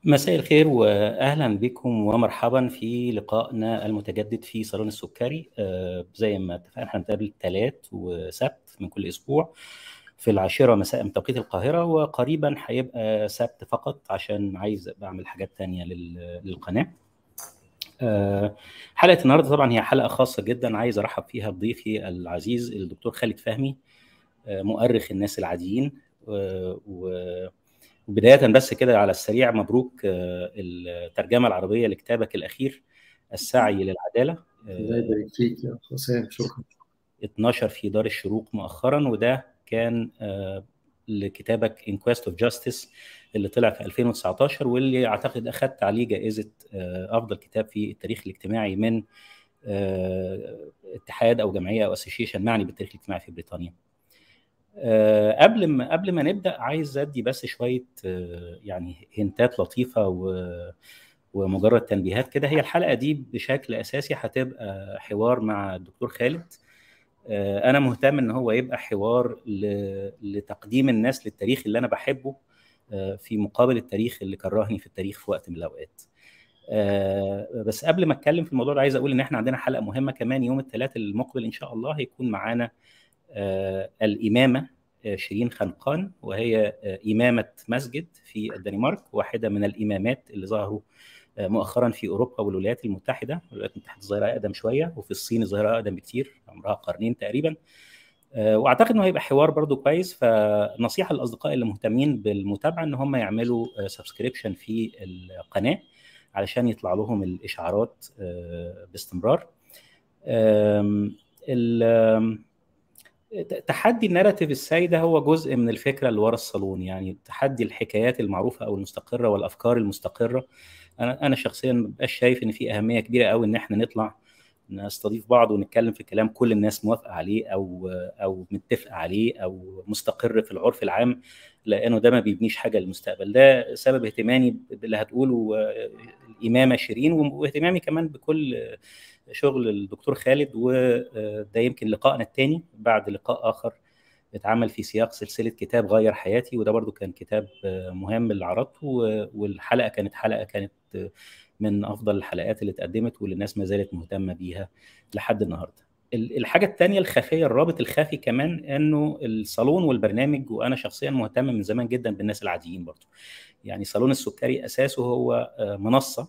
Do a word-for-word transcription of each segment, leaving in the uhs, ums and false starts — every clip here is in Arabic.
مساء الخير واهلا بكم ومرحبا في لقائنا المتجدد في صالون السكري. آه، زي ما اتفقنا هنتقابل ثلاث وسبت من كل اسبوع في العاشرة مساء بتوقيت القاهرة، وقريبا هيبقى سبت فقط عشان عايز بعمل حاجات تانية لل- للقناة. آه، حلقة النهاردة طبعا هي حلقة خاصة جدا، عايز ارحب فيها بضيفي العزيز الدكتور خالد فهمي، آه، مؤرخ الناس العاديين. آه، و بداية بس كده على السريع، مبروك آه، الترجمة العربية لكتابك الأخير السعي للعدالة. الله آه، يبارك فيك يا حسام، شكرا. اتنشر في دار الشروق مؤخرا، وده كان آه، لكتابك Inquest of Justice اللي طلع في ألفين وتسعتاشر، واللي أعتقد أخذت عليه جائزة آه، أفضل كتاب في التاريخ الاجتماعي من آه، اتحاد أو جمعية أو أسوشيشن معني بالتاريخ الاجتماعي في بريطانيا. آه، قبل ما قبل ما نبدأ، عايز أدي بس شوية آه، يعني هنتات لطيفة و- ومجرد تنبيهات كده. هي الحلقة دي بشكل أساسي هتبقى حوار مع الدكتور خالد. آه، أنا مهتم إن هو يبقى حوار ل- لتقديم الناس للتاريخ اللي أنا بحبه، آه، في مقابل التاريخ اللي كرهني في التاريخ في وقت من الأوقات. آه، بس قبل ما اتكلم في الموضوع ده، عايز اقول ان احنا عندنا حلقه مهمه كمان يوم الثلاثاء المقبل ان شاء الله. هيكون معانا آه، الإمامة آه، شيرين خنقان، وهي آه، إمامة مسجد في الدنمارك، واحدة من الإمامات اللي ظهروا آه، مؤخرا في أوروبا والولايات المتحدة. الولايات المتحدة ظاهرة أقدم شوية، وفي الصين ظاهرة أقدم بكتير، عمرها قرنين تقريبا. آه، واعتقد انه هيبقى حوار برضو كويس. فنصيحه للاصدقاء اللي مهتمين بالمتابعه ان هم يعملوا سبسكريبشن في القناه علشان يطلع لهم الاشعارات آه، باستمرار. آم، ال- آم، تحدي الناراتيف السائده هو جزء من الفكره اللي ورا الصالون، يعني تحدي الحكايات المعروفه او المستقره والافكار المستقره. انا انا شخصيا ما ببقاش شايف ان في اهميه كبيره قوي ان احنا نطلع نستضيف بعض ونتكلم في كلام كل الناس موافقه عليه او او متفقه عليه او مستقر في العرف العام، لانه ده ما بيبنيش حاجه للمستقبل. ده سبب اهتمامي باللي هتقوله آه، الامامه شيرين، واهتمامي كمان بكل شغل الدكتور خالد. وده يمكن لقائنا الثاني بعد لقاء اخر اتعمل في سياق سلسله كتاب غير حياتي، وده برضو كان كتاب مهم اللي عرضته. والحلقه كانت حلقه كانت من افضل الحلقات اللي اتقدمت، واللي الناس ما زالت مهتمه بيها لحد النهارده. الحاجه الثانيه الخفيه، الرابط الخفي كمان، انه الصالون والبرنامج، وانا شخصيا مهتم من زمان جدا بالناس العاديين برضو. يعني صالون السكري اساسه هو منصه.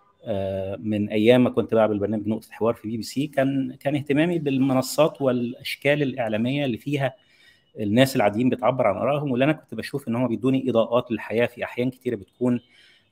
من ايام ما كنت بعمل برنامج نقطه حوار في بي بي سي، كان كان اهتمامي بالمنصات والاشكال الاعلاميه اللي فيها الناس العاديين بتعبر عن ارائهم، واللي انا كنت بشوف ان هم بيدوني اضاءات للحياه في احيان كتيره بتكون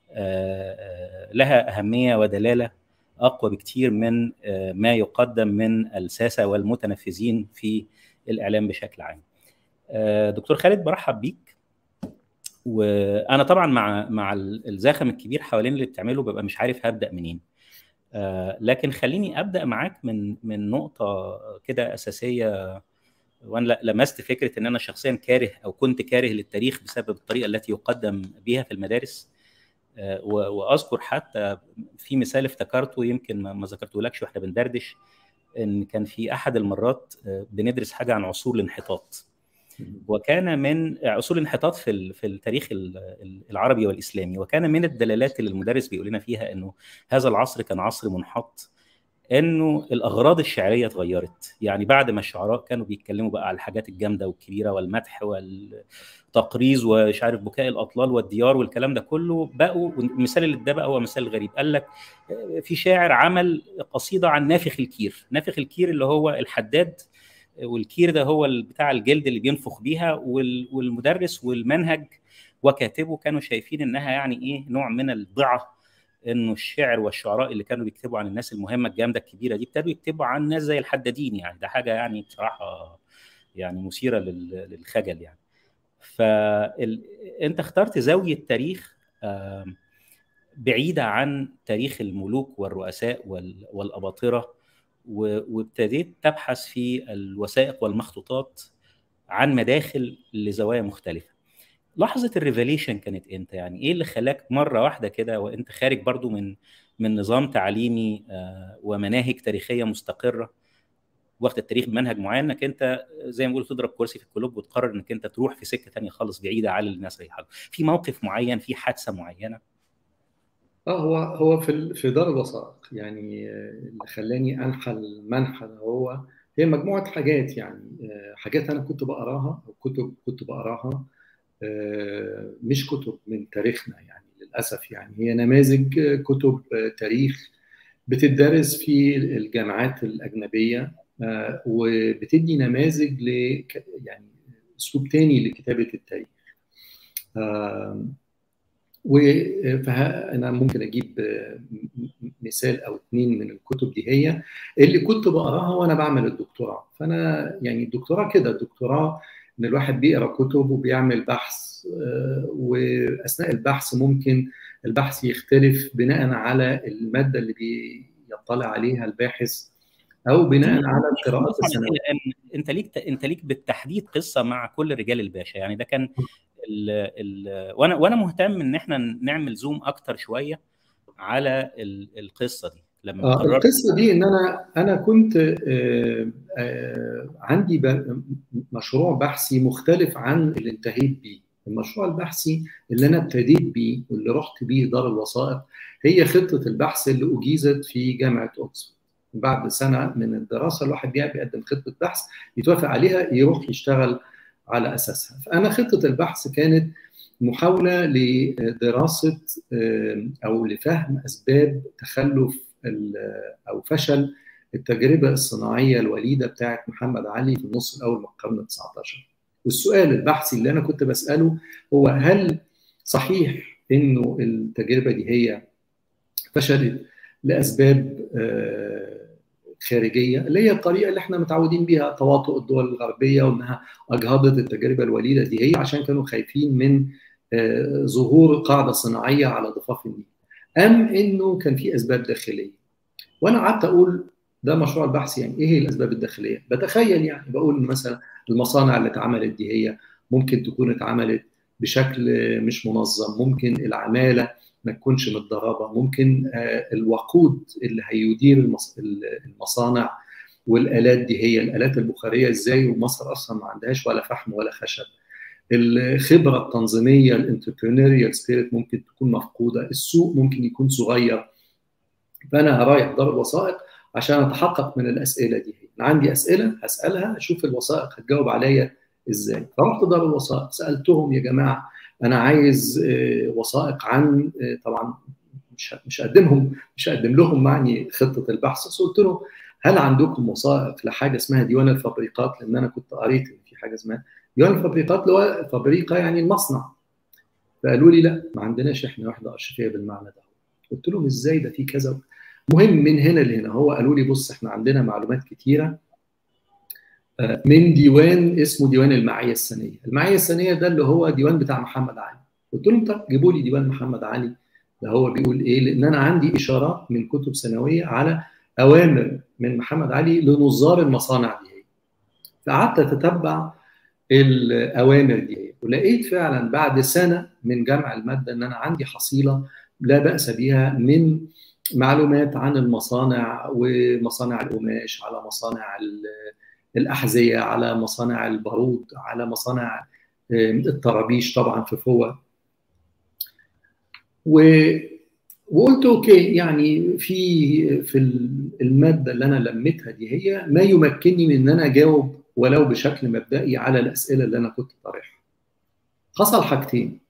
لها اهميه ودلاله اقوى بكتير من ما يقدم من الساسه والمتنفذين في الاعلام بشكل عام. دكتور خالد، برحب بيك. وانا طبعا مع مع الزخم الكبير حوالين اللي بتعمله ببقى مش عارف هبدا منين. آه، لكن خليني ابدا معاك من من نقطه كده اساسيه. وانا لمست فكره ان انا شخصيا كاره او كنت كاره للتاريخ بسبب الطريقه التي يقدم بها في المدارس. آه، واذكر حتى في مثال افتكرته، يمكن ما ذكرته لكش واحنا بندردش، ان كان في احد المرات آه، بندرس حاجه عن عصور الانحطاط. وكان من عصور الانحطاط في في التاريخ العربي والاسلامي، وكان من الدلالات اللي المدرس بيقول لنا فيها انه هذا العصر كان عصر منحط، انه الاغراض الشعريه اتغيرت. يعني بعد ما الشعراء كانوا بيتكلموا بقى على الحاجات الجامده والكبيره والمدح والتقريظ ومش عارف بكاء الاطلال والديار والكلام ده كله، بقوا المثال اللي ده بقى هو مثال غريب. قال لك في شاعر عمل قصيده عن نافخ الكير. نافخ الكير اللي هو الحداد، والكير ده هو بتاع الجلد اللي بينفخ بيها. والمدرس والمنهج وكاتبه كانوا شايفين انها يعني ايه، نوع من الضعه، انه الشعر والشعراء اللي كانوا بيكتبوا عن الناس المهمه الجامده الكبيره دي ابتدوا يكتبوا عن ناس زي الحدادين. يعني ده حاجه يعني بصراحه يعني مثيره للخجل يعني. فانت اخترت زاويه تاريخ بعيده عن تاريخ الملوك والرؤساء والاباطره، وابتديت تبحث في الوثائق والمخطوطات عن مداخل لزوايا مختلفه. لحظه الريفيليشن كانت امتى؟ يعني ايه اللي خلاك مره واحده كده وانت خارج برضو من من نظام تعليمي ومناهج تاريخيه مستقره، واخد التاريخ بمنهج معين، انك انت زي ما بيقولوا تضرب كرسي في الكلوب وتقرر انك انت تروح في سكه ثانيه خالص بعيده عن اللي الناس رايحه له؟ في موقف معين، في حادثه معينه؟ اه هو هو في في دار الوثائق، يعني اللي خلاني انحى المنحى ده هو هي مجموعه حاجات، يعني حاجات انا كنت بقراها او كتب كنت بقراها، مش كتب من تاريخنا يعني للاسف، يعني هي نماذج كتب تاريخ بتدرس في الجامعات الاجنبيه، وبتدي نماذج ل يعني اسلوب تاني لكتابه التاريخ. وانا ممكن اجيب مثال او اتنين من الكتب دي هي اللي كنت بقراها وانا بعمل الدكتوراه. فانا يعني الدكتوراه كده، الدكتوراه ان الواحد بيقرا كتب وبيعمل بحث، واثناء البحث ممكن البحث يختلف بناء على الماده اللي بيطلع عليها الباحث او بناء دي على القراءات على السنويه. كده ان انت ليك انت ليك بالتحديد قصه مع كل رجال الباشا، يعني ده كان ال ال وانا وانا مهتم ان احنا نعمل زوم اكتر شويه على ال القصه دي لما آه قررت. القصه دي ان انا انا كنت آه آه عندي مشروع بحثي مختلف عن اللي انتهيت بيه. المشروع البحثي اللي انا ابتديت بيه واللي رحت بيه دار الوثائق هي خطه البحث اللي اجيزت في جامعه اوكسفورد. بعد سنه من الدراسه الواحد بيقدم خطه بحث يتوافق عليها يروح يشتغل على اساسها. فانا خطه البحث كانت محاوله لدراسه او لفهم اسباب تخلف او فشل التجربه الصناعيه الوليده بتاعه محمد علي في النص الاول من القرن التاسع عشر. والسؤال البحثي اللي انا كنت بساله هو هل صحيح انه التجربه دي هي فشلت لاسباب خارجيه، اللي هي الطريقه اللي احنا متعودين بيها، تواطؤ الدول الغربيه، وانها اجهضت التجربه الوليده دي هي عشان كانوا خايفين من ظهور قاعده صناعيه على ضفاف النيل، ام انه كان في اسباب داخليه. وانا قعدت اقول ده مشروع البحث، يعني ايه هي الاسباب الداخليه؟ بتخيل يعني بقول مثلا المصانع اللي اتعملت دي هي ممكن تكون اتعملت بشكل مش منظم، ممكن العماله ما تكونش متدربه، ممكن الوقود اللي هيدير المصانع والالات دي هي الالات البخاريه ازاي، ومصر اصلا ما عندهاش ولا فحم ولا خشب. الخبره التنظيميه الانتربرينوريال سبيريت ممكن تكون مفقوده، السوق ممكن يكون صغير. فانا رايح دار الوثائق عشان اتحقق من الاسئله دي. انا عندي اسئله هسالها اشوف الوثائق هتجاوب عليا ازاي. فرحت دار الوثائق سالتهم يا جماعه انا عايز وثائق عن، طبعا مش مش هقدمهم مش هقدم لهم يعني خطه البحث، بس قلت لهم هل عندكم وثائق لحاجه اسمها ديوان الفابريقات؟ لان انا كنت قريت ان في حاجه اسمها ديوان الفابريقات اللي هو فابريقه يعني المصنع. فقالوا لي لا ما عندناش احنا وحده ارشيفيه بالمعنى ده. قلت لهم ازاي ده في كذا. مهم من هنا لهنا هو قالوا لي بص احنا عندنا معلومات كتيره من ديوان اسمه ديوان المعايا السنيه. المعايا السنيه ده اللي هو ديوان بتاع محمد علي. قلت لهم طب جيبوا لي ديوان محمد علي ده هو بيقول ايه، لان انا عندي اشارات من كتب سنويه على اوامر من محمد علي لنظار المصانع دي. فقعدت اتتبع الاوامر دي ولقيت فعلا بعد سنه من جمع الماده ان انا عندي حصيله لا باس بها من معلومات عن المصانع ومصانع القماش، على مصانع الاحذيه، على مصانع البارود، على مصانع الطرابيش طبعا في فوة. وقلت اوكي يعني في في الماده اللي انا لميتها دي هي ما يمكنني من ان انا اجاوب ولو بشكل مبدئي على الاسئله اللي انا كنت طارحها. حصل حاجتين،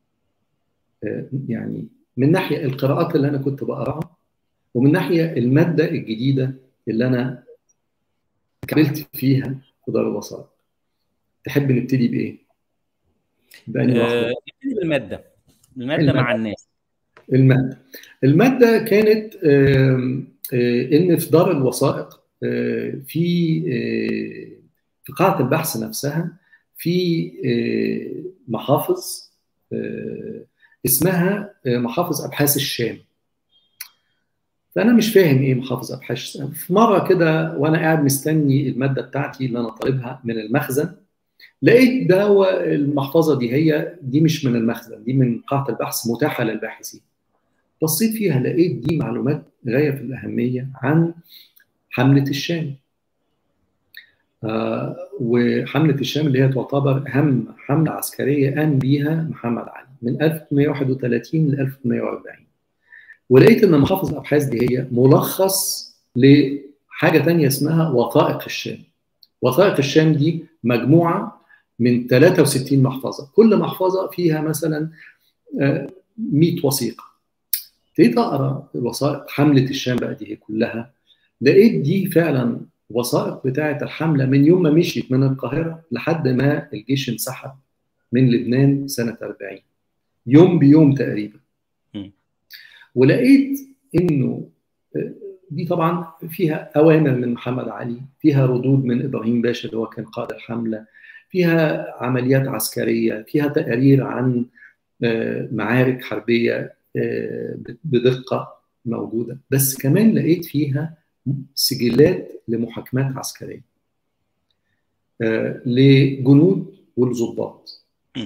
يعني من ناحيه القراءات اللي انا كنت بقراها، ومن ناحيه الماده الجديده اللي انا كملت فيها في دار الوثائق. تحب نبتدي بايه؟ بأني واحده؟ آه، نبتدي بالماده الماده مع الناس. الماده الماده كانت آه آه ان في دار الوثائق آه في آه في قاعه البحث نفسها في آه محافظ آه اسمها محافظ ابحاث الشام. فانا مش فاهم ايه محافظ ابحاث الشام. في مره كده وانا قاعد مستني الماده بتاعتي اللي انا طالبها من المخزن، لقيت ده هو المحفظه دي هي دي مش من المخزن، دي من قاعه البحث متاحه للباحثين. بصيت فيها لقيت دي معلومات غايه في الاهميه عن حمله الشام. آه وحمله الشام اللي هي تعتبر اهم حمله عسكريه قام بيها محمد علي من ألف وثمانمائة وواحد وثلاثين ل ألف وثمانمائة وأربعين. ولقيت ان محافظ الابحاث دي هي ملخص لحاجه ثانيه اسمها وثائق الشام. وثائق الشام دي مجموعه من ثلاثة وستين محفظه، كل محفظه فيها مثلا مئة وثيقه. ابتديت اقرا الوثائق حمله الشام بقى دي كلها، لقيت دي فعلا وثائق بتاعه الحمله من يوم ما مشيت من القاهره لحد ما الجيش انسحب من لبنان سنه أربعين، يوم بيوم تقريبا. ولقيت انه دي طبعا فيها اوامر من محمد علي، فيها ردود من ابراهيم باشا اللي هو كان قائد الحمله، فيها عمليات عسكريه، فيها تقارير عن معارك حربيه بدقه موجوده، بس كمان لقيت فيها سجلات لمحاكمات عسكريه لجنود والضباط.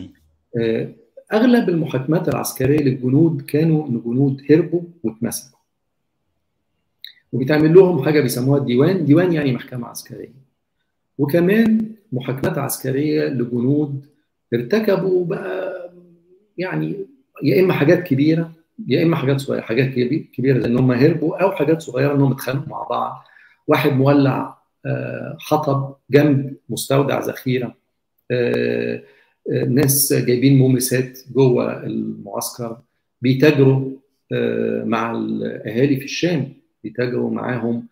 اغلب المحاكمات العسكريه للجنود كانوا ان جنود هربوا واتمسكوا، وبيتعمل لهم حاجه بيسموها الديوان، ديوان يعني محكمه عسكريه. وكمان محاكمات عسكريه لجنود ارتكبوا بقى يعني يا اما حاجات كبيره يا اما حاجات صغيره، حاجات كبيره لان هم هربوا، او حاجات صغيره انهم اتخانقوا مع بعض، واحد مولع حطب جنب مستودع ذخيره، ناس جايبين ممسات جوه المعسكر، بيتاجروا مع الاهالي في الشام، بيتاجروا معاهم،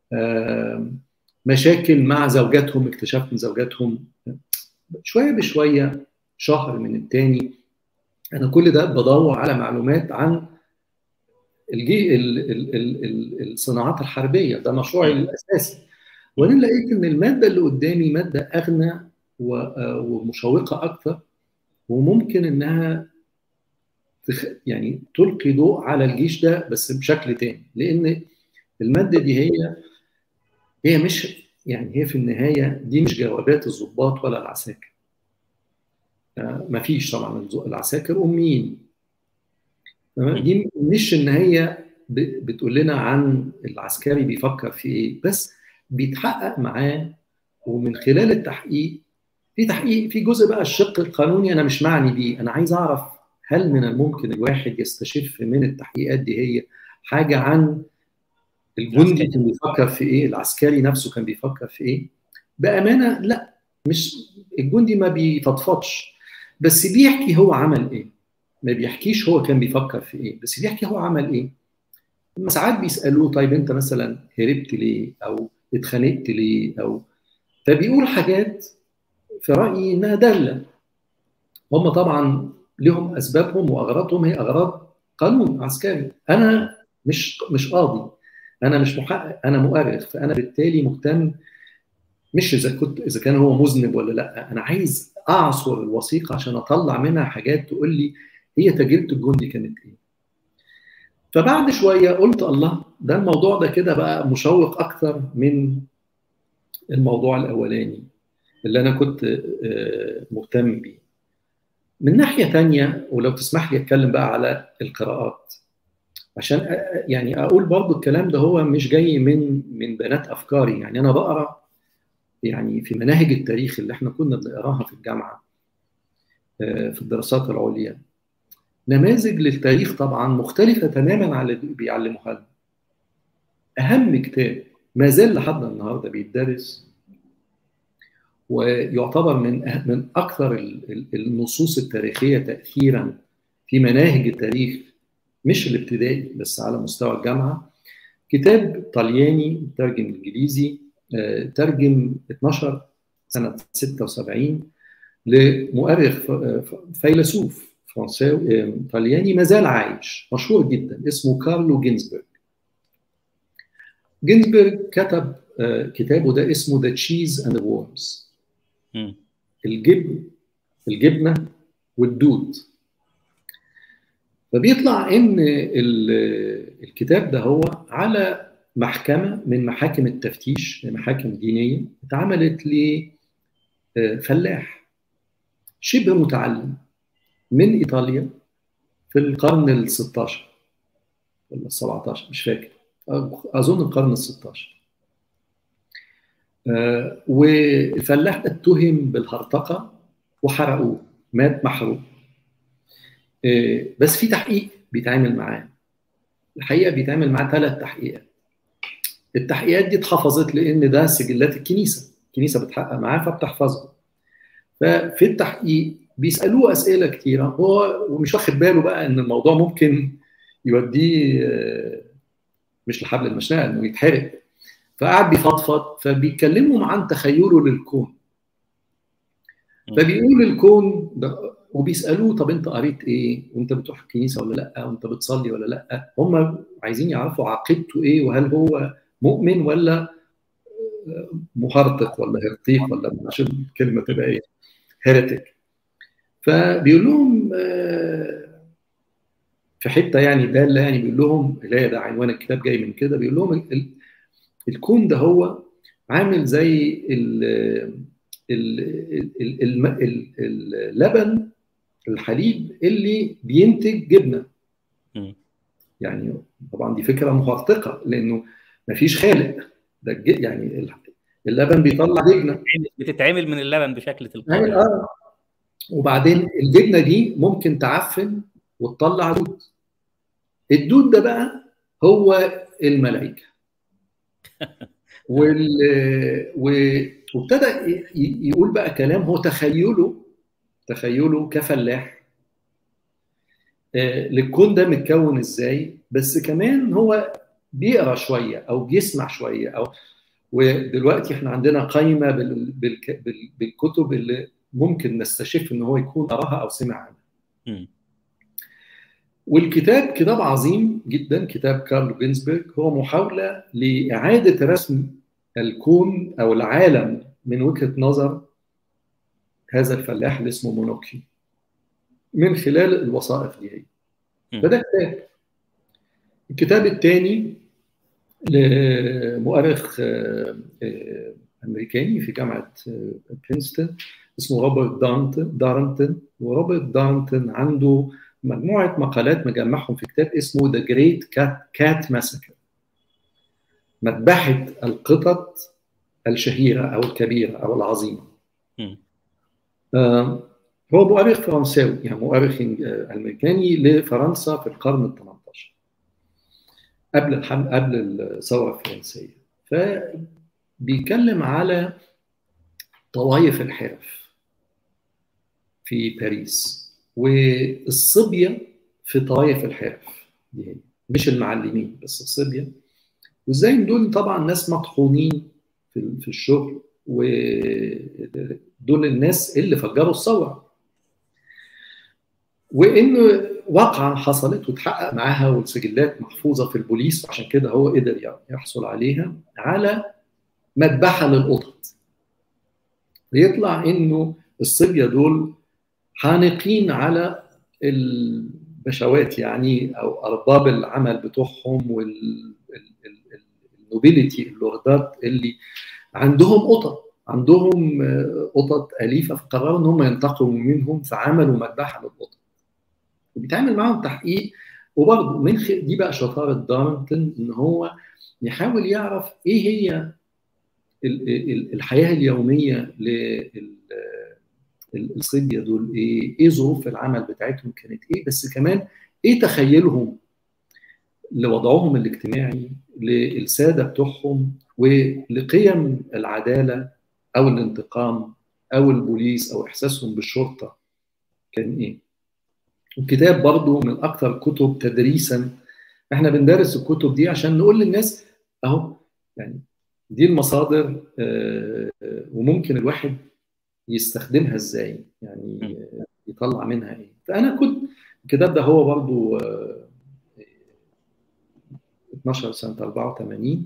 مشاكل مع زوجاتهم، اكتشفت من زوجاتهم شويه بشويه، شهر من التاني. انا كل ده بدور على معلومات عن الجي ال ال ال ال الصناعات الحربيه، ده مشروعي الاساسي. وانا لقيت ان الماده اللي قدامي ماده اغنى ومشوقه اكثر، وممكن انها تخ... يعني تلقي ضوء على الجيش ده بس بشكل تاني، لان الماده دي هي هي مش يعني هي في النهايه دي مش جوابات الضباط ولا العساكر. آه ما فيش طبعا، العساكر اميين. دي مش ان هي ب... بتقول لنا عن العسكري بيفكر في ايه، بس بيتحقق معاه، ومن خلال التحقيق في تحقيق في جزء بقى الشق القانوني انا مش معني بيه، انا عايز اعرف هل من الممكن الواحد يستشف من التحقيقات دي هي حاجه عن الجندي كان بيفكر في ايه، العسكري نفسه كان بيفكر في ايه. بامانه لا، مش الجندي ما بيفضفضش، بس بيحكي هو عمل ايه، ما بيحكيش هو كان بيفكر في ايه، بس بيحكي هو عمل ايه. ساعات بيسالوه طيب انت مثلا هربت ليه، او اتخانقت ليه، او فبيقول حاجات في رايي انها داله. هم طبعا لهم اسبابهم واغراضهم، هي اغراض قانون عسكري. انا مش مش قاضي، انا مش محقق، انا مؤرخ، فانا بالتالي مهتم مش اذا كنت اذا كان هو مذنب ولا لا، انا عايز اعصر الوثيقه عشان اطلع منها حاجات تقول لي هي تجربه الجندي كانت ايه. فبعد شويه قلت الله، ده الموضوع ده كده بقى مشوق اكثر من الموضوع الاولاني اللي انا كنت مهتم بيه. من ناحيه ثانيه، ولو تسمح لي اتكلم بقى على القراءات، عشان يعني اقول برضو الكلام ده هو مش جاي من من بنات افكاري. يعني انا بقرا يعني في مناهج التاريخ اللي احنا كنا بنقراها في الجامعه في الدراسات العليا نماذج للتاريخ طبعا مختلفه تماما عن اللي بيعلموها لنا. اهم كتاب ما زال لحد النهارده بيتدرس ويعتبر من من اكثر النصوص التاريخيه تاثيرا في مناهج التاريخ مش الابتدائي بس على مستوى الجامعه، كتاب طلياني ترجم انجليزي، ترجم اتناشر سنه ستة وسبعين لمؤرخ فيلسوف فرنساوي طلياني ما زال عايش مشهور جدا اسمه كارلو جينزبرغ. جينزبرغ كتب كتابه ده اسمه The Cheese and the Worms، الجبن الجبنه والدود. فبيطلع ان الكتاب ده هو على محكمه من محاكم التفتيش، محاكم دينيه اتعملت لفلاح شبه متعلم من ايطاليا في القرن ال ستاشر ولا ال سبعتاشر مش فاكر، اظن القرن ال ستاشر. والفلاح ده اتهم بالهرطقه وحرقوه، مات محروق. بس في تحقيق بيتعامل معاه، الحقيقه بيتعمل معاه ثلاث تحقيقات. التحقيقات دي اتحفظت لان ده سجلات الكنيسه، الكنيسه بتحقق معاه فبتحفظه. ففي التحقيق بيسالوه اسئله كتيره، هو ومش واخد باله بقى ان الموضوع ممكن يوديه مش لحبل المشنقه، انه يتحرق. فقعد بيفضفض، فبيكلمهم عن تخيله للكون. فبيقول الكون ده، وبيسالوه طب انت قريت ايه؟ وانت بتروح الكنيسه ولا لا؟ وانت بتصلي ولا لا؟ هم عايزين يعرفوا عقيدته ايه، وهل هو مؤمن ولا مهرطق ولا هرطيق، ولا عشان الكلمه تبقى ايه؟ هيرتك. فبيقول لهم في حته يعني داله، يعني بيقول لهم، لا ده عنوان الكتاب جاي من كده، بيقول لهم الكون ده هو عامل زي ال اللبن، الحليب اللي بينتج جبنه. يعني طبعا دي فكره مخطئه لانه مفيش خالق، ده يعني اللبن بيطلع جبنه، بتتعمل من اللبن بشكل تلقائي. اه وبعدين الجبنه دي ممكن تعفن وتطلع دود. الدود ده بقى هو الملائكه. وال وابتدى يقول بقى كلام هو تخيله تخيله كفلاح للكون ده متكون ازاي، بس كمان هو بيقرا شويه او بيسمع شويه. او ودلوقتي احنا عندنا قائمه بالكتب اللي ممكن نستشف ان هو يكون قراها او سمع عنها. والكتاب كتاب عظيم جدا، كتاب كارل جينزبرج، هو محاوله لاعاده رسم الكون او العالم من وجهه نظر هذا الفلاح اللي اسمه مونوكي من خلال الوثائق دي هي. فده كتاب. الكتاب الثاني لمؤرخ امريكاني في جامعه برينستون اسمه روبرت دارنتون. وروبرت دارنتون عنده مجموعه مقالات مجمعهم في كتاب اسمه The Great Cat Massacre، مذبحه القطط الشهيره او الكبيره او العظيمه. آه هو مؤرخ فرنساوي، يعني مؤرخ امريكاني لفرنسا في القرن ال ثمانية عشر قبل الحمل قبل الثوره الفرنسيه. فبيتكلم على طوائف الحرف في باريس والصبيه في طوائف الحرف دي، مش المعلمين بس الصبيه، وازاي دول طبعا ناس مطحونين في في الشغل، ودول الناس اللي فجروا الثوره، وانه واقعه حصلت وتحقق معاها والسجلات محفوظه في البوليس، عشان كده هو قدر يحصل عليها، على مذبحه للقطط. يطلع انه الصبيه دول حانقين على البشوات يعني او ارباب العمل بتوعهم والنوبيليتي اللوردات اللي عندهم قطط، عندهم قطط اليفه، فقرروا ان هم ينتقموا منهم فعملوا مذبحه للقطط. وبيتعمل معاهم تحقيق. وبرضه من خ... دي بقى شطاره دارنتون، ان هو يحاول يعرف ايه هي الحياه اليوميه للصبيه دول، ايه ايه ظروف العمل بتاعتهم كانت ايه، بس كمان ايه تخيلهم لوضعهم الاجتماعي، للساده بتوعهم، ولقيم العداله او الانتقام او البوليس او احساسهم بالشرطه كان ايه. الكتاب برضو من اكثر الكتب تدريسا. احنا بندرس الكتب دي عشان نقول للناس اهو يعني دي المصادر، وممكن الواحد يستخدمها ازاي، يعني يطلع منها ايه. فانا كنت الكتاب ده هو برضو اتنشر سنه أربعة وثمانين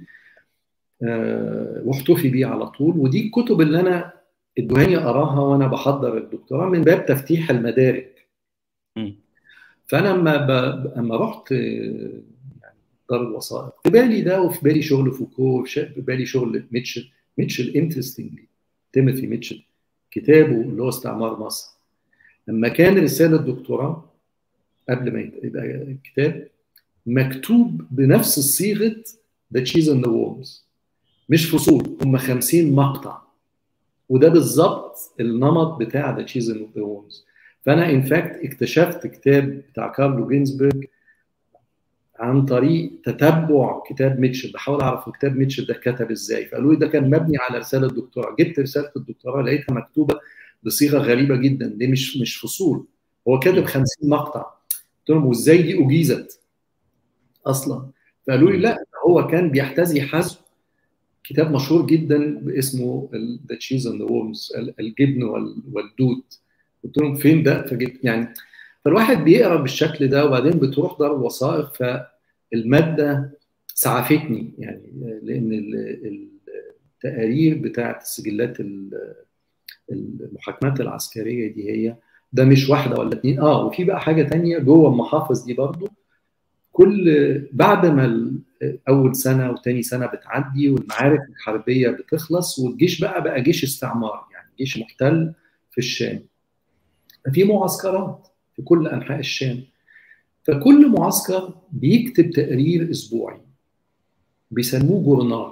واحتفي بيه على طول. ودي الكتب اللي انا ادوهاني اقراها وانا بحضر الدكتوراه من باب تفتيح المدارك. فانا لما ب... اما رحت يعني دار الوثائق، في بالي ده وفي بالي شغل فوكو، وفي بالي شغل ميتشل. ميتشل انترستنجلي تيموثي ميتشل كتابه اللي هو استعمار مصر، لما كان رساله دكتوراه قبل ما يبقى الكتاب مكتوب بنفس صيغه The Cheese and the Worms، مش فصول، هم خمسين مقطع، وده بالظبط النمط بتاع The Cheese and the Worms. فانا ان فاكت اكتشفت كتاب بتاع كارلو جينزبرج عن طريق تتبع كتاب ميتشل، بحاول اعرف كتاب ميتشل ده كتب ازاي. فقالوا لي ده كان مبني على رساله دكتوراه. جبت رساله الدكتوراه لقيتها مكتوبه بصيغه غريبه جدا، دي مش مش فصول، هو كاتب خمسين مقطع. قلت لهم وازاي دي اجيزت اصلا؟ فقالوا لي لا، هو كان بيحتذي حذو كتاب مشهور جدا اسمه ذا تشيز اند ذا وورمز، الجبن والدود. قلت لهم فين ده؟ فجبت يعني. فالواحد بيقرا بالشكل ده، وبعدين بتروح دار الوثائق، فالماده سعفتني يعني، لان التقارير بتاعت السجلات المحاكمات العسكريه دي هي ده مش واحده ولا اتنين. اه وفي بقى حاجه تانية جوه المحافظ دي برضو، كل بعد ما اول سنه وثاني سنه بتعدي والمعارك الحربيه بتخلص والجيش بقى بقى جيش استعمار، يعني جيش محتل في الشام، في معسكرات في كل انحاء الشام. فكل معسكر بيكتب تقرير اسبوعي بيسموه جورنال،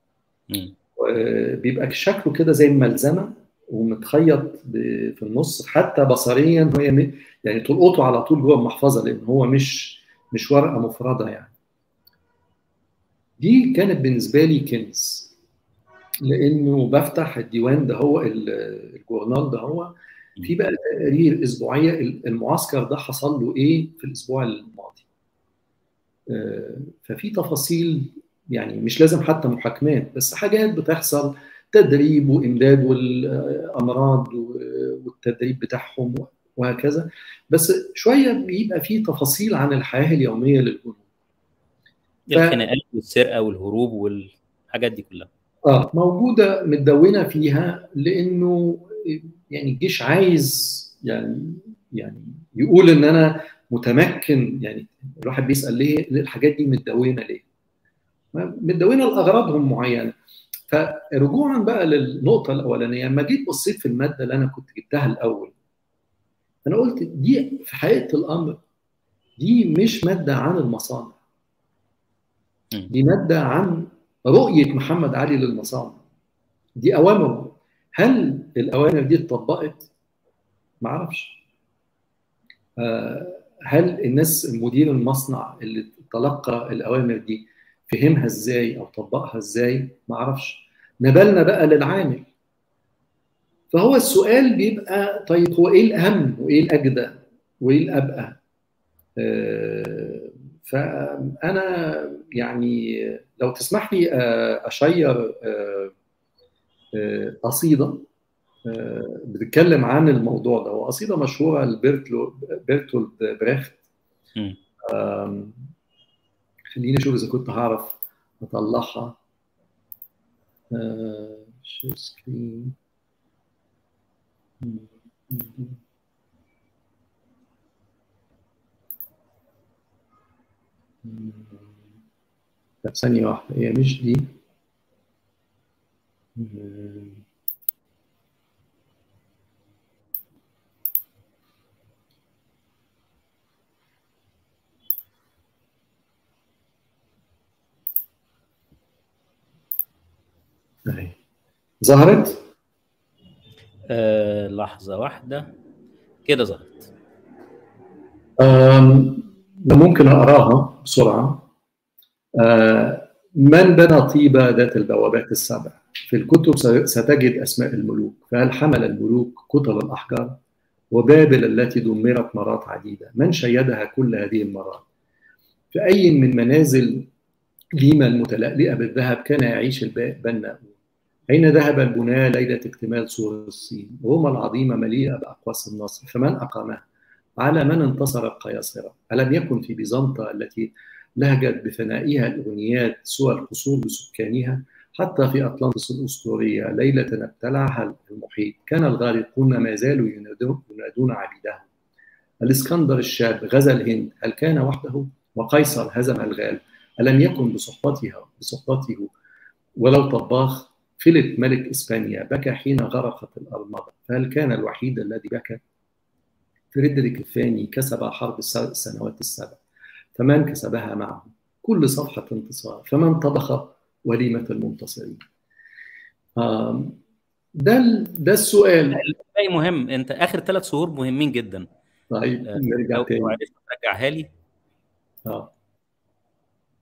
بيبقى شكله كده زي الملزمه ومتخيط في النص، حتى بصريا هي يعني تلقطه على طول جوه المحفظه، لان هو مش مش ورقه مفرده يعني. دي كانت بالنسبه لي كنز، لانه بفتح الديوان ده هو الجورنال ده هو في بقى تقارير اسبوعيه المعسكر ده حصل له ايه في الاسبوع الماضي. ففي تفاصيل يعني مش لازم حتى محاكمات، بس حاجات بتحصل، تدريب وامداد والامراض والتدريب بتاعهم وهكذا، بس شويه بيبقى في تفاصيل عن الحياه اليوميه للجنود، الخناقات والسرقه والهروب والحاجات دي كلها اه موجوده متدونه فيها، لانه يعني الجيش عايز يعني يعني يقول ان انا متمكن. يعني الواحد بيسال ليه الحاجات دي متدونه ليه؟ متدونه لاغراضهم معينه. فرجوعا بقى للنقطه الاولانيه، لما جيت بصيت في الماده اللي انا كنت جبتها الاول، انا قلت دي في حقيقه الامر دي مش ماده عن المصانع، دي ماده عن رؤيه محمد علي للمصانع، دي اوامر. هل الاوامر دي اتطبقت؟ ما اعرفش. هل الناس مدير المصنع اللي تلقى الاوامر دي فهمها ازاي او طبقها ازاي؟ ما اعرفش. نبلنا بقى للعامل. فهو السؤال بيبقى طيب هو ايه الاهم وايه الاجدى وايه الابقى؟ فانا يعني لو تسمح لي اشير قصيده بتتكلم عن الموضوع ده، وقصيده مشهوره لبرتولد بريخت. خليني اشوف اذا كنت هعرف اطلعها. شو سكرين. طب ثانيه واحده، هي مش دي. اهي ظهرت. آه لحظه واحده كده ظهرت. ممكن اقراها بسرعه. آه من بنى طيبة ذات البوابات السبع؟ في الكتب ستجد أسماء الملوك، فهل حمل الملوك كتل الأحجار؟ وبابل التي دمرت مرات عديدة، من شيدها كل هذه المرات؟ في أي من منازل ليما المتلألئة بالذهب كان يعيش البناء؟ أين ذهب البناة ليلة اكتمال سور الصين؟ روما العظيمة مليئة بأقواس النصر، فمن أقامها؟ على من انتصر القياصرة؟ ألم يكن في بيزنطة التي لهجت بثنائها الأغنيات سوى القصور بسكانها؟ حتى في أطلانتس الأسطورية ليلة ابتلعها المحيط كان الغارقون ما زالوا ينادون, ينادون عبيدها. الإسكندر الشاب غزا الهند، هل كان وحده؟ وقيصر هزم الغال، ألم يكن بصحبتها بصحبته ولو طباخ؟ فيليب ملك إسبانيا بكى حين غرقت الأرملة، فهل كان الوحيد الذي بكى؟ فريدريك الثاني كسب حرب السنوات السبع، فمن كسبها معه؟ كل صفحة انتصار، فمن طبخ وليمة المنتصرين؟ ده ده السؤال. الباقي مهم، انت اخر ثلاث شهور مهمين جدا. طيب نرجع لو تاني. عرفت ترجعها لي. اه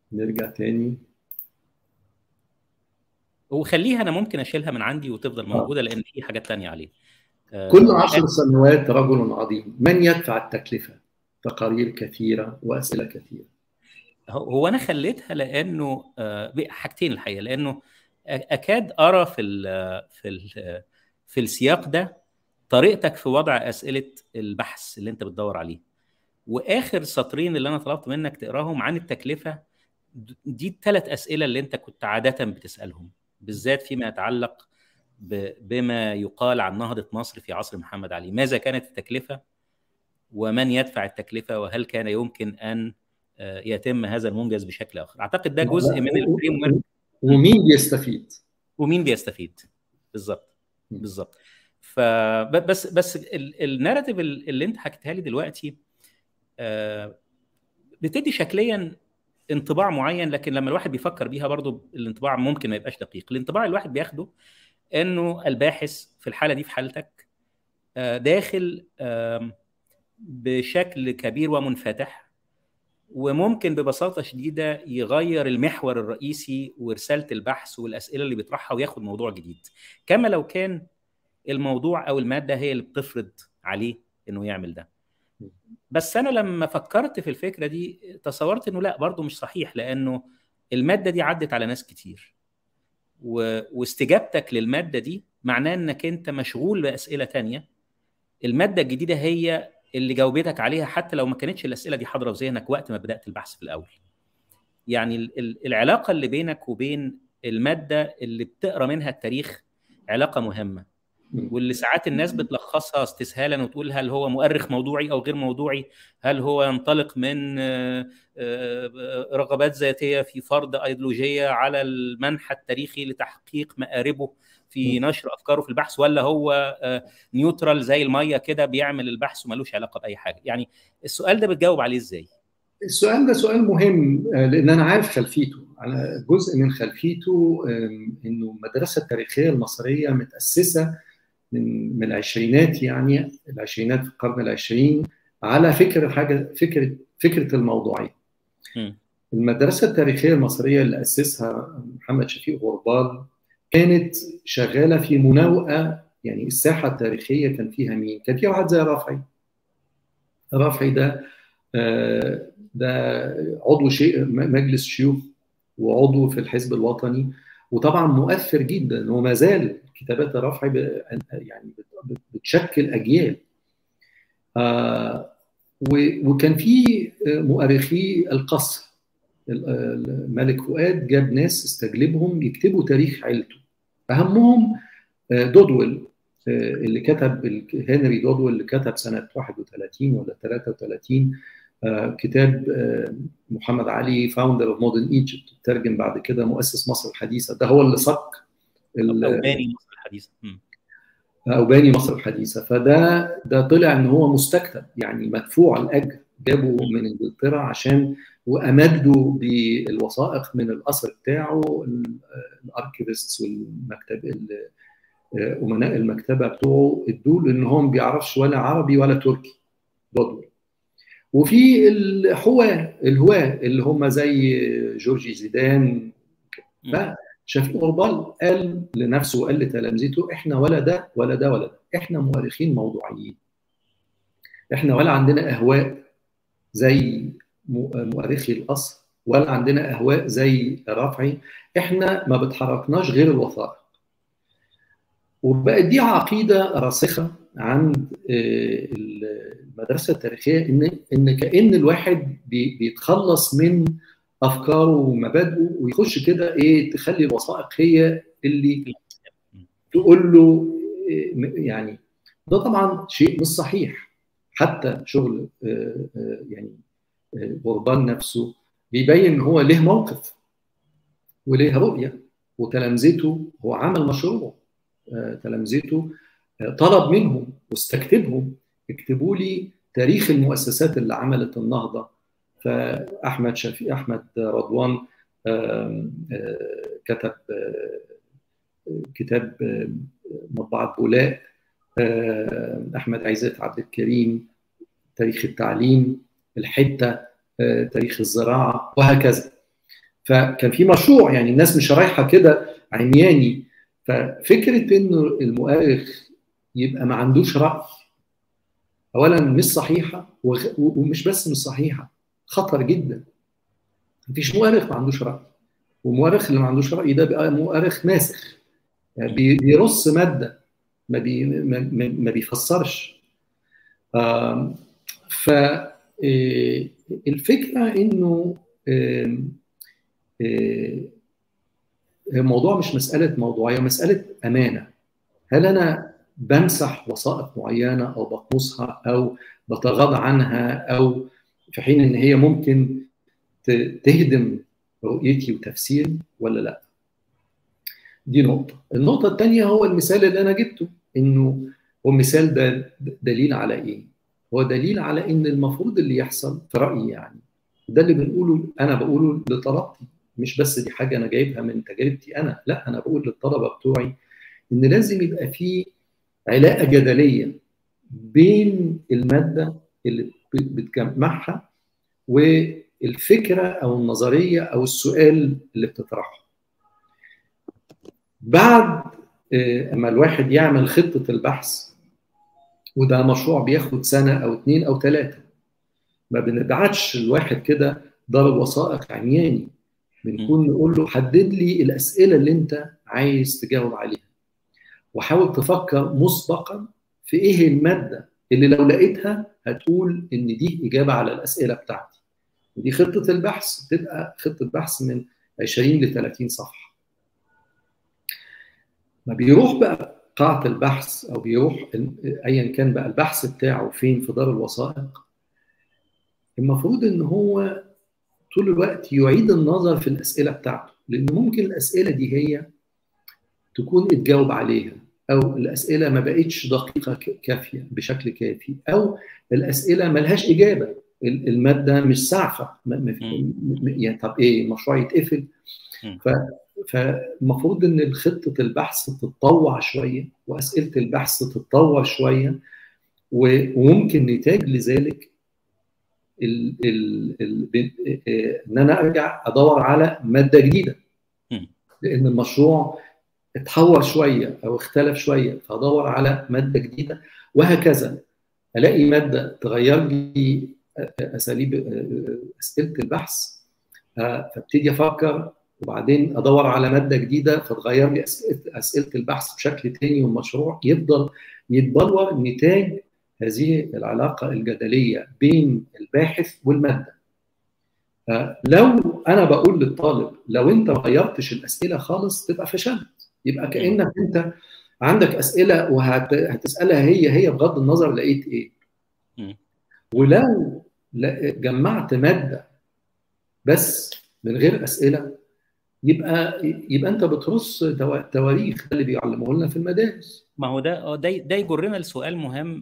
نرجع تاني وخليها انا ممكن اشيلها من عندي وتفضل موجوده لان في حاجات ثانيه عليه. كل عشر سنوات رجل عظيم، من يدفع التكلفه؟ تقارير كثيره واسئله كثيره. هو انا خليتها لانه حاجتين الحقيقه، لانه اكاد ارى في ال في ال في السياق ده طريقتك في وضع اسئله البحث اللي انت بتدور عليه، واخر سطرين اللي انا طلبت منك تقراهم عن التكلفه دي الثلاث اسئله اللي انت كنت عاده بتسالهم، بالذات فيما يتعلق بما يقال عن نهضه مصر في عصر محمد علي. ماذا كانت التكلفه؟ ومن يدفع التكلفه؟ وهل كان يمكن ان يتم هذا المنجز بشكل اخر؟ اعتقد ده جزء من الفريم ورك. ومين بيستفيد؟ ومين بيستفيد بالظبط بالظبط. فبس بس الناراتيف اللي انت حكيتها لي دلوقتي بتدي شكليا انطباع معين، لكن لما الواحد بيفكر بيها برضو الانطباع ممكن ما يبقاش دقيق. الانطباع اللي الواحد بياخده انه الباحث في الحاله دي، في حالتك، داخل بشكل كبير ومنفتح، وممكن ببساطه شديده يغير المحور الرئيسي ورساله البحث والاسئله اللي بيطرحها وياخد موضوع جديد، كما لو كان الموضوع او الماده هي اللي بتفرض عليه انه يعمل ده. بس انا لما فكرت في الفكره دي تصورت انه لا، برضو مش صحيح، لانه الماده دي عدت على ناس كتير، و... واستجابتك للماده دي معناه انك انت مشغول باسئله تانية. الماده الجديده هي اللي جاوبتك عليها، حتى لو ما كانتش الاسئله دي حاضره في ذهنك وقت ما بدات البحث في الاول. يعني العلاقه اللي بينك وبين الماده اللي بتقرا منها التاريخ علاقه مهمه، واللي ساعات الناس بتلخصها استسهالا وتقول هل هو مؤرخ موضوعي او غير موضوعي، هل هو ينطلق من رغبات ذاتيه في فرض ايديولوجيه على المنحى التاريخي لتحقيق مآربه في نشر افكاره في البحث، ولا هو نيوترال زي الميه كده بيعمل البحث ومالوش علاقه باي حاجه. يعني السؤال ده بتجاوب عليه ازاي؟ السؤال ده سؤال مهم، لان انا عارف خلفيته. انا جزء من خلفيته انه المدرسه التاريخيه المصريه متاسسه من من العشرينات، يعني العشرينات في القرن العشرين، على فكره حاجه فكره فكره الموضوعيه. م. المدرسه التاريخيه المصريه اللي اسسها محمد شفيق غربال كانت شغاله في مناوئه، يعني الساحه التاريخيه كان فيها مين؟ كان فيها واحد زي رافعي. رافعي ده ده عضو شيء مجلس شيوخ وعضو في الحزب الوطني، وطبعا مؤثر جدا، وما زال كتابات رافعي يعني بتشكل اجيال. وكان في مؤرخي القصر، الملك فؤاد جاب ناس استجلبهم يكتبوا تاريخ عيلته، اهمهم دودويل اللي كتب، هنري دودويل اللي كتب سنه واحد وثلاثين ولا ثلاثة وثلاثين كتاب محمد علي فاوندر اوف مودرن ايجيبت، ترجم بعد كده مؤسس مصر الحديثه. ده هو اللي صك او باني مصر الحديثه او باني مصر الحديثه. فده ده طلع ان هو مستكتب، يعني مدفوع الاجر، جابوا من انجلترا عشان وامدوا بالوثائق من القصر بتاعه. الاركيفيستس والمكتب امناء المكتبه بتوعه ادوا له ان هو ما بيعرفش ولا عربي ولا تركي دودويل. وفي الهواة الهواة اللي هم زي جورجي زيدان. فشفيق غربال قال لنفسه وقال لتلامذته احنا ولا ده ولا ده ولا ده، احنا مؤرخين موضوعيين، احنا ولا عندنا اهواء زي مؤرخي القصر ولا عندنا اهواء زي رافعي، احنا ما بتحركناش غير الوثائق. وبقت دي عقيده راسخه عند المدرسه التاريخيه، ان ان كأن الواحد بيتخلص من افكاره ومبادئه ويخش كده ايه، تخلي الوثائق هي اللي تقول له يعني. ده طبعا شيء مش صحيح. حتى شغل يعني غربال نفسه بيبين ان هو له موقف وله رؤيه، وتلامذته هو عمل مشروع. تلامذته طلب منهم واستكتبهم اكتبوا لي تاريخ المؤسسات اللي عملت النهضه. فاحمد شفيق احمد رضوان كتب كتاب مطبعه بولاق، احمد عزت عبد الكريم تاريخ التعليم، الحته تاريخ الزراعه، وهكذا. فكان في مشروع، يعني الناس مش رايحه كده عمياني. ففكره انه المؤرخ يبقى ما عندوش راي اولا مش صحيحه، ومش بس مش صحيحه، خطر جدا. مفيش مؤرخ ما عندوش راي، والمؤرخ اللي ما عندوش راي ده بقى مؤرخ ناسخ، يعني بيرص ماده، ما, بي ما, ما بيفسرش. فالفكره انه الموضوع مش مساله موضوعيه، مساله امانه. هل انا بمسح وثائق معينه او بطمسها او بتغاضى عنها، او في حين ان هي ممكن تهدم رؤيتي وتفسيري ولا لا؟ دي نقطه. النقطه الثانيه هو المثال اللي انا جبته، انه هو المثال ده دليل على ايه؟ هو دليل على ان المفروض اللي يحصل في رايي، يعني ده اللي بنقوله، انا بقوله لطلبتي، مش بس دي حاجه انا جايبها من تجربتي انا، لا انا بقول للطلبه بتوعي ان لازم يبقى في علاقه جدليه بين الماده اللي بتجمعها والفكره او النظريه او السؤال اللي بتطرحه. بعد اما الواحد يعمل خطه البحث، وده مشروع بياخد سنه او اتنين او تلاته، ما بنبعتش الواحد كده ضارب وثائق عمياني، بنكون نقول له حدد لي الاسئله اللي انت عايز تجاوب عليها، وحاول تفكر مسبقا في ايه الماده اللي لو لقيتها هتقول ان دي اجابه على الاسئله بتاعتي. ودي خطه البحث، بتبقى خطه بحث من عشرين ل ثلاثين صفحه. ما بيروح بقى قاعه البحث او بيروح ايا كان بقى البحث بتاعه فين في دار الوثائق، المفروض ان هو طول الوقت يعيد النظر في الاسئله بتاعته، لان ممكن الاسئله دي هي تكون اتجاوب عليها، او الاسئله ما بقتش دقيقه كافيه بشكل كافي، او الاسئله ما لهاش اجابه، الماده مش سعفه، يعني طب ايه المشروع يتقفل؟ فالمفروض ان خطه البحث تتطوع شويه، واسئله البحث تتطور شويه، وممكن نتاج لذلك ال ال ال ان انا ارجع ادور على ماده جديده، لان المشروع اتحور شويه او اختلف شويه، فادور على ماده جديده، وهكذا. الاقي ماده تغير لي اساليب اسئله البحث، فابتدي افكر، وبعدين ادور على ماده جديده فتغير لي اسئله البحث بشكل تاني، والمشروع يفضل يتبلور نتاج هذه العلاقه الجدليه بين الباحث والماده. لو انا بقول للطالب لو انت ما غيرتش الاسئله خالص تبقى فشلت، يبقى كانك انت عندك اسئله وهتسالها هي هي بغض النظر لقيت ايه. ولو جمعت ماده بس من غير اسئله، يبقى يبقى انت بترص تواريخ اللي بيعلموه لنا في المدارس. ما هو ده ده ده يجرنا لسؤال مهم،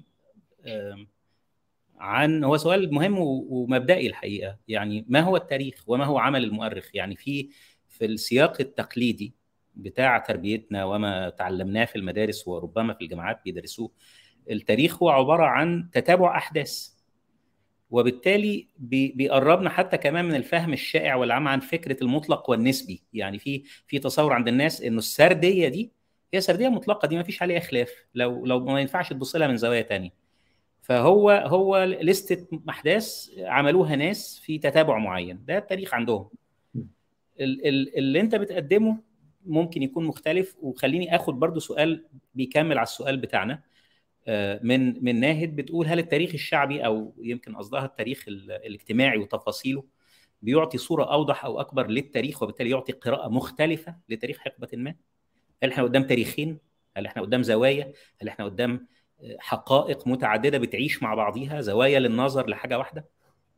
عن هو سؤال مهم ومبدئي الحقيقه، يعني ما هو التاريخ وما هو عمل المؤرخ؟ يعني في في السياق التقليدي بتاع تربيتنا وما تعلمناه في المدارس وربما في الجامعات بيدرسوه، التاريخ هو عباره عن تتابع احداث، وبالتالي بيقربنا حتى كمان من الفهم الشائع والعام عن فكره المطلق والنسبي. يعني في في تصور عند الناس انه السرديه دي هي سرديه مطلقه، دي ما فيش عليها خلاف، لو لو ما ينفعش تبص لها من زوايا ثانيه. فهو هو لستة احداث عملوها ناس في تتابع معين، ده التاريخ عندهم. اللي انت بتقدمه ممكن يكون مختلف. وخليني اخد برضو سؤال بيكمل على السؤال بتاعنا من من ناهد، بتقول هل التاريخ الشعبي، او يمكن قصدها التاريخ الاجتماعي وتفاصيله، بيعطي صورة اوضح او اكبر للتاريخ، وبالتالي يعطي قراءة مختلفة لتاريخ حقبة ما؟ هل احنا قدام تاريخين؟ هل احنا قدام زوايا؟ هل احنا قدام حقائق متعددة بتعيش مع بعضيها، زوايا للنظر لحاجة واحدة؟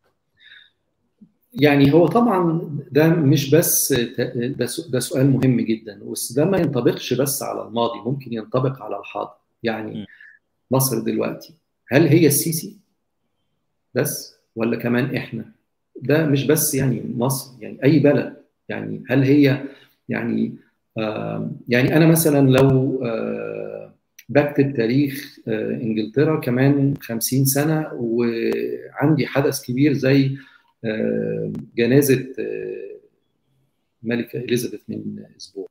يعني هو طبعا ده مش بس ده سؤال مهم جدا، بس ده ما ينطبقش بس على الماضي، ممكن ينطبق على الحاضر. يعني م. مصر دلوقتي هل هي السيسي بس ولا كمان احنا؟ ده مش بس يعني مصر، يعني اي بلد. يعني هل هي يعني آه يعني انا مثلا لو آه بكتب تاريخ آه انجلترا كمان خمسين سنة، وعندي حدث كبير زي آه جنازة آه الملكه اليزابيث من اسبوع.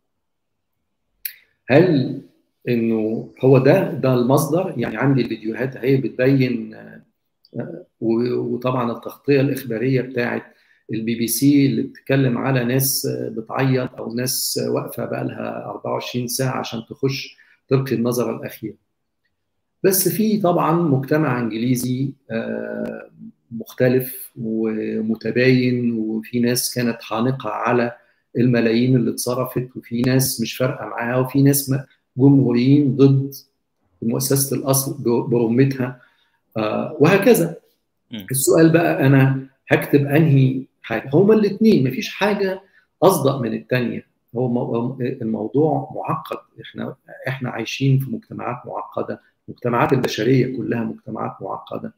هل انه هو ده ده المصدر؟ يعني عندي الفيديوهات اهي بتبين، وطبعا التغطيه الاخباريه بتاعت البي بي سي اللي بتتكلم على ناس بتعيط او ناس واقفه بقى لها أربعة وعشرين ساعه عشان تخش تلقي النظره الاخيره. بس في طبعا مجتمع انجليزي مختلف ومتباين، وفي ناس كانت حانقه على الملايين اللي اتصرفت، وفي ناس مش فارقه معاها، وفي ناس جمهوريين ضد مؤسسه الاصل برمتها، وهكذا. السؤال بقى انا هكتب انهي حاجه؟ هما الاثنين، مفيش حاجه اصدق من الثانيه. هو الموضوع معقد، احنا احنا عايشين في مجتمعات معقده، مجتمعات البشريه كلها مجتمعات معقده.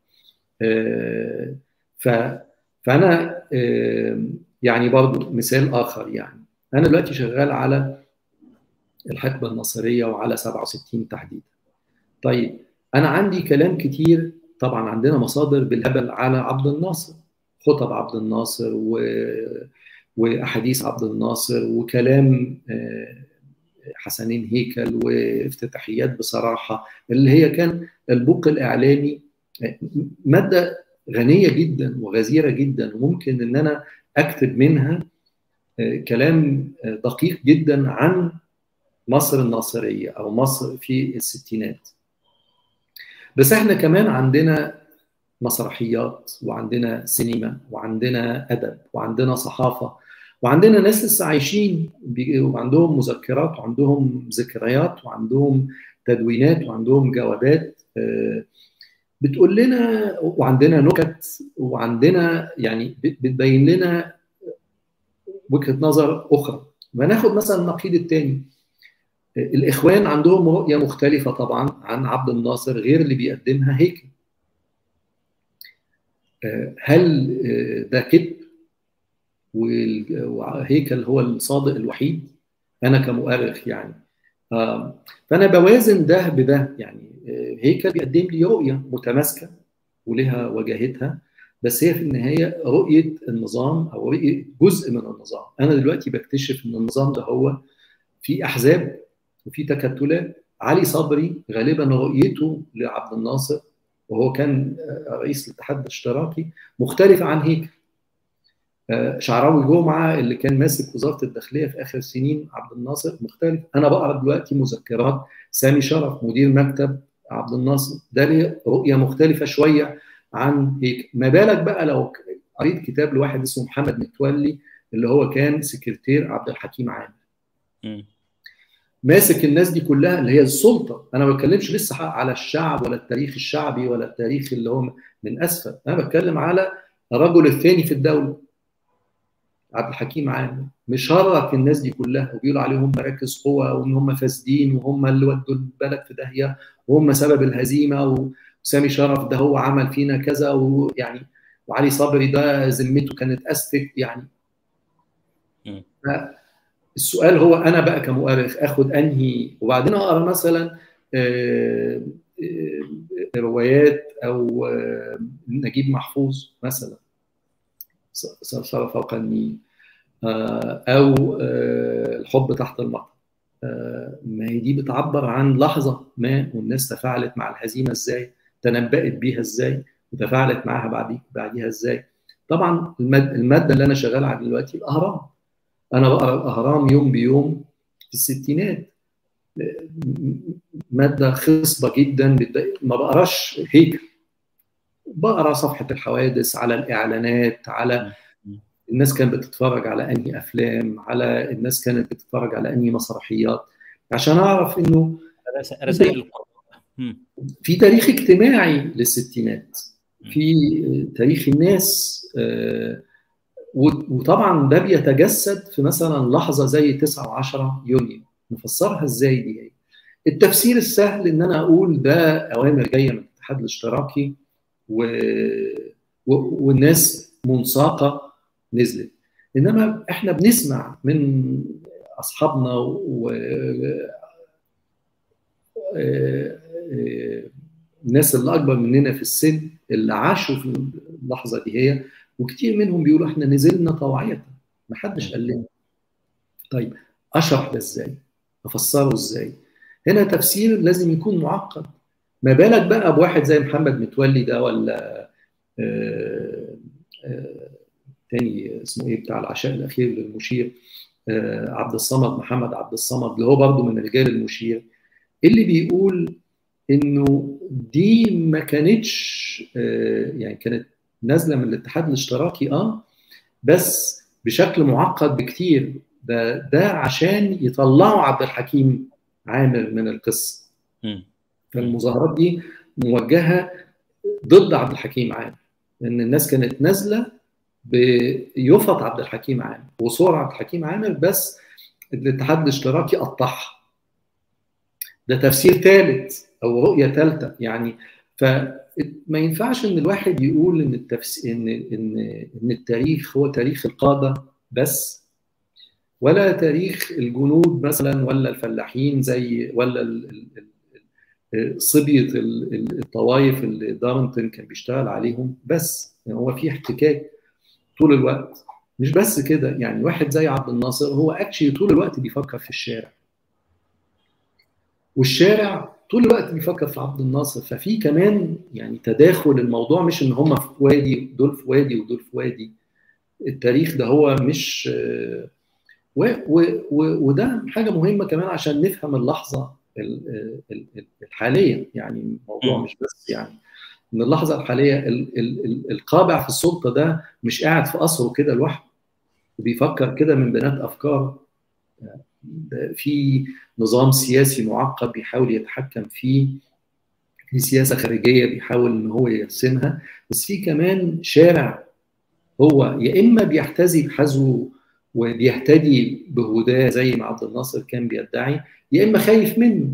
ف فانا يعني برضو مثال اخر، يعني انا دلوقتي شغال على الحقبه الناصريه وعلى سبعة وستين تحديدا. طيب انا عندي كلام كتير، طبعا عندنا مصادر بالهبل على عبد الناصر، خطب عبد الناصر و... واحاديث عبد الناصر وكلام حسنين هيكل وافتتاحيات بصراحه، اللي هي كان البوق الاعلامي ماده غنيه جدا وغزيره جدا، وممكن ان انا اكتب منها كلام دقيق جدا عن مصر الناصريه او مصر في الستينات. بس احنا كمان عندنا مسرحيات، وعندنا سينما، وعندنا ادب، وعندنا صحافه، وعندنا ناس لسه عايشين وعندهم مذكرات وعندهم ذكريات وعندهم تدوينات وعندهم جوابات بتقول لنا، وعندنا نكت، وعندنا يعني بتبين لنا وجهه نظر اخرى. وناخد مثلا النقيض الثاني، الاخوان عندهم رؤيه مختلفه طبعا عن عبد الناصر غير اللي بيقدمها هيكل. هل ده كذب وهيكل هو الصادق الوحيد؟ انا كمؤرخ يعني فانا بوازن ده بده. يعني هيكل بيقدم لي رؤيه متماسكه ولها وجاهتها، بس هي في النهايه رؤيه النظام او رؤيه جزء من النظام. انا دلوقتي بكتشف ان النظام ده هو في احزاب وفي تكتلات. علي صبري غالبا رؤيته لعبد الناصر وهو كان رئيس الاتحاد الاشتراكي مختلفه عن هيكل. شعراوي جمعه اللي كان ماسك وزاره الداخليه في اخر سنين عبد الناصر مختلف. انا بقرا دلوقتي مذكرات سامي شرف مدير مكتب عبد الناصر، ده ليه رؤيه مختلفه شويه عن هيك. ما بالك بقى لو قريت كتاب لواحد اسمه محمد متولي اللي هو كان سكرتير عبد الحكيم عامر، ماسك الناس دي كلها اللي هي السلطه. انا ما بتكلمش لسه على الشعب ولا التاريخ الشعبي ولا التاريخ اللي هو من اسفل، انا بتكلم على الرجل الثاني في الدوله عبد الحكيم عامر. مشرك الناس دي كلها وبيقولوا عليهم مراكز قوه وان هم فاسدين وهم اللي ودوا البلد في داهيه وهم سبب الهزيمه، وسامي شرف ده هو عمل فينا كذا، ويعني وعلي صبري ده ذمته كانت اسفك يعني. السؤال هو انا بقى كمؤرخ اخد انهي؟ وبعدين اقرا مثلا روايات او نجيب محفوظ مثلا صرصرة فوق النيل، او الحب تحت المطر. ما هي دي بتعبر عن لحظه ما والناس تفاعلت مع الهزيمه ازاي، تنبأت بيها ازاي، وتفاعلت معاها بعديها بعديها ازاي. طبعا الماده اللي انا شغال عليها دلوقتي الاهرام، انا بقرا الاهرام يوم بيوم في الستينات، ماده خصبه جدا. ما بقراش هيك، بقرا صفحه الحوادث، على الاعلانات، على الناس كانت بتتفرج على انهي افلام، على الناس كانت بتتفرج على انهي مسرحيات، عشان اعرف انه رسائل في تاريخ اجتماعي للستينات، في تاريخ الناس. وطبعا ده بيتجسد في مثلا لحظه زي تسعة وعشرة يونيو. نفسرها ازاي دي؟ التفسير السهل ان انا اقول ده اوامر جايه من الاتحاد الاشتراكي و... و... والناس منساقه نزلت. انما احنا بنسمع من اصحابنا و الناس اللي اكبر مننا في السن اللي عاشوا في اللحظه دي هي، وكتير منهم بيقولوا احنا نزلنا طوعيه، ما حدش قال لنا. طيب اشرح ده ازاي؟ افسره ازاي؟ هنا تفسير لازم يكون معقد. ما بالك بقى بواحد زي محمد متولي ده، ولا آه آه تاني اسمه ايه بتاع العشاء الاخير للمشير، آه عبد الصمد، محمد عبد الصمد، اللي هو برضه من رجال المشير، اللي بيقول انه دي ما كانتش آه يعني كانت نازله من الاتحاد الاشتراكي اه بس بشكل معقد بكتير. ده ده عشان يطلعوا عبد الحكيم عامر من القصه. فالمظاهرات دي موجهه ضد عبد الحكيم عامر، لان الناس كانت نازله بيفط عبد الحكيم عامر وصور عبد الحكيم عامر، بس الاتحاد الاشتراكي قطعها. ده تفسير ثالث او رؤيه ثالثه يعني. فما ينفعش ان الواحد يقول ان التفسير ان ان ان التاريخ هو تاريخ القاده بس، ولا تاريخ الجنود مثلا، ولا الفلاحين زي، ولا صبيه الطوائف اللي دارنتون كان بيشتغل عليهم بس. يعني هو في احتكاك طول الوقت. مش بس كده، يعني واحد زي عبد الناصر هو اكشلي طول الوقت بيفكر في الشارع، والشارع طول الوقت بيفكر في عبد الناصر. ففي كمان يعني تداخل الموضوع، مش ان هم في وادي دول في وادي ودول في وادي. التاريخ ده هو مش و و و وده حاجه مهمه كمان عشان نفهم اللحظه الحاليه. يعني الموضوع مش بس يعني ان اللحظه الحاليه القابع في السلطه ده مش قاعد في قصره كده لوحده وبيفكر كده من بنات افكار. في نظام سياسي معقد بيحاول يتحكم فيه، في سياسه خارجيه بيحاول ان هو يرسمها، بس في كمان شارع هو يا اما بيحتذي بحذوه وبيهتدي بهداه زي ما عبد الناصر كان بيدعي، يا اما خايف منه.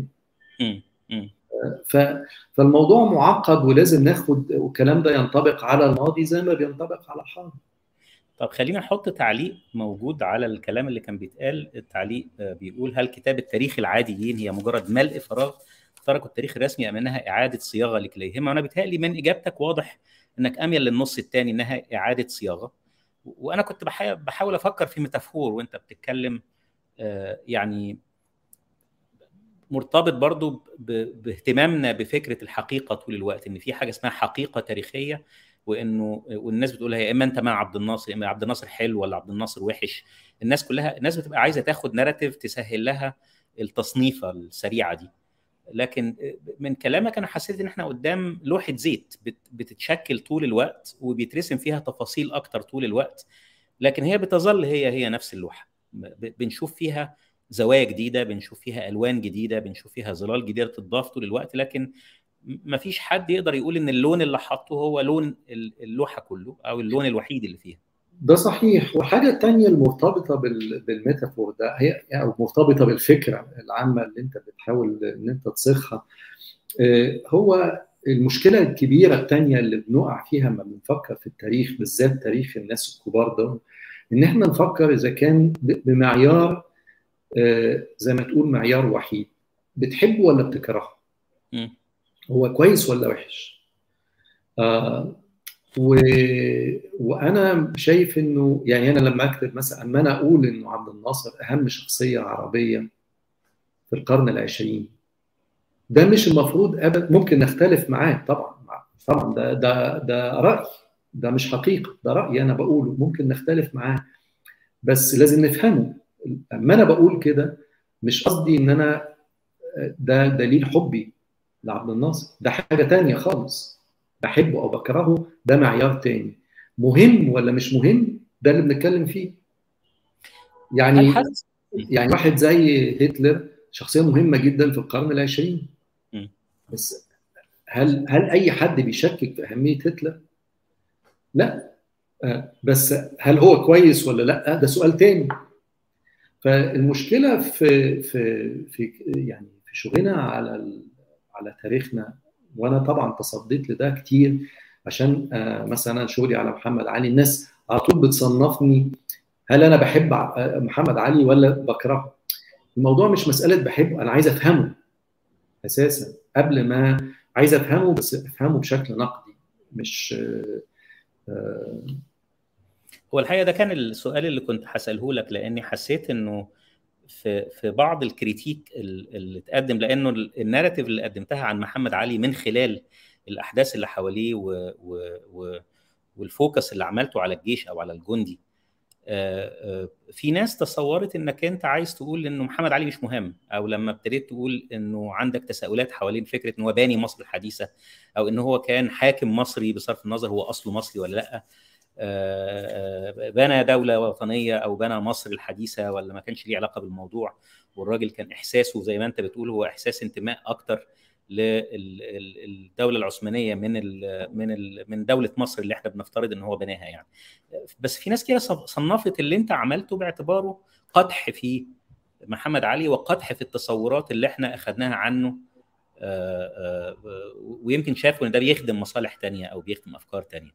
فالموضوع معقد ولازم ناخد، والكلام ده ينطبق على الماضي زي ما بينطبق على الحاضر. طب خلينا نحط تعليق موجود على الكلام اللي كان بيتقال. التعليق بيقول: هل كتابة تاريخ العاديين هي مجرد ملء فراغ تركوا التاريخ الرسمي ام انها اعادة صياغة لكليهما؟ وانا بيتهيألي من اجابتك واضح انك اميل للنص الثاني، انها اعادة صياغة. وانا كنت بحاول افكر في ميتافور وانت بتتكلم، يعني مرتبط برضو باهتمامنا بفكرة الحقيقة طول الوقت، ان في حاجة اسمها حقيقة تاريخية، وانه والناس بتقولها يا اما انت مع عبد الناصر يا اما عبد الناصر حلو ولا عبد الناصر وحش. الناس كلها الناس بتبقى عايزه تاخد ناراتيف تسهل لها التصنيفه السريعه دي. لكن من كلامك انا حسيت ان احنا قدام لوحه زيت بتتشكل طول الوقت وبيترسم فيها تفاصيل اكتر طول الوقت، لكن هي بتظل هي هي نفس اللوحه. بنشوف فيها زوايا جديده، بنشوف فيها الوان جديده، بنشوف فيها ظلال جديده تضاف طول الوقت، لكن ما فيش حد يقدر يقول ان اللون اللي حطه هو لون اللوحه كله او اللون الوحيد اللي فيها. ده صحيح. والحاجه الثانيه المرتبطه بالميتافور ده هي او مرتبطه بالفكره العامه اللي انت بتحاول ان انت تصيغها، هو المشكله الكبيره الثانيه اللي بنقع فيها لما بنفكر في التاريخ، بالذات تاريخ الناس الكبار ده، ان احنا نفكر اذا كان بمعيار زي ما تقول معيار وحيد، بتحبه ولا بتكرهه؟ م. هو كويس ولا وحش؟ آه و... وانا شايف انه يعني انا لما اكتب مثلا، اما انا اقول انه عبد الناصر اهم شخصيه عربيه في القرن العشرين، ده مش المفروض ابدا. ممكن نختلف معاه طبعا، طبعا ده ده ده راي، ده مش حقيقه، ده راي انا بقوله، ممكن نختلف معاه، بس لازم نفهمه. اما انا بقول كده مش قصدي ان انا ده دليل حبي لعبد الناصر، ده حاجه تانية خالص. بحبه او بكرهه ده معيار تاني. مهم ولا مش مهم ده اللي بنتكلم فيه. يعني يعني واحد زي هتلر شخصيه مهمه جدا في القرن العشرين، بس هل هل اي حد بيشكك في اهميه هتلر؟ لا. بس هل هو كويس ولا لا ده سؤال تاني. فالمشكله في في في يعني في شغلنا على على تاريخنا، وانا طبعا تصديت لده كتير عشان مثلا شغلي على محمد علي. الناس على طول بتصنفني هل انا بحب محمد علي ولا بكرهه. الموضوع مش مساله بحبه، انا عايز افهمه اساسا قبل ما عايز افهمه، بس افهمه بشكل نقدي مش هو الحقيقه ده كان السؤال اللي كنت هساله لك، لاني حسيت انه في في بعض الكريتيك اللي اتقدم، لانه الناراتيف اللي قدمتها عن محمد علي من خلال الاحداث اللي حواليه و و والفوكس اللي عملته على الجيش او على الجندي، في ناس تصورت انك انت عايز تقول انه محمد علي مش مهم، او لما ابتديت تقول انه عندك تساؤلات حوالين فكره ان هو باني مصر الحديثه، او ان هو كان حاكم مصري بصرف النظر هو اصله مصري ولا لا، بنى دوله وطنيه او بنى مصر الحديثه ولا ما كانش ليه علاقه بالموضوع، والراجل كان احساسه زي ما انت بتقول هو احساس انتماء اكتر للدوله العثمانيه من ال من ال من دوله مصر اللي احنا بنفترض ان هو بناها يعني. بس في ناس كده صنفت اللي انت عملته باعتباره قدح في محمد علي وقدح في التصورات اللي احنا اخذناها عنه، ويمكن شافوا ان ده بيخدم مصالح تانية او بيخدم افكار تانية.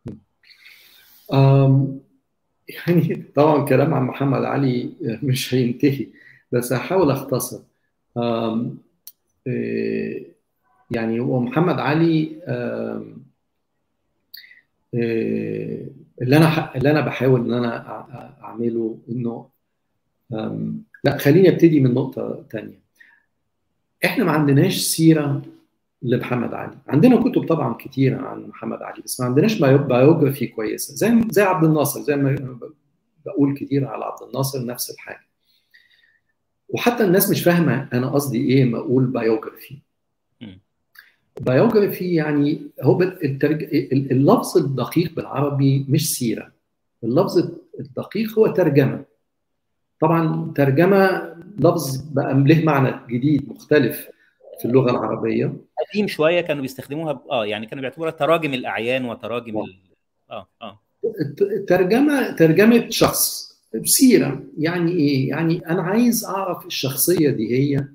يعني طبعا كلام عن محمد علي مش هينتهي، بس هحاول اختصر. يعني هو محمد علي اللي انا اللي انا بحاول ان انا اعمله انه لا، خليني ابتدي من نقطه ثانيه. احنا ما عندناش سيره لمحمد علي، عندنا كتب طبعا كتيره عن محمد علي بس ما عندناش بايوجرافي كويسه، زي زي عبد الناصر، زي ما بقول كتير على عبد الناصر نفس الحاجه. وحتى الناس مش فاهمه انا قصدي ايه ما اقول بايوجرافي. بايوجرافي يعني هو الترج... اللفظ الدقيق بالعربي مش سيره، اللفظ الدقيق هو ترجمه. طبعا ترجمه لفظ بقى له معنى جديد مختلف في اللغه العربيه. قديم شويه كانوا بيستخدموها اه يعني كانوا بيعتبروها تراجم الاعيان وتراجم ال... اه اه ترجمه ترجمه شخص. سيره يعني ايه؟ يعني انا عايز اعرف الشخصيه دي هي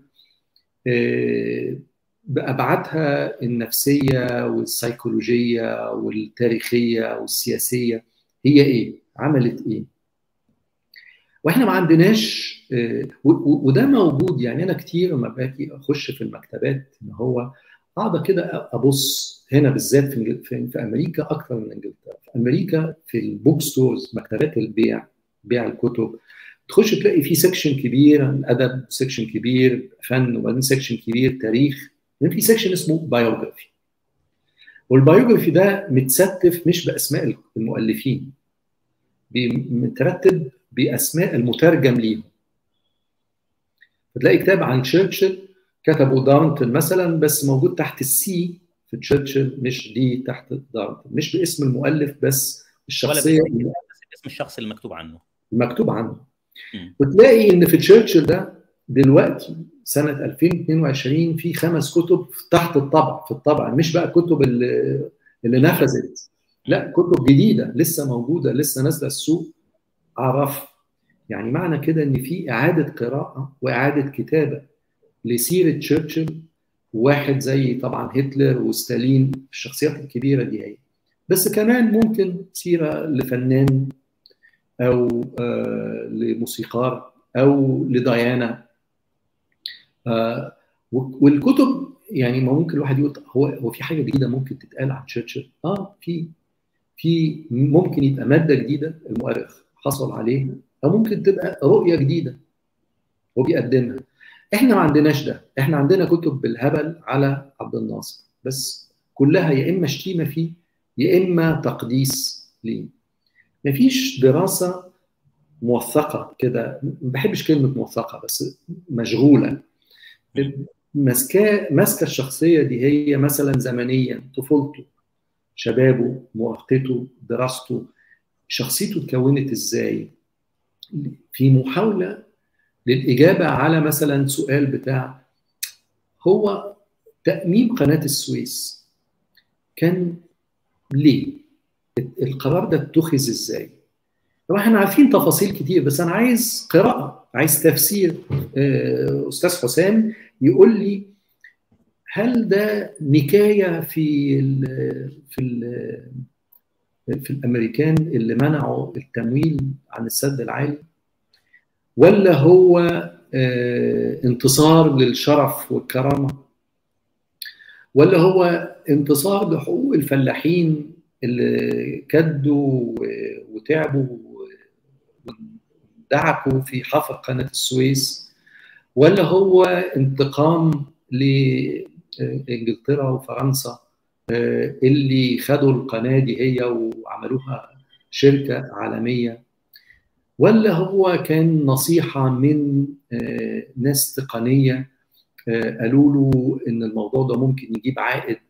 بأبعادها النفسية والسيكولوجية والتاريخية والسياسية هي إيه؟ عملت إيه؟ وإحنا ما عندناش، وده موجود. يعني أنا كتير لما باجي أخش في المكتبات إن هو أقعد كده أبص هنا بالذات في, في أمريكا أكثر من إنجلترا. في أمريكا في البوك ستورز، مكتبات البيع، بيع الكتب، تخش تلاقي فيه سكشن كبير الادب، سكشن كبير فن، وبعدين سكشن كبير تاريخ، وبعدين في سكشن اسمه بايوجرافي. والبايوجرافي ده متستف مش باسماء المؤلفين، مترتب باسماء المترجم ليهم. فتلاقي كتاب عن تشرشل كتبه دارنتون مثلا، بس موجود تحت السي في تشرشل، مش دي تحت دارنتون، مش باسم المؤلف بس الشخصيه، ولا باسم الشخص اللي مكتوب عنه المكتوب عنه. وتلاقي ان في تشرشل ده دلوقتي سنه ألفين واثنين وعشرين في خمس كتب تحت الطبع، في الطبع، مش بقى كتب اللي, اللي نفذت، لا، كتب جديده لسه موجوده، لسه نازله السوق. اعرف يعني معنى كده ان في اعاده قراءه واعاده كتابه لسيره تشرشل، واحد زي طبعا هتلر وستالين، الشخصيات الكبيره دي هي. بس كمان ممكن سيره لفنان او آه لموسيقار او لديانه. آه والكتب يعني ما ممكن الواحد يقول هو هو في حاجه جديده ممكن تتقال عن تشرشل؟ اه في في ممكن يبقى ماده جديده المؤرخ حصل عليها، او ممكن تبقى رؤيه جديده هو بيقدمها. احنا ما عندناش ده، احنا عندنا كتب بالهبل على عبد الناصر بس، كلها يا اما شتيمه فيه يا اما تقديس ليه. مفيش دراسه موثقه كده، ما بحبش كلمه موثقه بس مشغوله، ماسكه ماسكه الشخصيه دي هي مثلا زمنيا، طفولته، شبابه، مراهقته، دراسته، شخصيته اتكونت ازاي، في محاوله للاجابه على مثلا سؤال بتاع هو تأميم قناه السويس كان ليه؟ القرار ده اتخذ ازاي؟ طبعا احنا عارفين تفاصيل كتير، بس انا عايز قراءه، عايز تفسير. استاذ حسام يقول لي هل ده نكايه في ال في ال في الامريكان اللي منعوا التمويل عن السد العالي، ولا هو انتصار للشرف والكرامه، ولا هو انتصار لحقوق الفلاحين اللي كدوا وتعبوا دعكوا في حفر قناة السويس، ولا هو انتقام لإنجلترا وفرنسا اللي خدوا القناة دي هي وعملوها شركة عالمية، ولا هو كان نصيحة من ناس تقنية قالوا له إن الموضوع ده ممكن يجيب عائد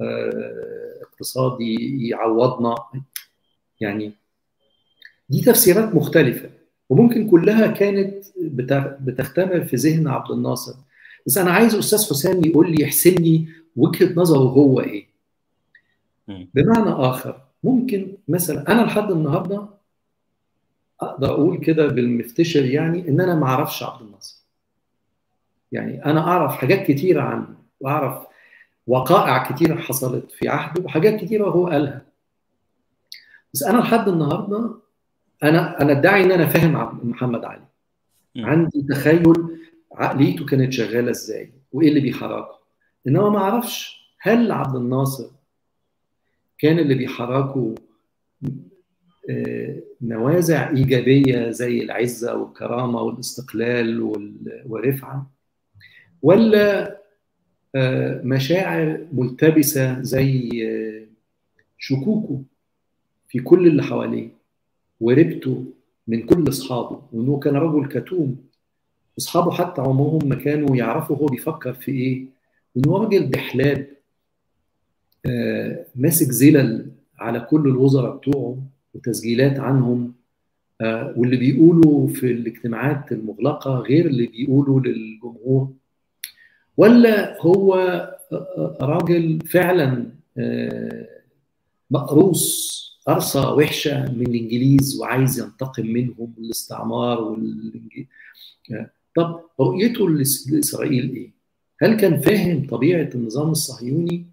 اقتصادي يعوضنا؟ يعني دي تفسيرات مختلفة وممكن كلها كانت بتختمر في ذهن عبد الناصر. بس أنا عايز أستاذ حسام يقول لي، يحسن لي وجهة نظره هو إيه. بمعنى آخر، ممكن مثلا أنا لحد النهاردة أقدر أقول كده بالمفتشر يعني إن أنا ما أعرفش عبد الناصر. يعني أنا أعرف حاجات كتيرة عنه، وأعرف وقائع كتيرة حصلت في عهده وحاجات كتيرة هو قالها. بس أنا لحد النهاردة أنا أنا أدعي إن أنا فاهم محمد علي. م. عندي تخيل عقليته كانت شغالة إزاي وإيه اللي بيحركه. إنما ما أعرفش هل عبد الناصر كان اللي بيحركه نوازع إيجابية زي العزة والكرامة والاستقلال والرفعة، ولا مشاعر ملتبسة زي شكوكه في كل اللي حواليه وربته من كل أصحابه، وإنه كان رجل كتوم. أصحابه حتى عمرهم ما كانوا يعرفوا هو بيفكر في إيه، وإنه راجل بحلاب ماسك زلل على كل الوزراء بتوعه وتسجيلات عنهم، واللي بيقولوا في الاجتماعات المغلقة غير اللي بيقولوا للجمهور. ولا هو راجل فعلا مقروص قرصة وحشة من الإنجليز وعايز ينتقم منهم الاستعمار والإنجليز. طب رؤيته لإسرائيل إيه؟ هل كان فاهم طبيعة النظام الصهيوني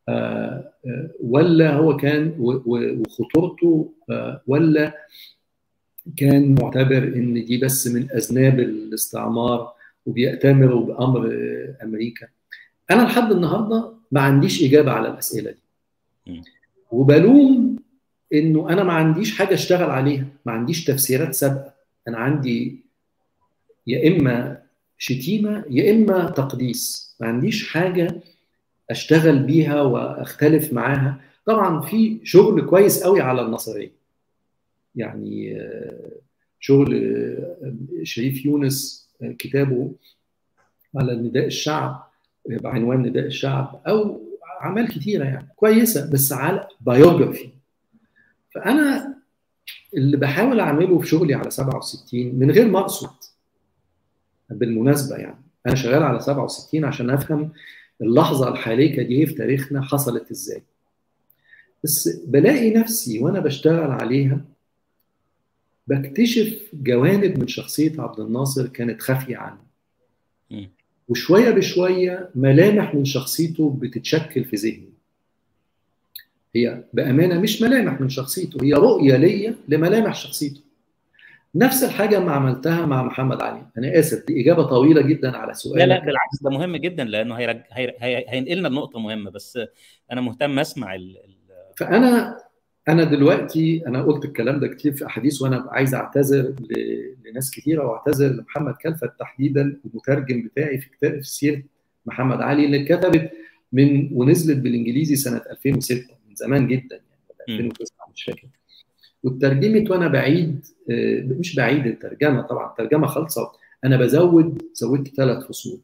ولا هو كان وخطورته، ولا كان معتبر إن دي بس من أذناب الاستعمار وبيأتمروا بأمر أمريكا؟ أنا لحد النهاردة ما عنديش إجابة على الأسئلة دي، وبلوم إنه أنا ما عنديش حاجة أشتغل عليها، ما عنديش تفسيرات سابقة. أنا عندي يا إما شتيمة يا إما تقديس، ما عنديش حاجة أشتغل بيها وأختلف معاها. طبعا في شغل كويس قوي على النصرية، يعني شغل شريف يونس كتابه على نداء الشعب بعنوان نداء الشعب، أو أعمال كتيرة يعني كويسة بس على بايوجرافي. فأنا اللي بحاول أعمله في شغلي على سبعة وستين من غير ما أقصد بالمناسبة، يعني أنا شغال على سبعة وستين عشان أفهم اللحظة الحالية دي في تاريخنا حصلت إزاي. بس بلاقي نفسي وأنا بشتغل عليها بكتشف جوانب من شخصية عبد الناصر كانت خافية عني، وشوية بشوية ملامح من شخصيته بتتشكل في ذهني. هي بأمانة مش ملامح من شخصيته، هي رؤية ليا لملامح شخصيته. نفس الحاجة ما عملتها مع محمد علي. أنا آسف دي إجابة طويلة جدا على سؤالك. لا لا بالعكس، ده مهم جدا لأنه هيرج... هي... هي... هينقلنا لنقطة مهمة، بس أنا مهتم أسمع ال... فأنا أنا دلوقتي أنا قلت الكلام ده كتير في أحاديث، وأنا عايز أعتذر ل... لناس كتيرة، وأعتذر لمحمد كلفت تحديدا المترجم بتاعي في كتاب في سيرة محمد علي اللي اتكتبت من ونزلت بالإنجليزي سنة ألفين وستة، من زمان جدا يعني ألفين وتسعة مش فاكر، واترجمت وانا بعيد مش بعيد الترجمه، طبعا الترجمه خالصه، انا بزود زودت ثلاث فصول.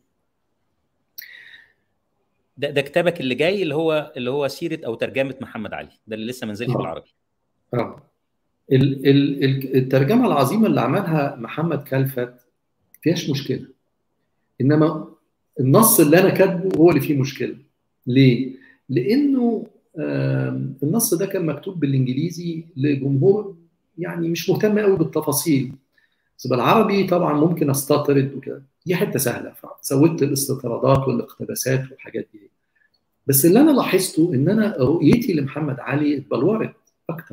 ده ده كتابك اللي جاي اللي هو اللي هو سيره او ترجمه محمد علي، ده اللي لسه ما نزلش بالعربي. اه ال ال الترجمه العظيمه اللي عملها محمد كلفت فيهاش مشكله، انما النص اللي انا كاتبه هو اللي فيه مشكله. ليه؟ لانه النص ده كان مكتوب بالانجليزي لجمهور يعني مش مهتم قوي بالتفاصيل، بس بالعربي طبعا ممكن استطرد وكده، دي حته سهله، فزودت الاستطرادات والاقتباسات والحاجات دي. بس اللي انا لاحظته ان انا رؤيتي لمحمد علي اتبلورت اكتر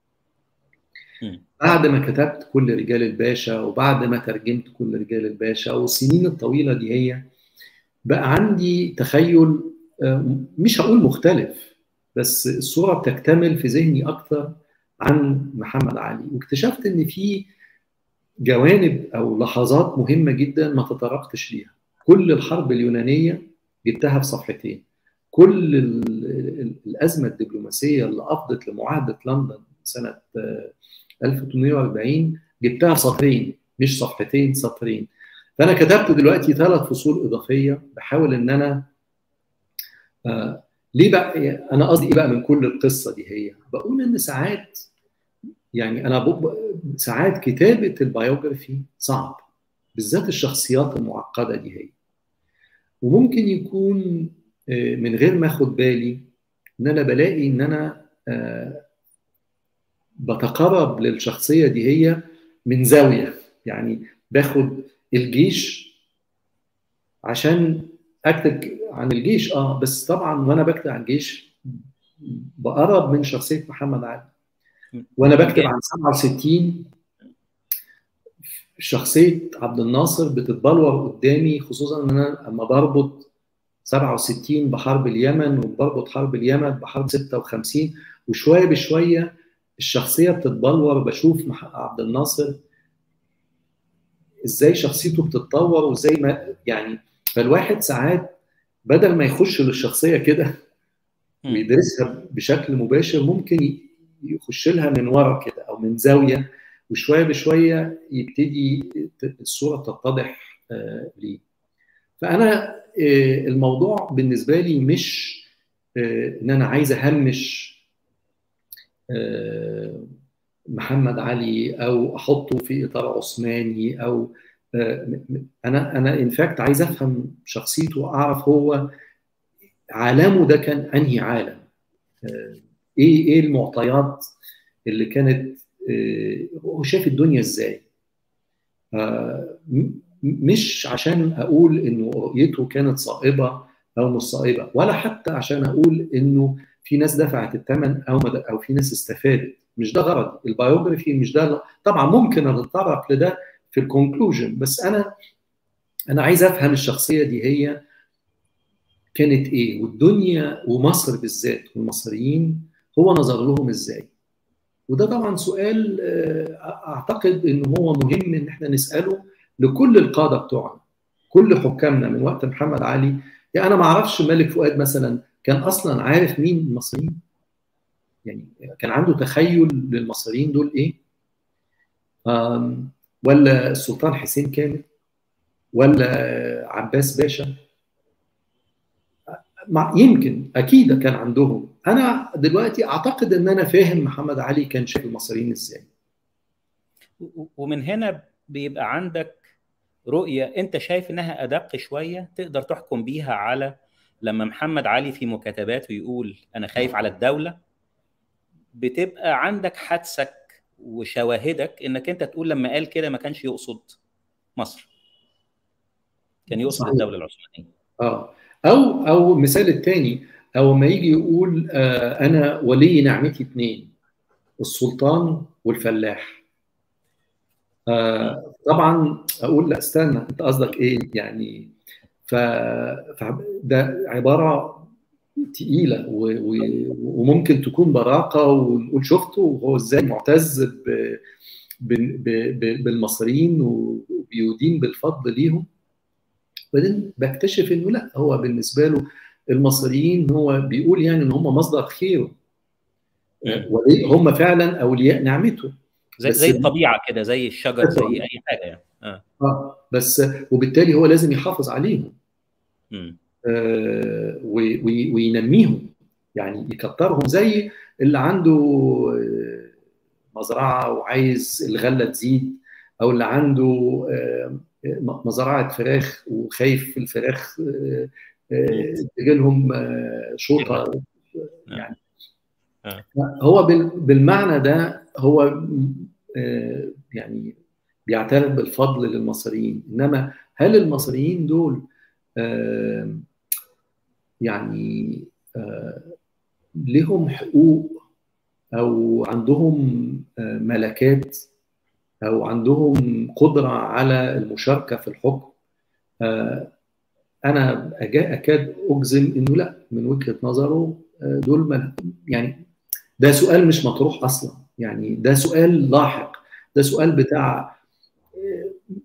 بعد ما كتبت كل رجال الباشا، وبعد ما ترجمت كل رجال الباشا، والسنين الطويله دي هي بقى عندي تخيل مش هقول مختلف، بس الصورة بتكتمل في ذهني أكتر عن محمد علي. واكتشفت إن في جوانب او لحظات مهمه جدا ما تطرقتش ليها. كل الحرب اليونانيه جبتها في صفحتين، كل الازمه الدبلوماسيه اللي افضت لمعاهده لندن سنه ألف وثمانمائة وأربعين جبتها في سطرين، مش صفحتين، سطرين. فانا كتبت دلوقتي ثلاث فصول اضافيه بحاول ان انا آه ليه بقى، انا قصدي ايه بقى من كل القصه دي؟ هي بقول ان ساعات يعني انا ساعات كتابه البيوجرافي صعب، بالذات الشخصيات المعقده دي هي، وممكن يكون من غير ما اخد بالي ان انا بلاقي ان انا بتقرب للشخصيه دي هي من زاويه. يعني باخد الجيش عشان اكتب عن الجيش، اه بس طبعا وانا بكتب عن الجيش بقرب من شخصيه محمد علي. وانا بكتب عن سبعة وستين شخصيه عبد الناصر بتتبلور قدامي، خصوصا ان انا اما بربط سبعة وستين بحرب اليمن وبربط حرب اليمن بحرب ستة وخمسين، وشويه بشويه الشخصيه بتتبلور، بشوف عبد الناصر ازاي شخصيته بتتطور وازاي ما يعني. فالواحد ساعات بدل ما يخش للشخصيه كده ويدرسها بشكل مباشر، ممكن يخش لها من ورا كده او من زاويه، وشويه بشويه يبتدي الصوره تتضح ليه. فانا الموضوع بالنسبه لي مش ان انا عايز اهمش محمد علي او احطه في اطار عثماني، او انا انا انفاكت عايز افهم شخصيته واعرف هو عالمه ده كان انهي عالم، ايه ايه المعطيات اللي كانت، هو شاف الدنيا ازاي. مش عشان اقول انه رؤيته كانت صائبه او مش صائبه، ولا حتى عشان اقول انه في ناس دفعت الثمن او او في ناس استفادت. مش ده غرض البيوجرافي، مش ده. طبعا ممكن اتطرق لده في الكونكلوجن، بس انا انا عايز افهم الشخصيه دي هي كانت ايه، والدنيا ومصر بالذات والمصريين هو نظر لهم ازاي. وده طبعا سؤال اعتقد انه هو مهم ان احنا نساله لكل القاده بتوعنا، كل حكامنا من وقت محمد علي. يعني انا ما اعرفش الملك فؤاد مثلا كان اصلا عارف مين المصريين، يعني كان عنده تخيل للمصريين دول ايه، ولا السلطان حسين كامل، ولا عباس باشا؟ يمكن اكيد كان عندهم. انا دلوقتي اعتقد ان انا فاهم محمد علي كان شايف المصريين ازاي. ومن هنا بيبقى عندك رؤية انت شايف انها ادق شوية تقدر تحكم بيها على لما محمد علي في مكاتباته يقول انا خايف على الدولة، بتبقى عندك حدسك وشواهدك انك انت تقول لما قال كده ما كانش يقصد مصر، كان يقصد صحيح الدولة العثمانية. اه او او المثال الثاني، او ما يجي يقول آه انا ولي نعمتي اثنين، السلطان والفلاح. آه طبعا اقول لا استنى، انت قصدك ايه يعني؟ ف ده عباره تقيله وممكن تكون براقه، ونقول شفته وهو ازاي معتز ب... ب... ب... بالمصريين وبيدين بالفضل ليهم. بعدين بكتشف انه لا، هو بالنسبه له المصريين هو بيقول يعني ان هم مصدر خيره، هم فعلا اولياء نعمته، زي زي الطبيعه كده، زي الشجر، زي اي حاجه يعني. اه اه بس وبالتالي هو لازم يحافظ عليهم آه وينميهم، يعني يكترهم، زي اللي عنده مزرعه وعايز الغله تزيد، او اللي عنده آه مزرعه فراخ وخايف الفراخ تجي لهم شوطه يعني. آه. هو بالمعنى ده هو يعني بيعترف بالفضل للمصريين، انما هل المصريين دول يعني لهم حقوق او عندهم ملكات او عندهم قدره على المشاركه في الحكم؟ انا اكاد اجزم انه لا، من وجهه نظره دول يعني ده سؤال مش مطروح اصلا، يعني ده سؤال لاحق، ده سؤال بتاع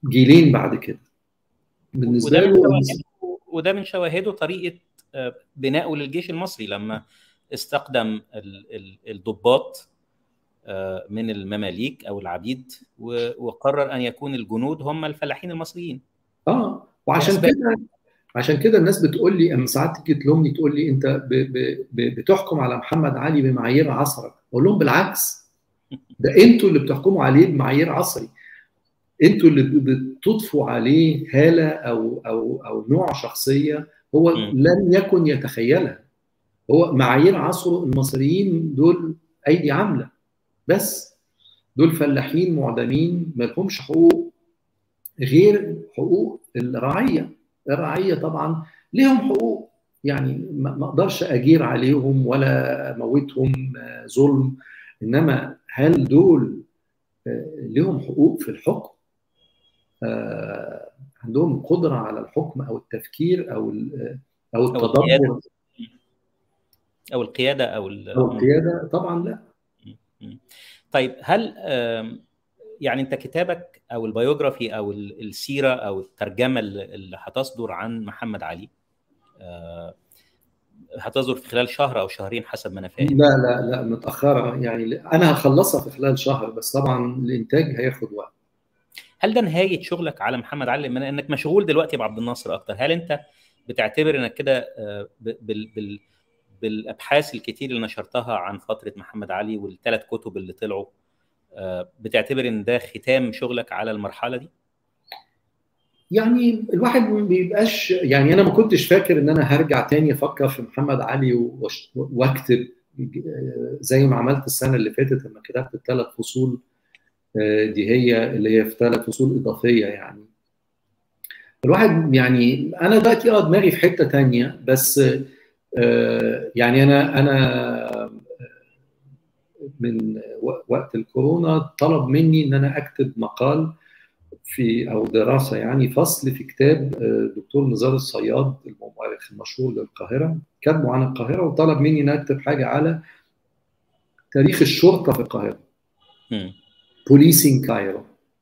جيلين بعد كده. بالنسبه له وده من شواهده طريقه بنائه للجيش المصري لما استخدم الضباط من المماليك او العبيد وقرر ان يكون الجنود هم الفلاحين المصريين. اه وعشان كده عشان كده الناس بتقول لي اما ساعات تيجي تلومني تقول لي انت ب ب ب بتحكم على محمد علي بمعايير عصرك. اقول لهم بالعكس، ده انتوا اللي بتحكموا عليه بمعايير عصري، انتوا اللي بتضفوا عليه هاله او او او نوع شخصيه هو م. لم يكن يتخيلها. هو معايير عصره المصريين دول ايدي عامله، بس دول فلاحين معدمين ما لهمش حقوق غير حقوق الرعيه. الرعيه طبعا ليهم حقوق، يعني ما اقدرش اجير عليهم ولا اموتهم ظلم، انما هل دول لهم حقوق في الحكم؟ عندهم قدره على الحكم او التفكير او او التدبر او القياده او او القياده؟ طبعا لا. طيب هل يعني انت كتابك او البيوجرافي او السيره او الترجمه اللي هتصدر عن محمد علي هتصدر في خلال شهر او شهرين حسب ما انا فاهم؟ لا لا لا متاخره، يعني انا هخلصها في خلال شهر، بس طبعا الانتاج هياخد وقت. هل ده نهايه شغلك على محمد علي بما انك مشغول دلوقتي بعبد الناصر اكتر؟ هل انت بتعتبر انك كده بال بال بالابحاث الكتير اللي نشرتها عن فتره محمد علي والثلاث كتب اللي طلعوا بتعتبر ان ده ختام شغلك على المرحله دي؟ يعني الواحد ما بيبقاش، يعني انا ما كنتش فاكر ان انا هرجع تاني افكر في محمد علي واكتب زي ما عملت السنه اللي فاتت لما كتبت الثلاث فصول دي، هي اللي هي في ثلاث فصول اضافيه. يعني الواحد يعني انا دلوقتي اه دماغي في حته تانية، بس يعني انا انا من وقت الكورونا طلب مني ان انا اكتب مقال في او دراسه، يعني فصل في كتاب دكتور نزار الصياد المؤرخ المشهور للقاهره، كاتبه عن القاهره، وطلب مني ان اكتب حاجه على تاريخ الشرطه في القاهره. بوليسينج كايرو.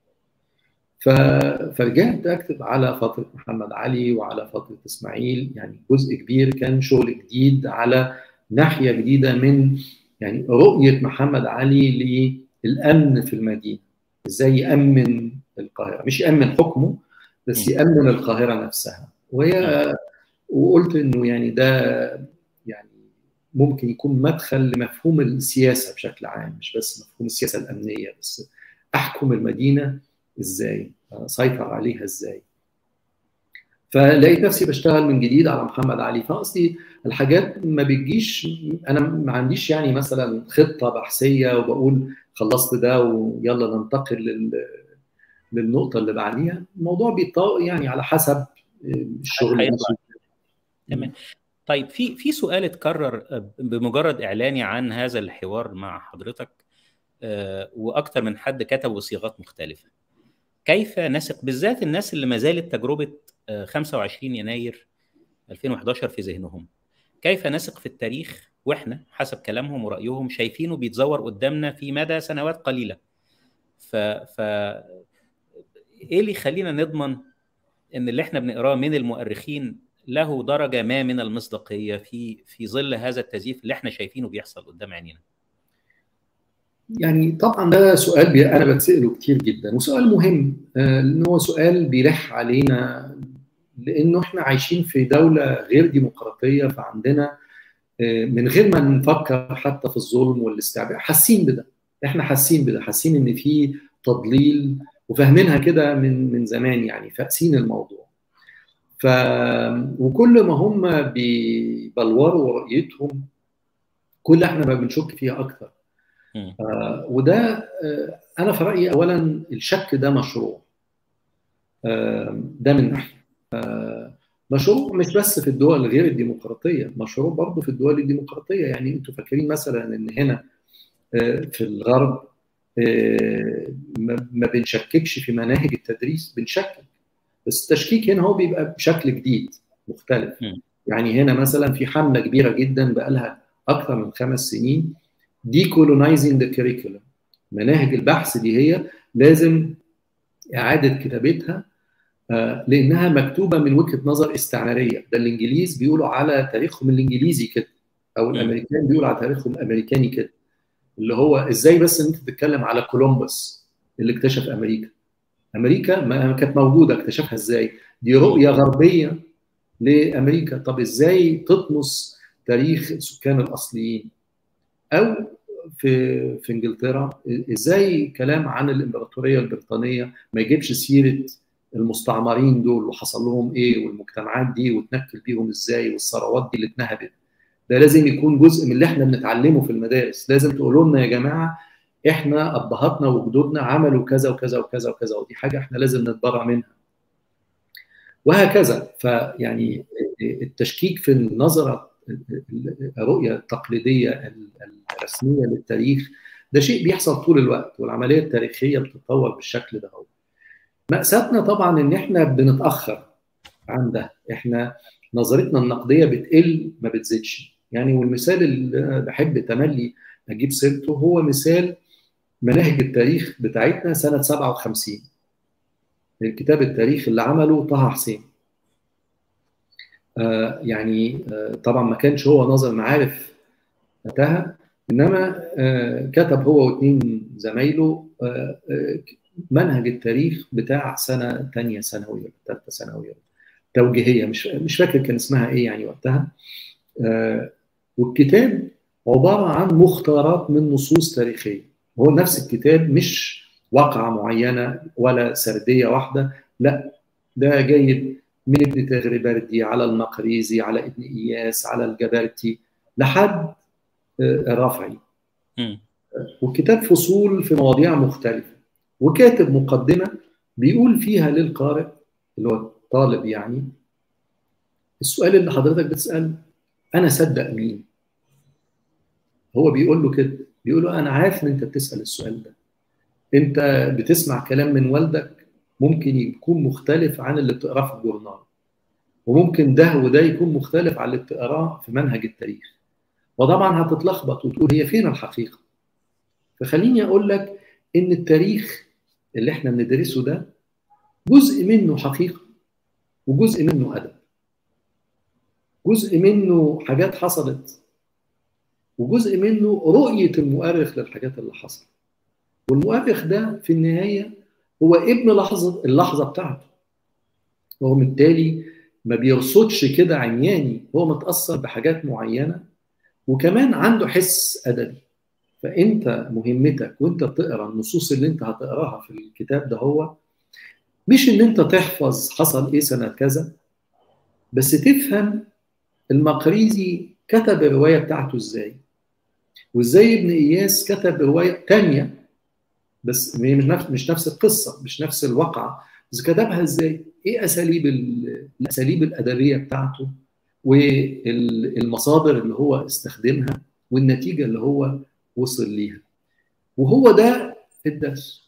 فرجعت اكتب على فتره محمد علي وعلى فتره اسماعيل، يعني جزء كبير كان شغل جديد على ناحيه جديده من يعني رؤيه محمد علي للامن في المدينه، ازاي يامن القاهره، مش يامن حكمه بس يامن القاهره نفسها. وهي وقلت انه يعني ده يعني ممكن يكون مدخل لمفهوم السياسه بشكل عام، مش بس مفهوم السياسه الامنيه، بس احكم المدينه ازاي، اسيطر عليها ازاي. فلقيت نفسي بشتغل من جديد على محمد علي. فقصدي الحاجات ما بتجيش، انا ما عنديش يعني مثلا خطه بحثيه وبقول خلصت ده ويلا ننتقل لل للنقطه اللي بعديها. الموضوع بيطور يعني على حسب الشغل. تمام. طيب في في سؤال اتكرر بمجرد اعلاني عن هذا الحوار مع حضرتك، واكثر من حد كتب بصيغات مختلفه. كيف نثق، بالذات الناس اللي ما زالت تجربه خمسة وعشرين يناير ألفين وإحدى عشر في ذهنهم، كيف نثق في التاريخ واحنا حسب كلامهم ورأيهم شايفينه بيتزور قدامنا في مدى سنوات قليلة؟ ف ف ايه اللي يخلينا نضمن ان اللي احنا بنقراه من المؤرخين له درجة ما من المصداقية في في ظل هذا التزييف اللي احنا شايفينه بيحصل قدام عينينا؟ يعني طبعا ده سؤال بي انا بتسأله كتير جدا، وسؤال مهم، لان هو سؤال بيلح علينا، لانه احنا عايشين في دولة غير ديمقراطية، فعندنا من غير ما نفكر حتى في الظلم والاستعباد حاسين بده. احنا حاسين بده، حاسين ان في تضليل وفاهمينها كده من من زمان، يعني فاقسين الموضوع. ف وكل ما هم بيبلوروا رؤيتهم كل احنا ما بنشك فيها اكتر. آه وده آه انا في رايي اولا الشك ده مشروع، آه ده من ناحيه، آه مشروع مش بس في الدول غير الديمقراطيه، مشروع برضه في الدول الديمقراطيه. يعني انتوا فاكرين مثلا ان هنا آه في الغرب آه ما بنشككش في مناهج التدريس، بنشكك، بس التشكيك هنا هو بيبقى بشكل جديد مختلف. يعني هنا مثلا في حمله كبيره جدا بقى لها اكثر من خمس سنين decolonizing the curriculum. مناهج البحث دي هي لازم اعاده كتابتها لانها مكتوبه من وجهه نظر استعماريه. ده الانجليز بيقولوا على تاريخهم الانجليزي كده، او الامريكان بيقولوا على تاريخهم الامريكاني كده، اللي هو ازاي بس ان انت تتكلم على كولومبوس اللي اكتشف امريكا. امريكا ما كانت موجوده، اكتشفها ازاي؟ دي رؤيه غربيه لامريكا. طب ازاي تطمس تاريخ السكان الاصليين؟ او في في انجلترا ازاي كلام عن الامبراطوريه البريطانيه ما يجيبش سيره المستعمرين دول وحصل لهم ايه، والمجتمعات دي وتنكل بيهم ازاي، والثروات دي اللي اتنهبت. ده لازم يكون جزء من اللي احنا بنتعلمه في المدارس. لازم تقولوا لنا يا جماعه احنا ابهاتنا وجدودنا عملوا كذا وكذا وكذا وكذا، ودي حاجه احنا لازم نتبرع منها، وهكذا. فيعني التشكيك في النظره الرؤيه التقليديه الرسميه للتاريخ ده شيء بيحصل طول الوقت، والعمليه التاريخيه بتتطور بالشكل ده. هو مأساتنا طبعا ان احنا بنتاخر عن ده، احنا نظرتنا النقديه بتقل ما بتزيدش. يعني والمثال اللي بحب تملي اجيب سيرته هو مثال مناهج التاريخ بتاعتنا سنه سبعة وخمسين، الكتاب التاريخ اللي عمله طه حسين. آه يعني آه طبعا ما كانش هو ناظر معارف وقتها، انما آه كتب هو واثنين زمايله آه آه منهج التاريخ بتاع سنه ثانيه ثانوي ولا ثالثه ثانوي، توجيهيه، مش مش فاكر كان اسمها ايه يعني وقتها. آه والكتاب عباره عن مختارات من نصوص تاريخيه. هو نفس الكتاب مش واقعه معينه ولا سرديه واحده، لا، ده جايب من ابن تغربردي على المقريزي على ابن اياس على الجبرتي لحد الرافعي. والكتاب فصول في مواضيع مختلفه، وكاتب مقدمه بيقول فيها للقارئ اللي هو الطالب يعني السؤال اللي حضرتك بتسأله، أنا صدق مين؟ هو بيقول له كده، بيقول له أنا عارف إن أنت بتسأل السؤال ده، أنت بتسمع كلام من والدك ممكن يكون مختلف عن اللي بتقراه في الجورنال، وممكن ده وده يكون مختلف عن اللي بتقراه في منهج التاريخ، وطبعا هتتلخبط وتقول هي فين الحقيقة؟ فخليني أقول لك إن التاريخ اللي إحنا بندرسه ده جزء منه حقيقة وجزء منه أدب، جزء منه حاجات حصلت وجزء منه رؤية المؤرخ للحاجات اللي حصلت. والمؤرخ ده في النهاية هو ابن لحظة اللحظة بتاعته، وهو بالتالي ما بيرصدش كده عمياني، هو متأثر بحاجات معينة وكمان عنده حس أدبي. فأنت مهمتك وأنت بتقرأ النصوص اللي أنت هتقراها في الكتاب ده هو مش إن أنت تحفظ حصل إيه سنة كذا، بس تفهم المقريزي كتب الرواية بتاعته إزاي، وإزاي ابن إياس كتب رواية تانية بس مش نفس مش نفس القصة، مش نفس الواقعة، بس كتبها إزاي، إيه أساليب الأساليب الأدبية بتاعته والمصادر اللي هو استخدمها والنتيجة اللي هو وصل ليها. وهو ده الدرس.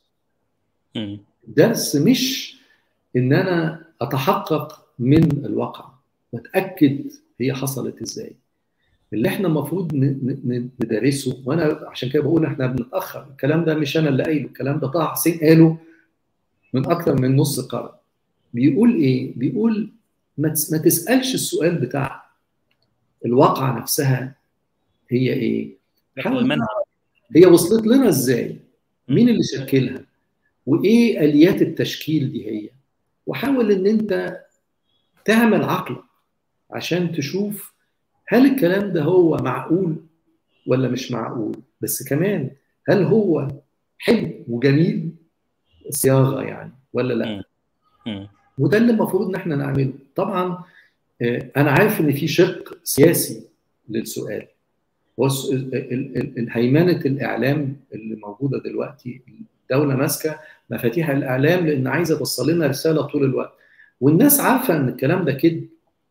الدرس مش إن أنا أتحقق من الواقع وأتأكد هي حصلت إزاي. اللي احنا المفروض ندرسه، وانا عشان كده بقول احنا بنتاخر، الكلام ده مش انا اللي قايله، الكلام ده طه حسين قاله من اكتر من نص قرن. بيقول ايه؟ بيقول ما تسالش السؤال بتاع الواقعه نفسها هي ايه؟ هي وصلت لنا ازاي؟ مين اللي شكلها؟ وايه اليات التشكيل دي هي؟ وحاول ان انت تعمل عقلك عشان تشوف هل الكلام ده هو معقول ولا مش معقول، بس كمان هل هو حلو وجميل صياغه يعني ولا لا؟ م. وده اللي المفروض ان احنا نعمله. طبعا انا عارف ان في شق سياسي للسؤال، الهيمنه الاعلام اللي موجوده دلوقتي، الدوله ماسكه مفاتيح الاعلام لان عايزه توصل لنا رساله طول الوقت، والناس عارفه ان الكلام ده كده.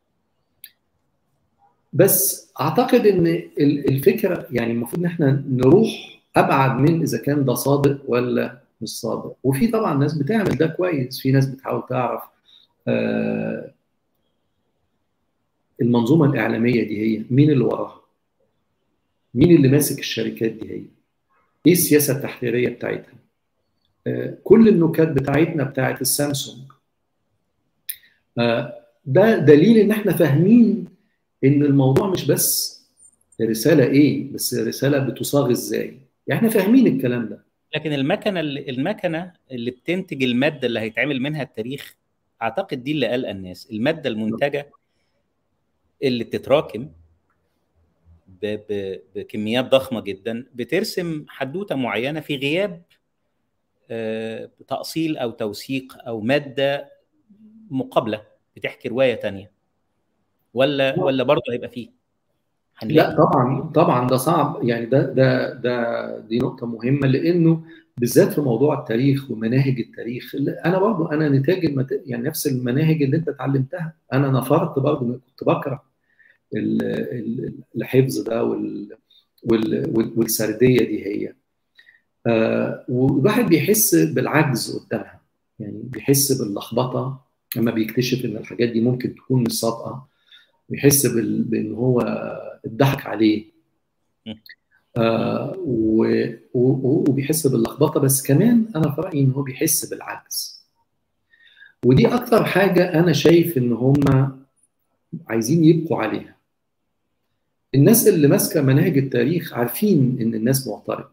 بس اعتقد ان الفكره يعني المفروض ان احنا نروح ابعد من اذا كان ده صادق ولا مش صادق. وفي طبعا ناس بتعمل ده كويس، في ناس بتحاول تعرف آه المنظومه الاعلاميه دي هي مين اللي وراها، مين اللي ماسك الشركات دي هي، ايه السياسه التحريريه بتاعتها، كل النكات بتاعتنا بتاعت السامسونج. ده دليل ان احنا فاهمين ان الموضوع مش بس رساله ايه، بس رساله بتصاغ ازاي. يعني احنا فاهمين الكلام ده. لكن المكنه اللي المكنه اللي بتنتج الماده اللي هيتعمل منها التاريخ، اعتقد دي اللي قلق الناس. الماده المنتجه اللي بتتراكم ب ب بكميات ضخمه جدا بترسم حدوته معينه في غياب آه تأصيل او توثيق او ماده مقابله بتحكي روايه تانية. ولا ولا برضه هيبقى فيه هنلاقي؟ لا طبعا طبعا ده صعب. يعني ده ده ده دي نقطة مهمة، لأنه بالذات في موضوع التاريخ ومناهج التاريخ. أنا برضو أنا نتاج المت... يعني نفس المناهج اللي أنت اتعلمتها. أنا نفرت برضو، كنت بكره الحفظ ده وال... وال... والسردية دي هي. آه والواحد بيحس بالعجز قدامها، يعني بيحس باللخبطة لما بيكتشف إن الحاجات دي ممكن تكون مش صادقة، بيحس بال... بإن هو اتضحك عليه. آه وبيحس باللخبطه، بس كمان انا في رايي ان هو بيحس بالعجز. ودي اكتر حاجه انا شايف ان هم عايزين يبقوا عليها. الناس اللي ماسكه مناهج التاريخ عارفين ان الناس معترضه،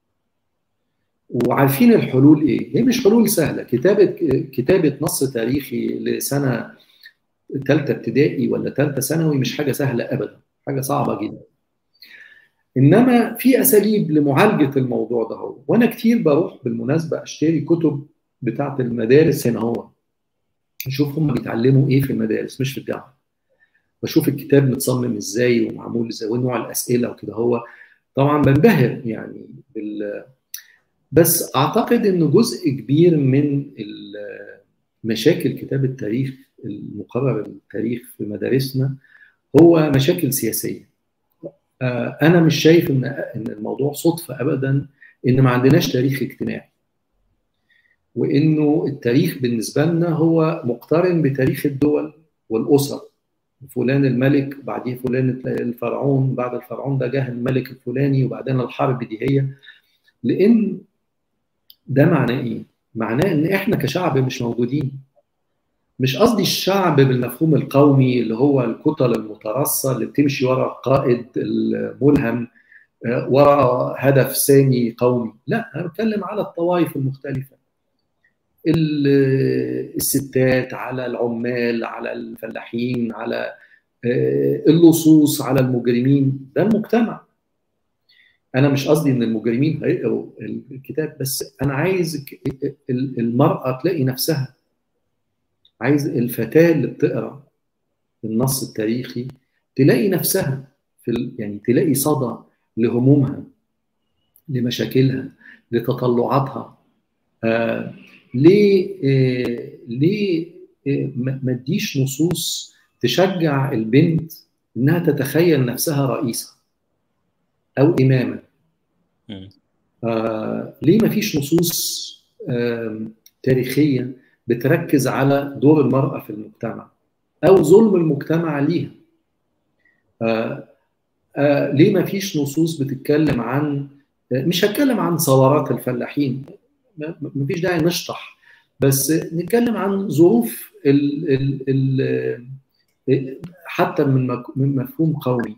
وعارفين الحلول ايه. هي مش حلول سهله. كتابه كتابه نص تاريخي لسنه ثالثه ابتدائي ولا ثالثه ثانوي مش حاجه سهله ابدا، حاجه صعبه جدا. انما في اساليب لمعالجه الموضوع ده هو. وانا كتير بروح بالمناسبه اشتري كتب بتاعه المدارس هنا، هو اشوف هم بيتعلموا ايه في المدارس مش في الجامعه. بشوف الكتاب متصمم ازاي ومعمول ازاي ونوع الاسئله وكده. هو طبعا بنبهر يعني بال... بس اعتقد انه جزء كبير من مشاكل كتاب التاريخ، المقرر التاريخ في مدارسنا، هو مشاكل سياسيه. انا مش شايف ان ان الموضوع صدفه ابدا ان ما عندناش تاريخ اجتماعي، وانه التاريخ بالنسبه لنا هو مقترن بتاريخ الدول والاسر. فلان الملك، بعديه فلان الفرعون، بعد الفرعون ده جه الملك الفلاني، وبعدين الحرب دي هي. لان ده معناه ايه؟ معناه ان احنا كشعب مش موجودين. مش قصدي الشعب بالمفهوم القومي اللي هو الكتل المترصه اللي بتمشي ورا القائد الملهم وراء هدف سامي قومي، لا، انا بتكلم على الطوائف المختلفه، الستات، على العمال، على الفلاحين، على اللصوص، على المجرمين. ده المجتمع. انا مش قصدي ان المجرمين هيقروا الكتاب، بس انا عايز المرأة تلاقي نفسها، عايز الفتاة اللي بتقرا النص التاريخي تلاقي نفسها في، يعني تلاقي صدى لهمومها، لمشاكلها، لتطلعاتها. آه ليه آه ليه آه ما تديش نصوص تشجع البنت انها تتخيل نفسها رئيسة او امامة؟ آه ليه ما فيش نصوص آه تاريخية بتركز على دور المرأة في المجتمع او ظلم المجتمع ليها؟ آه آه ليه ما فيش نصوص بتتكلم عن، مش هتكلم عن ثورات الفلاحين، ما فيش داعي نشطح، بس نتكلم عن ظروف ال ال ال حتى من من مفهوم قومي،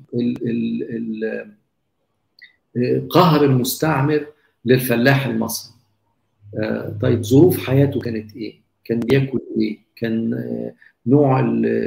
قهر المستعمر للفلاح المصري. طيب ظروف حياته كانت ايه؟ كان بياكل ايه؟ كان نوع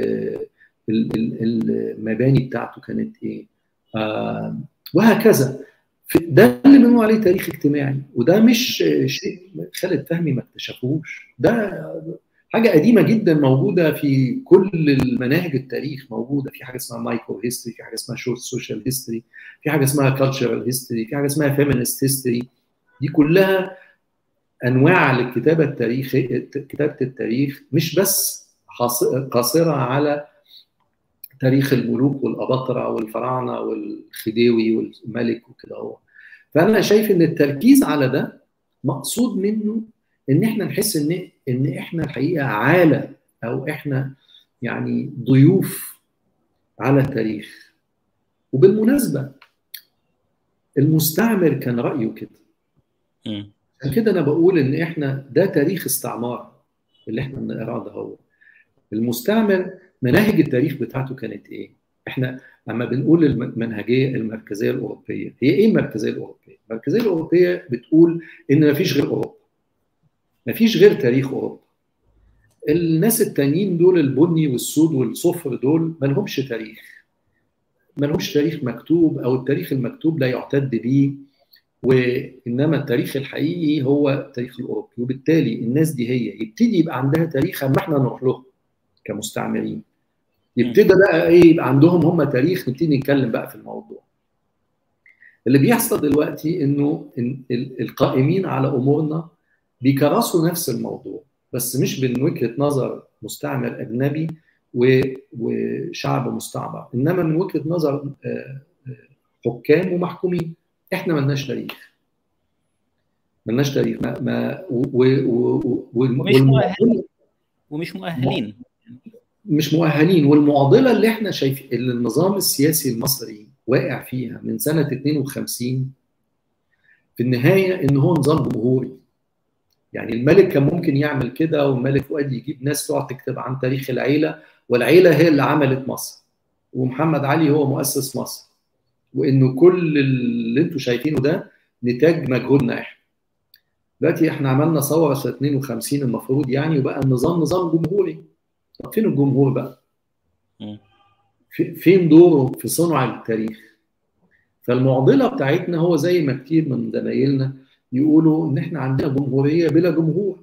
المباني بتاعته كانت ايه؟ وهكذا. ده اللي بنقول عليه تاريخ اجتماعي، وده مش شيء خالد فهمي ما اكتشفوش. ده حاجه قديمه جدا موجوده في كل المناهج التاريخ. موجوده في حاجه اسمها مايكرو هيستوري، في حاجه اسمها شورت سوشيال هيستوري، في حاجه اسمها كالتشرال هيستوري، في حاجه اسمها فيمينست هيستوري. دي كلها انواع للكتابه التاريخيه، كتابه التاريخ مش بس قاصره على تاريخ الملوك والأباطرة والفراعنة والخديوي والملك وكده. هو فأنا شايف إن التركيز على ده مقصود منه إن إحنا نحس إن إن إحنا الحقيقة عالة، أو إحنا يعني ضيوف على التاريخ. وبالمناسبة المستعمر كان رأيه كده. عشان كده انا بقول ان احنا ده تاريخ استعمار اللي احنا بنقراه ده. هو المستعمر مناهج التاريخ بتاعته كانت ايه؟ احنا لما بنقول المنهجيه المركزيه الاوروبيه، هي ايه المركزيه الاوروبيه؟ المركزيه الاوروبيه بتقول ان مفيش غير اوروبا، مفيش غير تاريخ اوروبا. الناس التانيين دول البني والسود والصفر دول ما لهمش تاريخ، ما لهمش تاريخ مكتوب، او التاريخ المكتوب لا يعتد به، وانما التاريخ الحقيقي هو التاريخ الاوروبي. وبالتالي الناس دي هي يبتدي يبقى عندها تاريخ اما احنا نروح لهم كمستعمرين، يبتدى بقى ايه يبقى عندهم هم تاريخ، نبتدي نتكلم بقى في الموضوع. اللي بيحصل دلوقتي انه القائمين على امورنا بيكرسوا نفس الموضوع، بس مش من وجهه نظر مستعمر اجنبي وشعب مستعمر، انما من وجهه نظر حكام ومحكومين. احنا ملناش تاريخ، ملناش تاريخ ما ما ومش مؤهلين ومش مؤهلين مش مؤهلين. والمعضله اللي احنا شايفين اللي النظام السياسي المصري واقع فيها من سنه اتنين وخمسين في النهايه ان هو نظام جمهوري. يعني الملك كان ممكن يعمل كده، والملك فؤاد يجيب ناس تقعد تكتب عن تاريخ العيله، والعيله هي اللي عملت مصر، ومحمد علي هو مؤسس مصر، وانه كل اللي انتم شايفينه ده نتاج مجهودنا احنا. دلوقتي احنا عملنا ثوره سنه اتنين وخمسين المفروض يعني، وبقى النظام نظام جمهوري. طب فين الجمهور بقى؟ فين دوره في صنع التاريخ؟ فالمعضله بتاعتنا هو زي ما كتير من زمايلنا يقولوا ان احنا عندنا جمهوريه بلا جمهور،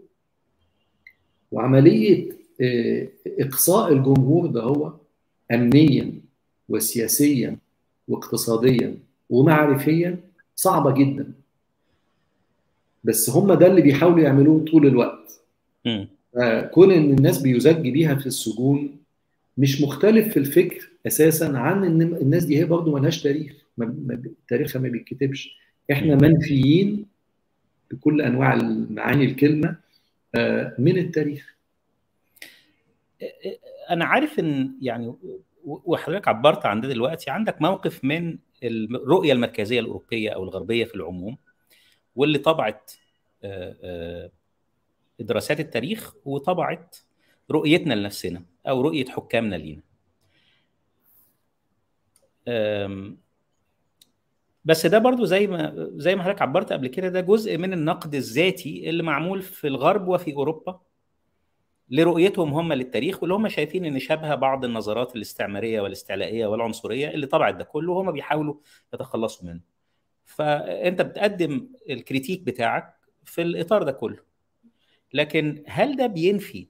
وعمليه اقصاء الجمهور ده هو امنيا وسياسيا واقتصاديا ومعرفيا صعبه جدا، بس هم ده اللي بيحاولوا يعملوه طول الوقت. كون ان الناس بيزج بيها في السجون مش مختلف في الفكر اساسا عن ان الناس دي هي برضه مالهاش تاريخ، تاريخها ما بيتكتبش. احنا منفيين بكل انواع معاني الكلمه من التاريخ. انا عارف ان يعني، وحضرتك عبرت عن ده دلوقتي، عندك موقف من الرؤيه المركزيه الاوروبيه او الغربيه في العموم، واللي طبعت دراسات التاريخ وطبعت رؤيتنا لنفسنا او رؤيه حكامنا لينا. بس ده برضو زي ما زي ما حضرتك عبرت قبل كده، ده جزء من النقد الذاتي اللي معمول في الغرب وفي اوروبا لرؤيتهم هم للتاريخ، واللي هم شايفين ان شبه بعض النظرات الاستعماريه والاستعلائيه والعنصريه اللي طبعت ده كله، وهم بيحاولوا يتخلصوا منه. فانت بتقدم الكريتيك بتاعك في الاطار ده كله، لكن هل ده بينفي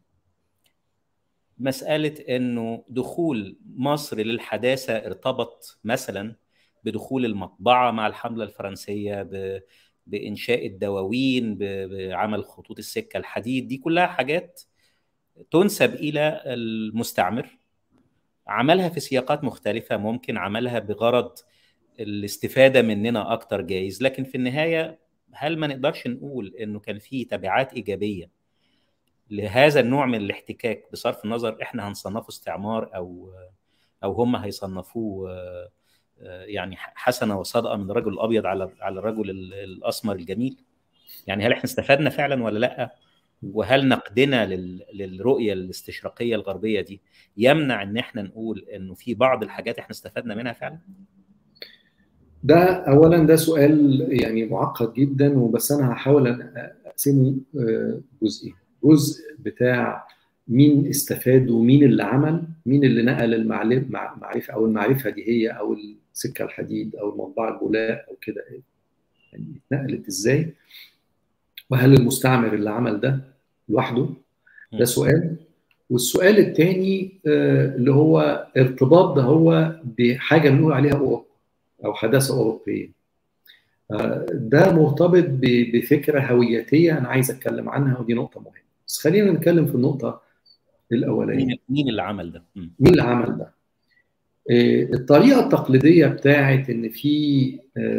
مساله انه دخول مصر للحداثه ارتبط مثلا بدخول المطبعه مع الحمله الفرنسيه، ب... بانشاء الدواوين، ب... بعمل خطوط السكه الحديد؟ دي كلها حاجات تنسب الى المستعمر، عملها في سياقات مختلفه، ممكن عملها بغرض الاستفاده مننا اكتر جايز، لكن في النهايه هل ما نقدرش نقول انه كان في تبعات ايجابيه لهذا النوع من الاحتكاك، بصرف النظر احنا هنصنفه استعمار او او هم هيصنفوه يعني حسنه وصدقه من الرجل الابيض على على الرجل الاسمر الجميل؟ يعني هل احنا استفدنا فعلا ولا لا؟ وهل نقدنا للرؤيه الاستشراقيه الغربيه دي يمنع ان احنا نقول انه في بعض الحاجات احنا استفدنا منها فعلا؟ ده اولا ده سؤال يعني معقد جدا، وبس انا هحاول اقسمه جزئين. جزء بتاع مين استفاد ومين اللي عمل، مين اللي نقل المعرفه او المعرفه دي هي او السكه الحديد او المطبعه البولاء او كده، يعني اتنقلت ازاي، وهل المستعمر اللي عمل ده لوحده؟ ده سؤال. والسؤال الثاني اللي هو ارتباط ده هو بحاجه بنقول عليها اوروبا او حداثه اوروبيه. ده مرتبط بفكره هويتيه انا عايز اتكلم عنها، ودي نقطه مهمه. بس خلينا نتكلم في النقطه الاولانيه. مين اللي عمل ده؟ مين اللي عمل ده؟ الطريقه التقليديه بتاعت ان في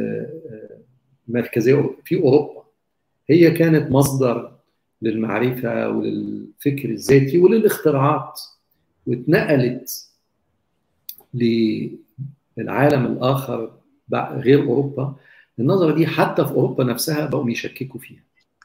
مركزيه في اوروبا هي كانت مصدر للمعرفه وللفكر الذاتي وللاختراعات، واتنقلت للعالم الاخر غير اوروبا. النظره دي حتى في اوروبا نفسها بقوا يشككوا فيها.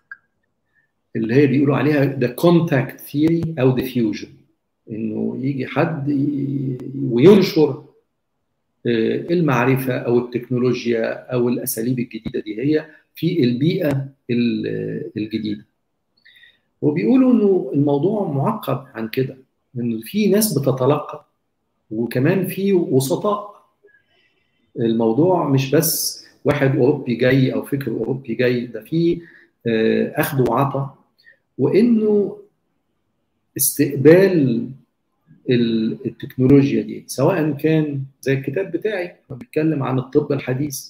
اللي هي بيقولوا عليها the contact theory او diffusion، انه يجي حد وينشر المعرفه او التكنولوجيا او الاساليب الجديده دي هي في البيئه الجديده. وبيقولوا انه الموضوع معقد عن كده، انه في ناس بتتلقى وكمان في وسطاء. الموضوع مش بس واحد اوروبي جاي او فكر اوروبي جاي، ده في اخذ وعطاء، وانه استقبال التكنولوجيا دي سواء كان زي الكتاب بتاعي بيتكلم عن الطب الحديث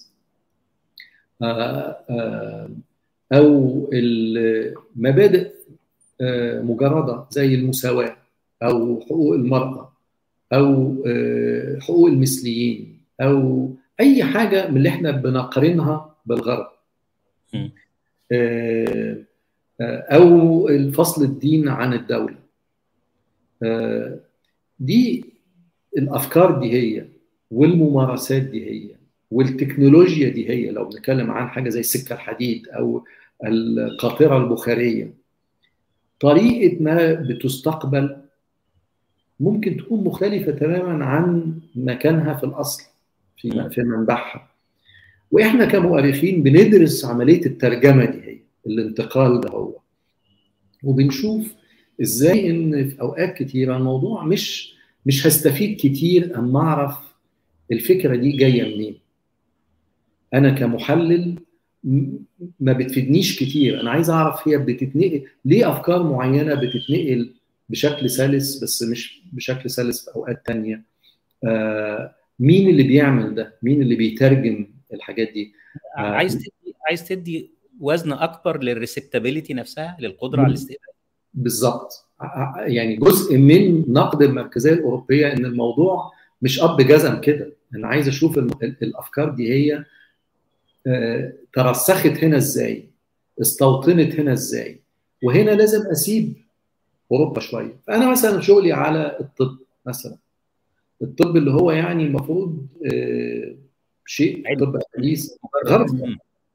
او المبادئ مجرده زي المساواه او حقوق المراه او حقوق المثليين او اي حاجه من اللي احنا بنقارنها بالغرب، او الفصل الدين عن الدوله. دي الافكار دي هي والممارسات دي هي والتكنولوجيا دي هي، لو بنتكلم عن حاجه زي السكه الحديد او القاطره البخاريه، طريقه ما بتستقبل ممكن تكون مختلفه تماما عن مكانها في الاصل في في منبعها. واحنا كمؤرخين بندرس عمليه الترجمه دي هي الانتقال ده هو، وبنشوف ازاي ان في اوقات كتيره الموضوع مش مش هستفيد كتير اما اعرف الفكره دي جايه منين. انا كمحلل ما بتفيدنيش كتير، انا عايز اعرف هي بتتنقل ليه، افكار معينه بتتنقل بشكل سلس بس مش بشكل سلس في اوقات تانية. آه مين اللي بيعمل ده؟ مين اللي بيترجم الحاجات دي؟ آه عايز تدي عايز تدي وزن اكبر للريسبتابيليتي نفسها، للقدره على الاستقبال. بالظبط. يعني جزء من نقد المركزيه الاوروبيه ان الموضوع مش اب جزم كده، انا عايز اشوف الافكار دي هي ترسخت هنا ازاي، استوطنت هنا ازاي، وهنا لازم اسيب اوروبا شويه. فانا مثلا شغلي على الطب مثلا، الطب اللي هو يعني المفروض شيء طب حديث غربي.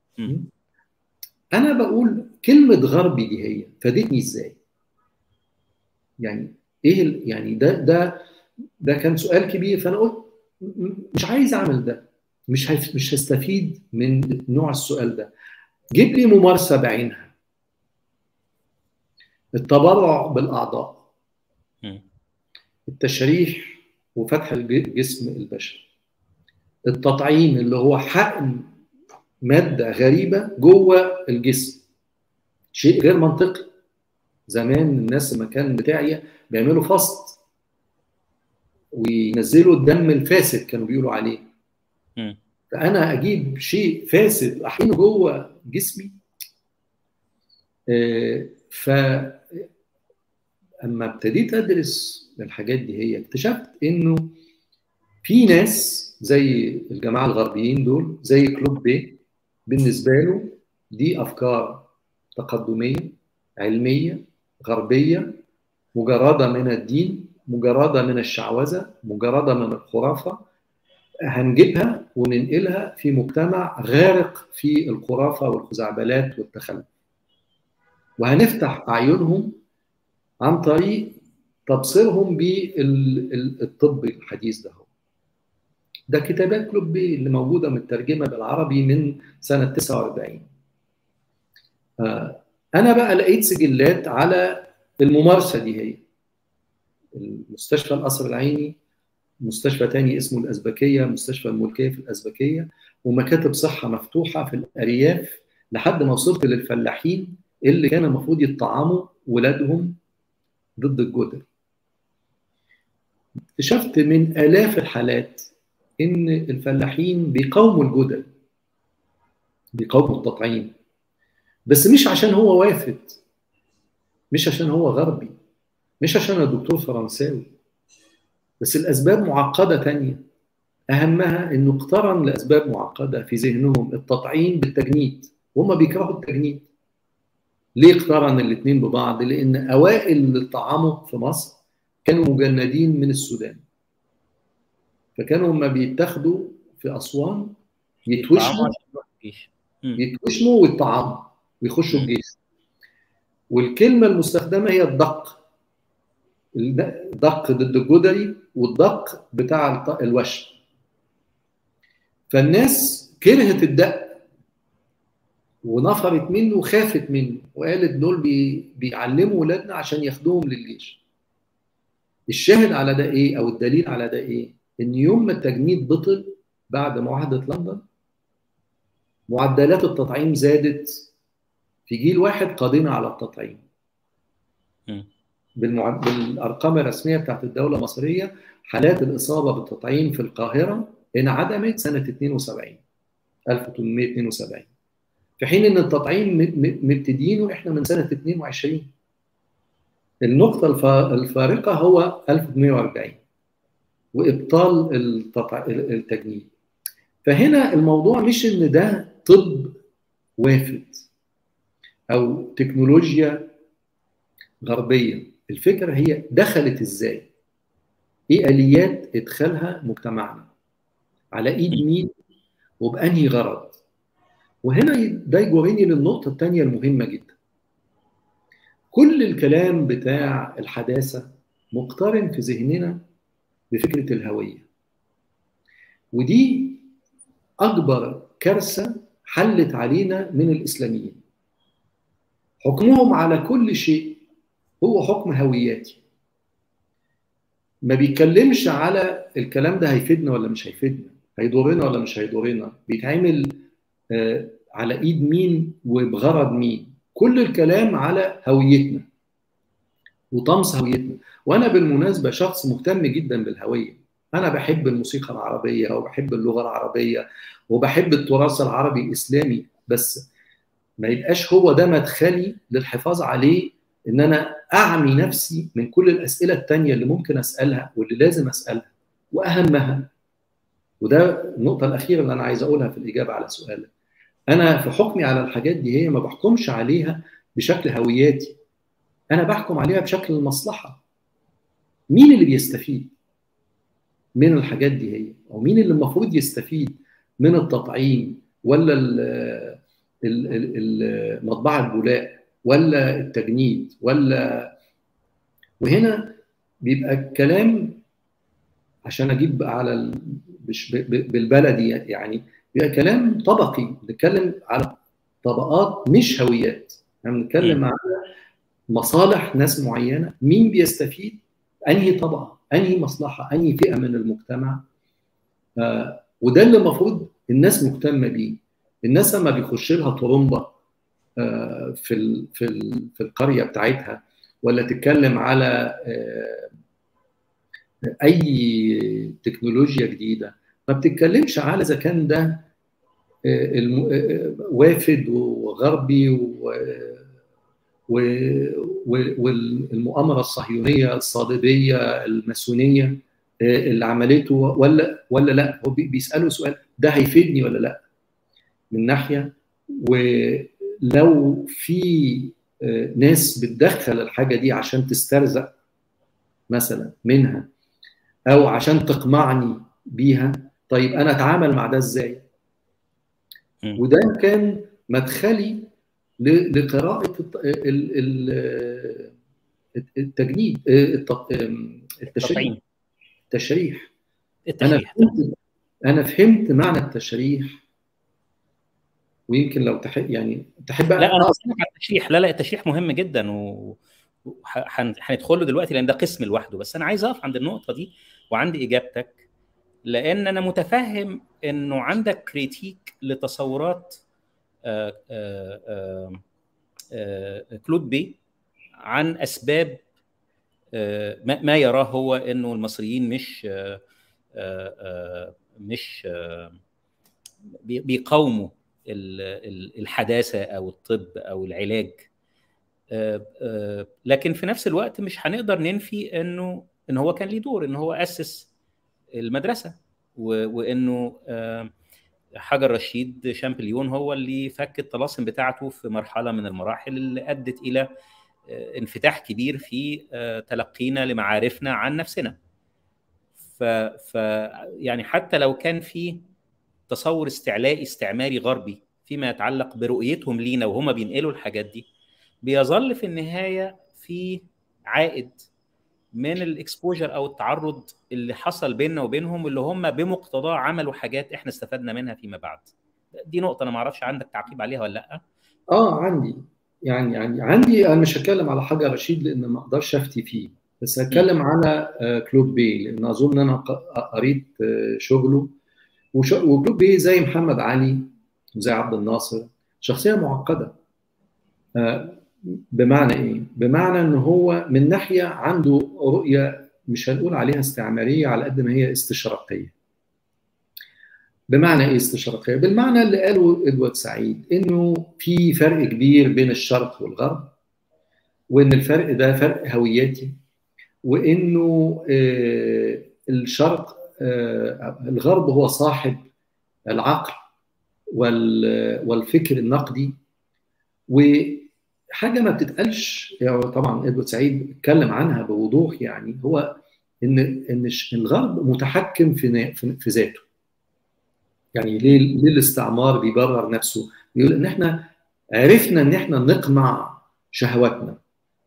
انا بقول كلمه غربي دي هي فادتني ازاي؟ يعني ايه يعني ده ده ده كان سؤال كبير. فانا قلت مش عايز اعمل ده، مش مش هستفيد من نوع السؤال ده. جيب لي ممارسه بعينها، التبرع بالاعضاء، التشريح وفتح الجسم البشري، التطعيم اللي هو حقن ماده غريبه جوه الجسم، شيء غير منطقي. زمان الناس لما كان بتاعي بيعملوا فصد وينزلوا الدم الفاسد كانوا بيقولوا عليه. م. فانا اجيب شيء فاسد احقنه جوه جسمي. آه ف اما ابتديت ادرس الحاجات دي هي اكتشفت انه في ناس زي الجماعه الغربيين دول زي كلوب بي، بالنسبه له دي افكار تقدميه علميه غربيه مجرده من الدين، مجرده من الشعوذه، مجرده من الخرافه، هنجيبها وننقلها في مجتمع غارق في الخرافه والخزعبلات والتخلف، وهنفتح اعينهم عن طريق تبصيرهم بالطب الحديث ده. ده كتابات كلوب بي اللي موجوده مترجمه بالعربي من سنه تسعة وأربعين. انا بقى لقيت سجلات على الممارسه دي هي. المستشفى القصر العيني، مستشفى تاني اسمه الأزبكية، مستشفى الملكية في الأزبكية، ومكاتب صحة مفتوحة في الأرياف لحد ما وصلت للفلاحين اللي كان المفروض يطعموا ولادهم ضد الجدر. اكتشفت من آلاف الحالات إن الفلاحين بيقاوموا الجدر، بيقاوموا التطعيم، بس مش عشان هو وافد، مش عشان هو غربي، مش عشان الدكتور فرنساوي، بس الأسباب معقدة تانية. أهمها إنه اقترن لأسباب معقدة في ذهنهم التطعيم بالتجنيد، وهم بيكرهوا التجنيد. ليه اقترن الاثنين ببعض؟ لأن أوائل اللي طعموا في مصر كانوا مجندين من السودان، فكانوا لما بيتاخدوا في أسوان يتوشموا يتوشموا ويطعموا ويخشوا الجيش. والكلمه المستخدمه هي الدق، الدق ضد الجدري والدق بتاع الوشم. فالناس كرهت الدق ونفرت منه وخافت منه وقالت دول بي بيعلموا ولادنا عشان ياخدوهم للجيش. الشاهد على ده ايه او الدليل على ده ايه؟ ان يوم ما التجنيد بطل بعد معاهده لندن، معدلات التطعيم زادت في جيل واحد، قضينا على التطعيم. بالمعد... بالارقام الرسميه بتاعت الدوله المصريه، حالات الاصابه بالتطعيم في القاهره انعدمت سنه اثنين وسبعين ألف وثمانمائة واثنين وسبعين، في حين ان التطعيم مبتدينه احنا من سنه اثنين وعشرين. النقطه الفارقه هو ألف وثمانمائة وأربعين وابطال التطع... التجنيد. فهنا الموضوع مش ان ده طب وافد او تكنولوجيا غربيه، الفكره هي دخلت ازاي، ايه اليات ادخالها مجتمعنا، على ايد مين وبانهي غرض. وهنا ده يجرني للنقطه الثانيه المهمه جدا. كل الكلام بتاع الحداثه مقترن في ذهننا بفكره الهويه، ودي اكبر كارثه حلت علينا من الاسلاميين. حكمهم على كل شيء هو حكم هوياتي، ما بيتكلمش على الكلام ده هيفيدنا ولا مش هيفيدنا، هيضرنا ولا مش هيضرنا، بيتعمل آه على ايد مين وبغرض مين. كل الكلام على هويتنا وطمس هويتنا. وانا بالمناسبه شخص مهتم جدا بالهويه، انا بحب الموسيقى العربيه وبحب اللغه العربيه وبحب التراث العربي الاسلامي، بس ما يبقاش هو ده مدخلي للحفاظ عليه، ان انا اعمي نفسي من كل الاسئله الثانيه اللي ممكن اسالها واللي لازم اسالها. واهمها، وده النقطه الاخيره اللي انا عايز اقولها في الاجابه على سؤالك، انا في حكمي على الحاجات دي هي ما بحكمش عليها بشكل هوياتي، انا بحكم عليها بشكل المصلحه. مين اللي بيستفيد من الحاجات دي هي، او مين اللي المفروض يستفيد من التطعيم، ولا مطبعه البولاق، ولا التجنيد، ولا. وهنا بيبقى الكلام عشان اجيب على ال... بالبلدي يعني بيبقى كلام طبقي، بنتكلم على طبقات مش هويات، يعني بنتكلم على مصالح ناس معينه، مين بيستفيد، انهي طبقه، انهي مصلحه، انهي فئه من المجتمع. آه وده اللي المفروض الناس مهتمه بيه. الناس لما بيخش لها طرمبه آه في ال في ال في القريه بتاعتها، ولا تتكلم على آه اي تكنولوجيا جديده، ما بتتكلمش على اذا كان ده وافد وغربي والمؤامره الصهيونيه الصليبيه الماسونيه اللي عملته، ولا ولا لا. هو بيسالوا سؤال ده هيفيدني ولا لا من ناحيه، ولو في ناس بتدخل الحاجه دي عشان تسترزق مثلا منها او عشان تقمعني بيها، طيب انا اتعامل مع ده ازاي؟ وده كان مدخلي لقراءه التجنيد التشريح التشريح انا فهمت انا فهمت معنى التشريح. ويمكن لو تحب يعني تحب لا انا بسالك على التشريح. لا لا التشريح مهم جدا وهندخله دلوقتي لان ده قسم لوحده، بس انا عايز اقف عند النقطه دي وعندي اجابتك، لان انا متفهم انه عندك كريتيك لتصورات آآ آآ آآ كلود بي عن اسباب ما يراه هو انه المصريين مش مش بيقاوموا الحداثه او الطب او العلاج، لكن في نفس الوقت مش هنقدر ننفي انه ان هو كان ليه دور، ان هو اسس المدرسه، وانه حجر رشيد شامبليون هو اللي فك الطلاسم بتاعته في مرحله من المراحل اللي ادت الى انفتاح كبير في تلقينا لمعارفنا عن نفسنا. ف, ف يعني حتى لو كان في تصور استعلائي استعماري غربي فيما يتعلق برؤيتهم لينا وهم بينقلوا الحاجات دي، بيظل في النهايه في عائد من الاكسبوجر او التعرض اللي حصل بيننا وبينهم، اللي هم بمقتضاه عملوا حاجات احنا استفدنا منها فيما بعد. دي نقطه انا ما اعرفش عندك تعقيب عليها ولا لا. اه عندي، يعني يعني عندي. انا مش هتكلم على حاجه رشيد لان ما اقدرش افتي فيه، بس هتكلم على كلود بي لان اظن انا قريت شغله. وكلود بي زي محمد علي وزي عبد الناصر شخصيه معقده. بمعنى ايه؟ بمعنى ان هو من ناحيه عنده رؤيه مش هنقول عليها استعماريه على قد ما هي استشراقيه. بمعنى ايه استشراقيه؟ بالمعنى اللي قاله ادوارد سعيد، انه في فرق كبير بين الشرق والغرب، وان الفرق ده فرق هوياتي، وانه آه الشرق آه الغرب هو صاحب العقل والفكر النقدي. وحاجه ما بتتقالش، يعني طبعا ادوارد سعيد اتكلم عنها بوضوح، يعني هو ان ان الغرب متحكم في في ذاته. يعني ليه ليه الاستعمار بيبرر نفسه؟ بيقول ان احنا عرفنا ان احنا نقمع شهواتنا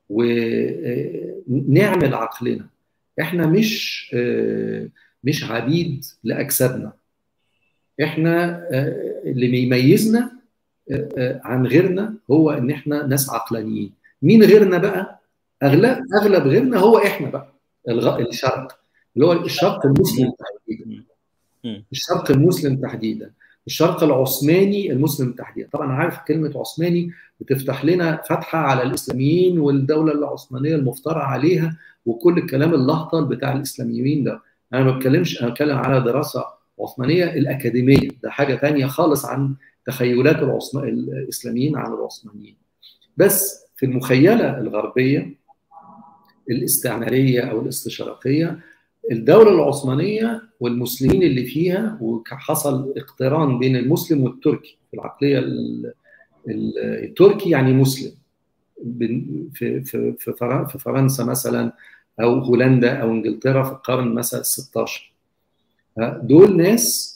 ونعمل عقلنا. احنا مش مش عبيد لاجسادنا. احنا اللي بيميزنا عن غيرنا هو ان احنا ناس عقلانيين. مين غيرنا بقى؟ اغلب اغلب غيرنا هو احنا بقى، الشرق، اللي هو الشرق المسلم تحديدا. الشرق المسلم تحديدا، الشرق العثماني المسلم تحديدا. طبعا عارف كلمه عثماني بتفتح لنا فتحه على الاسلاميين والدوله العثمانيه المفترى عليها وكل الكلام اللهطل بتاع الاسلاميين ده. انا ما بتكلمش، انا بتكلم على دراسه عثمانيه الاكاديميه، ده حاجه ثانيه خالص عن تخيلات العثم... الاسلاميين عن العثمانيين. بس في المخيله الغربيه الاستعماريه او الاستشراقيه، الدولة العثمانية والمسلمين اللي فيها، وحصل اقتران بين المسلم والتركي في العقلية التركي، يعني مسلم في في في فرنسا مثلا أو هولندا أو إنجلترا في القرن مثلا الستاشر. دول ناس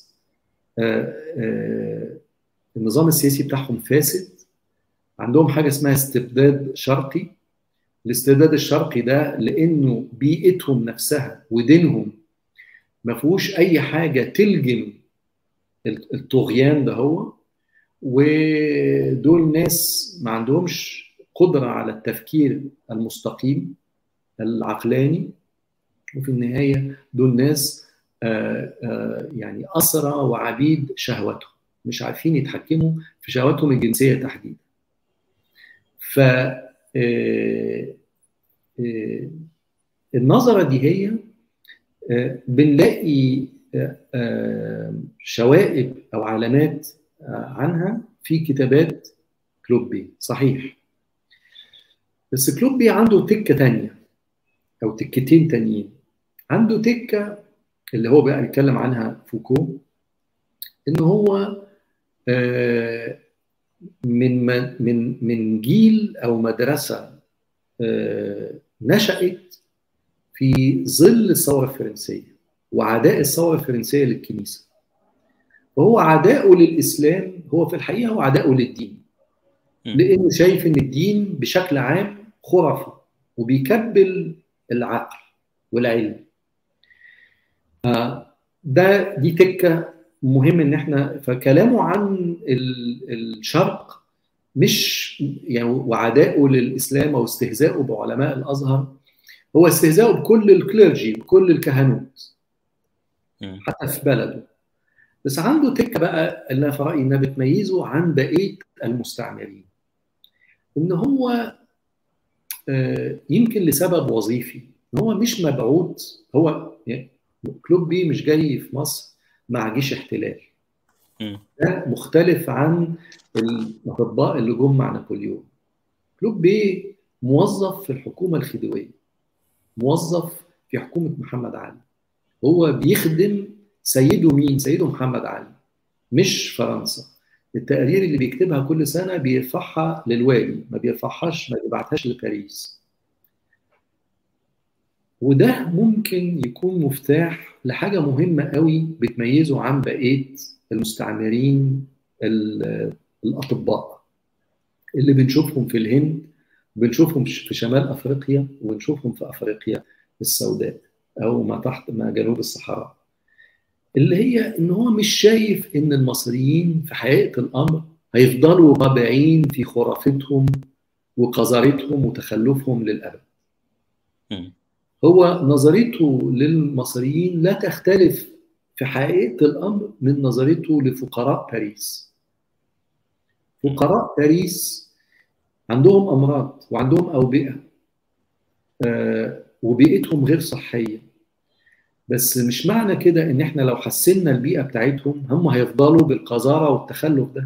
النظام السياسي بتاعهم فاسد، عندهم حاجة اسمها استبداد شرقي. الاستبداد الشرقي ده لأنه بيئتهم نفسها ودينهم ما فيهوش اي حاجه تلجم الطغيان ده هو، ودول ناس ما عندهمش قدره على التفكير المستقيم العقلاني، وفي النهايه دول ناس آآ آآ يعني اسرى وعبيد شهواتهم، مش عارفين يتحكموا في شهواتهم الجنسيه تحديدا. ف النظره دي هي بنلاقي شوائب او علامات عنها في كتابات كلود بي، صحيح. بس كلود بي عنده تكه ثانيه او تكتين تانيين. عنده تكه اللي هو بقى يتكلم عنها فوكو، ان هو من من من جيل او مدرسه نشأت في ظل الثوره الفرنسيه وعداء الثوره الفرنسيه للكنيسه. وهو عداؤه للاسلام هو في الحقيقه هو عداؤه للدين، لانه شايف ان الدين بشكل عام خرافي وبيكبل العقل والعلم. ده دي تكه مهم ان احنا، فكلامه عن الشرق مش يعني وعداؤه للاسلام او استهزاؤه بعلماء الازهر هو استهزاؤه بكل الكليرجي بكل الكهنوت حتى في بلده. بس عنده تكه بقى اللي في رايي انها بتميزه عن بقيه المستعمرين، ان هو يمكن لسبب وظيفي، ان هو مش مبعوث. هو يعني كلود بي مش جاي في مصر مع جيش احتلال، ده مختلف عن الاطباء اللي جم مع نابليون. كلود بي موظف في الحكومه الخديويه، موظف في حكومه محمد علي، هو بيخدم سيده. مين سيده؟ محمد علي، مش فرنسا. التقارير اللي بيكتبها كل سنه بيرفعها للوالي، ما بيرفعهاش ما بيبعتهاش لباريس. وده ممكن يكون مفتاح لحاجه مهمه قوي بتميزه عن بقيه المستعمرين الاطباء اللي بنشوفهم في الهند بنشوفهم في شمال افريقيا وبنشوفهم في افريقيا السوداء او ما تحت ما جنوب الصحراء، اللي هي ان هو مش شايف ان المصريين في حقيقه الامر هيفضلوا غابعين في خرافتهم وقذارتهم وتخلفهم للابد. هو نظريته للمصريين لا تختلف في حقيقه الامر من نظريته لفقراء باريس. فقراء باريس عندهم امراض وعندهم اوبئه آه وبيئتهم غير صحيه، بس مش معنى كده ان احنا لو حسنا البيئه بتاعتهم هم هيفضلوا بالقذاره والتخلف ده.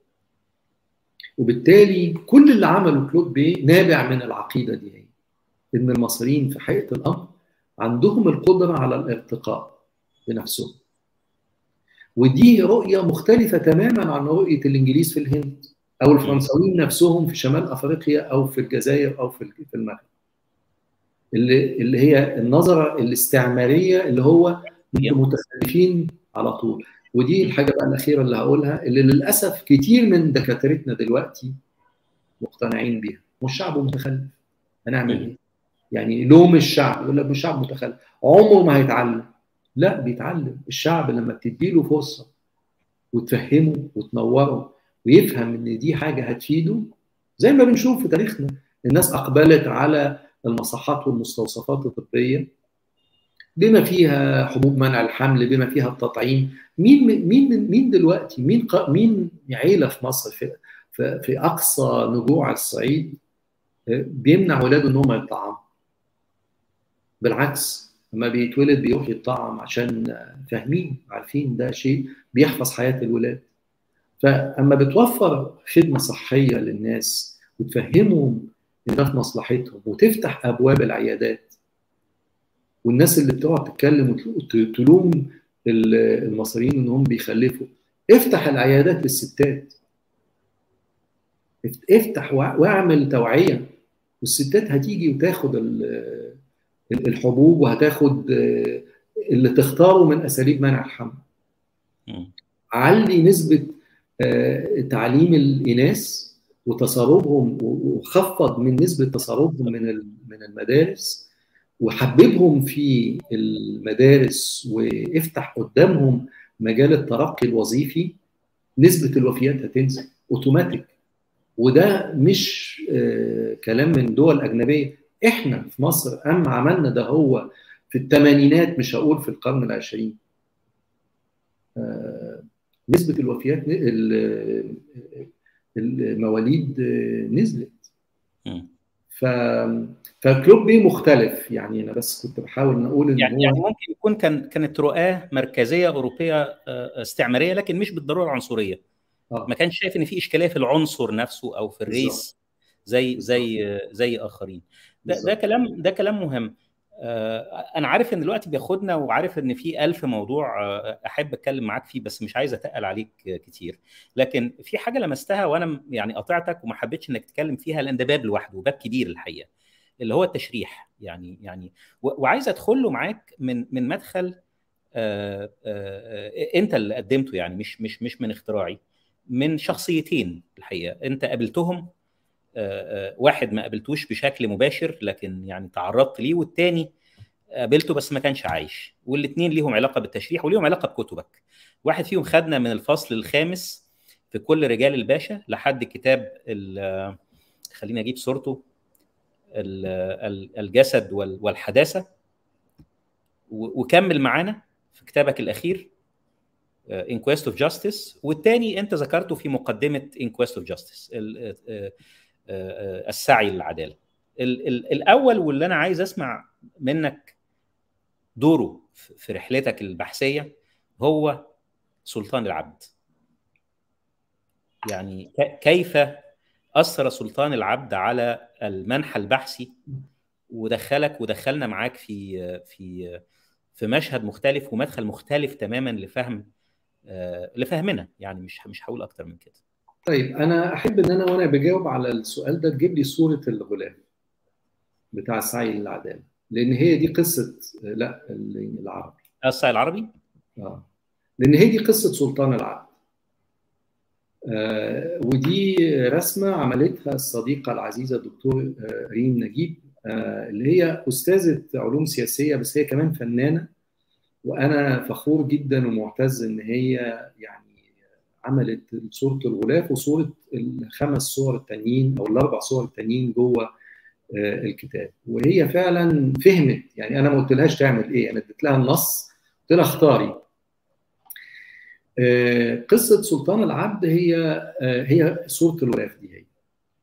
وبالتالي كل اللي عمله كلود بيه نابع من العقيده دي، هي ان المصريين في حقيقه الامر عندهم القدره على الارتقاء بنفسهم. ودي رؤيه مختلفه تماما عن رؤيه الانجليز في الهند او الفرنساويين نفسهم في شمال افريقيا او في الجزائر او في المغرب، اللي اللي هي النظره الاستعماريه اللي هو متخلفين على طول. ودي الحاجه بقى الاخيره اللي هقولها، اللي للاسف كتير من دكاترتنا دلوقتي مقتنعين بيها، والشعب متخلف هنعمل ايه؟ يعني لوم الشعب، يقول لك الشعب متخلف عمره ما هيتعلم. لا، بيتعلم. الشعب لما بتديله فرصه وتفهمه وتنوره ويفهم ان دي حاجه هتفيده، زي ما بنشوف في تاريخنا الناس اقبلت على المصحات والمستوصفات الطبيه بما فيها حبوب منع الحمل، بما فيها التطعيم. مين مين مين دلوقتي مين مين عيله في مصر في في, في اقصى نجوع الصعيد بيمنع اولاده ان هم يتطعموا؟ بالعكس، لما بيتولد بيروح يتطعم عشان فاهمين عارفين ده شيء بيحفظ حياه الولاد. فاما بتوفر خدمه صحيه للناس وتفهمهم ان ده في مصلحتهم وتفتح ابواب العيادات، والناس اللي بتقعد تتكلم وتلوم المصريين انهم بيخلفوا، افتح العيادات للستات، افتح واعمل توعيه، والستات هتيجي وتاخد الحبوب وهتاخد اللي تختاره من اساليب منع الحمل. علي نسبه تعليم الاناث وتسربهم، وخفض من نسبه تسربهم من من المدارس، وحببهم في المدارس وافتح قدامهم مجال الترقي الوظيفي، نسبه الوفيات هتنزل اوتوماتيك. وده مش آه كلام من دول اجنبيه، احنا في مصر اما عملنا ده هو في الثمانينات، مش هقول في القرن العشرين، آه نسبه الوفيات المواليد نزلت. ف فكلوب بيه مختلف. يعني انا بس كنت بحاول نقول ان يعني هو يعني ممكن يكون كان كانت رؤاه مركزيه اوروبيه استعماريه، لكن مش بالضروره عنصريه. آه. ما كانش شايف ان في اشكاليه في العنصر نفسه او في الريس زي بالزبط. زي زي اخرين. ده بالزبط. ده كلام ده كلام مهم. انا عارف ان الوقت بياخدنا، وعارف ان في ألف موضوع احب اتكلم معاك فيه، بس مش عايز اتقل عليك كتير. لكن في حاجه لمستها وانا يعني قاطعتك وما حبيتش انك تتكلم فيها، لان ده باب لوحده، باب كبير الحقيقه، اللي هو التشريح. يعني يعني وعايز ادخل له معاك من من مدخل آآ آآ انت اللي قدمته، يعني مش مش مش من اختراعي، من شخصيتين الحقيقه انت قابلتهم. واحد ما قابلتوش بشكل مباشر لكن يعني تعرضت ليه، والتاني قابلته بس ما كانش عايش، والاثنين ليهم علاقه بالتشريح وليهم علاقه بكتبك. واحد فيهم خدنا من الفصل الخامس في كل رجال الباشا لحد كتاب خليني اجيب صورته، الجسد والحداثه، وكمل معانا في كتابك الاخير In Quest of Justice، والتاني انت ذكرته في مقدمه In Quest of Justice، السعي للعداله. الاول واللي انا عايز اسمع منك دوره في رحلتك البحثيه هو سلطان العبد. يعني كيف اثر سلطان العبد على المنحى البحثي، ودخلك ودخلنا معاك في في في مشهد مختلف ومدخل مختلف تماما لفهم لفهمنا. يعني مش مش هقول اكتر من كده. طيب انا احب ان انا وانا بجاوب على السؤال ده تجيب لي صوره الغلام بتاع السعي للعداله، لان هي دي قصه لا العربي السعي العربي اه لان هي دي قصه سلطان العبد. آه ودي رسمه عملتها الصديقه العزيزه الدكتور آه ريم نجيب، آه اللي هي استاذه علوم سياسيه بس هي كمان فنانه، وانا فخور جدا ومعتز ان هي يعني عملت صوره الغلاف وصوره الخمس صور التانيين او الاربع صور التانيين جوه آه الكتاب. وهي فعلا فهمت، يعني انا ما قلتلهاش تعمل ايه، انا اديت لها النص قلت لها اختاري. قصة سلطان العبد هي هي صورة الغلاف دي هي.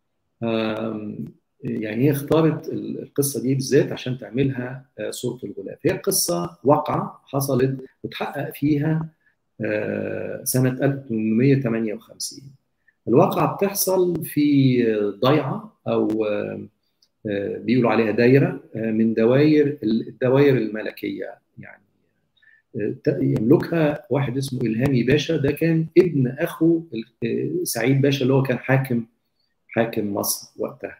يعني هي اختارت القصة دي بالذات عشان تعملها صورة الغلاف. هي قصة واقعة حصلت وتحقق فيها سنة ألف وثمانمائة وثمانية وخمسين. الواقعة بتحصل في ضيعة أو بيقولوا عليها دايرة من دوائر الدوائر الملكية، يعني يملكها واحد اسمه إلهامي باشا، ده كان ابن أخو سعيد باشا اللي هو كان حاكم حاكم مصر وقتها.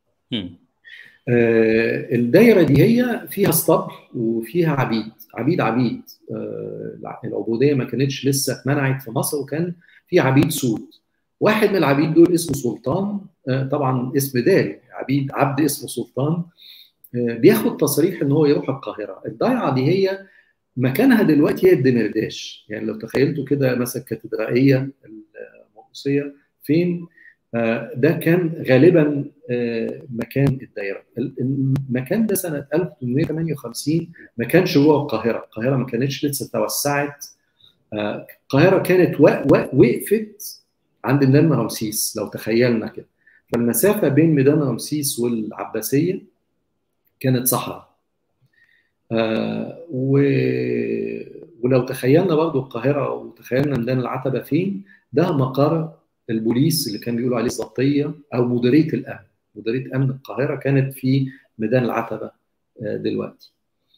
آه الدايرة دي هي فيها اسطبل وفيها عبيد عبيد عبيد آه العبودية ما كانتش لسه اتمنعت في مصر، وكان في عبيد سود. واحد من العبيد دول اسمه سلطان، آه طبعا اسم داري، عبيد عبد اسمه سلطان، آه بياخد تصريح ان هو يروح القاهرة. الضيعة دي هي مكانها دلوقتي هي الدمرداش، يعني لو تخيلتوا كده مثلا الكاتدرائيه المقدسيه فين، آه ده كان غالبا آه مكان الدائره. المكان ده سنه ألف وثمانمائة وثمانية وخمسين ما كانش جوه القاهره، القاهره ما كانتش لسه توسعت، آه القاهره كانت وقفت عند ميدان رمسيس لو تخيلنا كده. فالمسافه بين ميدان رمسيس والعباسيه كانت صحراء. آه و... ولو تخيلنا برضو القاهرة وتخيلنا ميدان العتبة فين، ده مقر البوليس اللي كان بيقولوا عليه الضبطية أو مديرية الأمن. مديرية أمن القاهرة كانت في ميدان العتبة آه دلوقتي.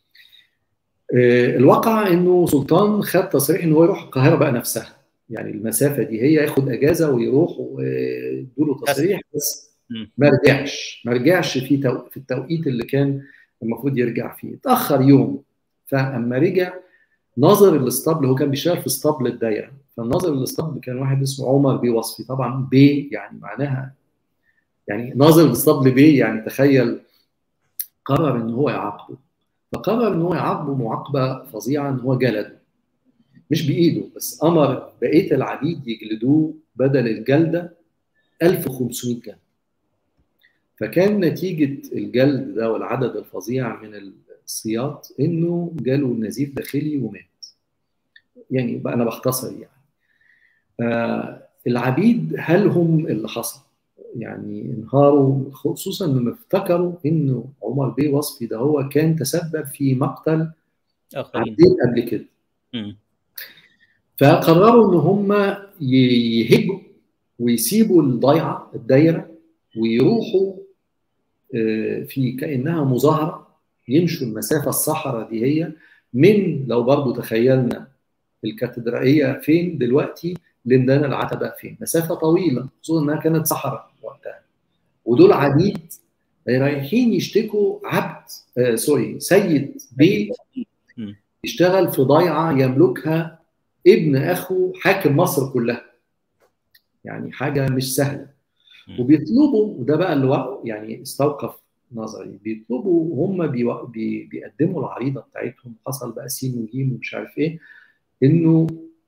آه الواقع إنه سلطان خد تصريح إنه يروح القاهرة بقى نفسها، يعني المسافة دي هي ياخد أجازة ويروح ويدوله تصريح، بس ما رجعش ما رجعش في تو... في التوقيت اللي كان المفروض يرجع فيه، اتاخر يوم. فاما رجع ناظر الاسطبل، هو كان بيشتغل في اسطبل الدايره، فالناظر الاسطبل كان واحد اسمه عمر بيه وصفي. طبعا بيه يعني معناها يعني ناظر الاسطبل بيه، يعني تخيل. قرر ان هو يعاقبه، فقرر ان هو يعاقبه معاقبه فظيعه، ان هو جلده مش بايده بس، امر بقيه العبيد يجلدوه بدل الجلده ألف وخمسمائة جلد. فكان نتيجة الجلد ده والعدد الفظيع من السياط إنه جاله نزيف داخلي ومات. يعني بقى أنا بختصر يعني. آه العبيد هل هم اللي حصل؟ يعني انهاروا، خصوصا لما افتكروا إنه عمر بيه وصفي ده هو كان تسبب في مقتل عبدين قبل كده. م. فقرروا إن هم يهجوا ويسيبوا الضيعة الدايرة ويروحوا في كأنها مظاهرة، يمشوا المسافة الصحراء دي هي من، لو برضو تخيلنا الكاتدرائية فين دلوقتي لميدان العتبة فين، مسافة طويلة، خصوصا انها كانت صحراء وقتها. ودول عبيد رايحين يشتكوا عبد آه سوري سيد بيه يشتغل في ضيعة يملكها ابن أخو حاكم مصر كلها، يعني حاجة مش سهلة. وبيطلبوا، وده بقى اللي يعني استوقف نظري، بيطلبوا هم بي بي بيقدموا العريضه بتاعتهم، حصل بقى سين وجيم ومش عارف ايه، انه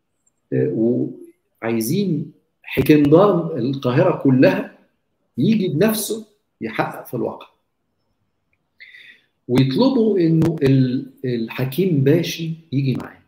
وعايزين حكمدار القاهره كلها يجي بنفسه يحقق في الواقع، ويطلبوا انه الحكيم باشي يجي معاه،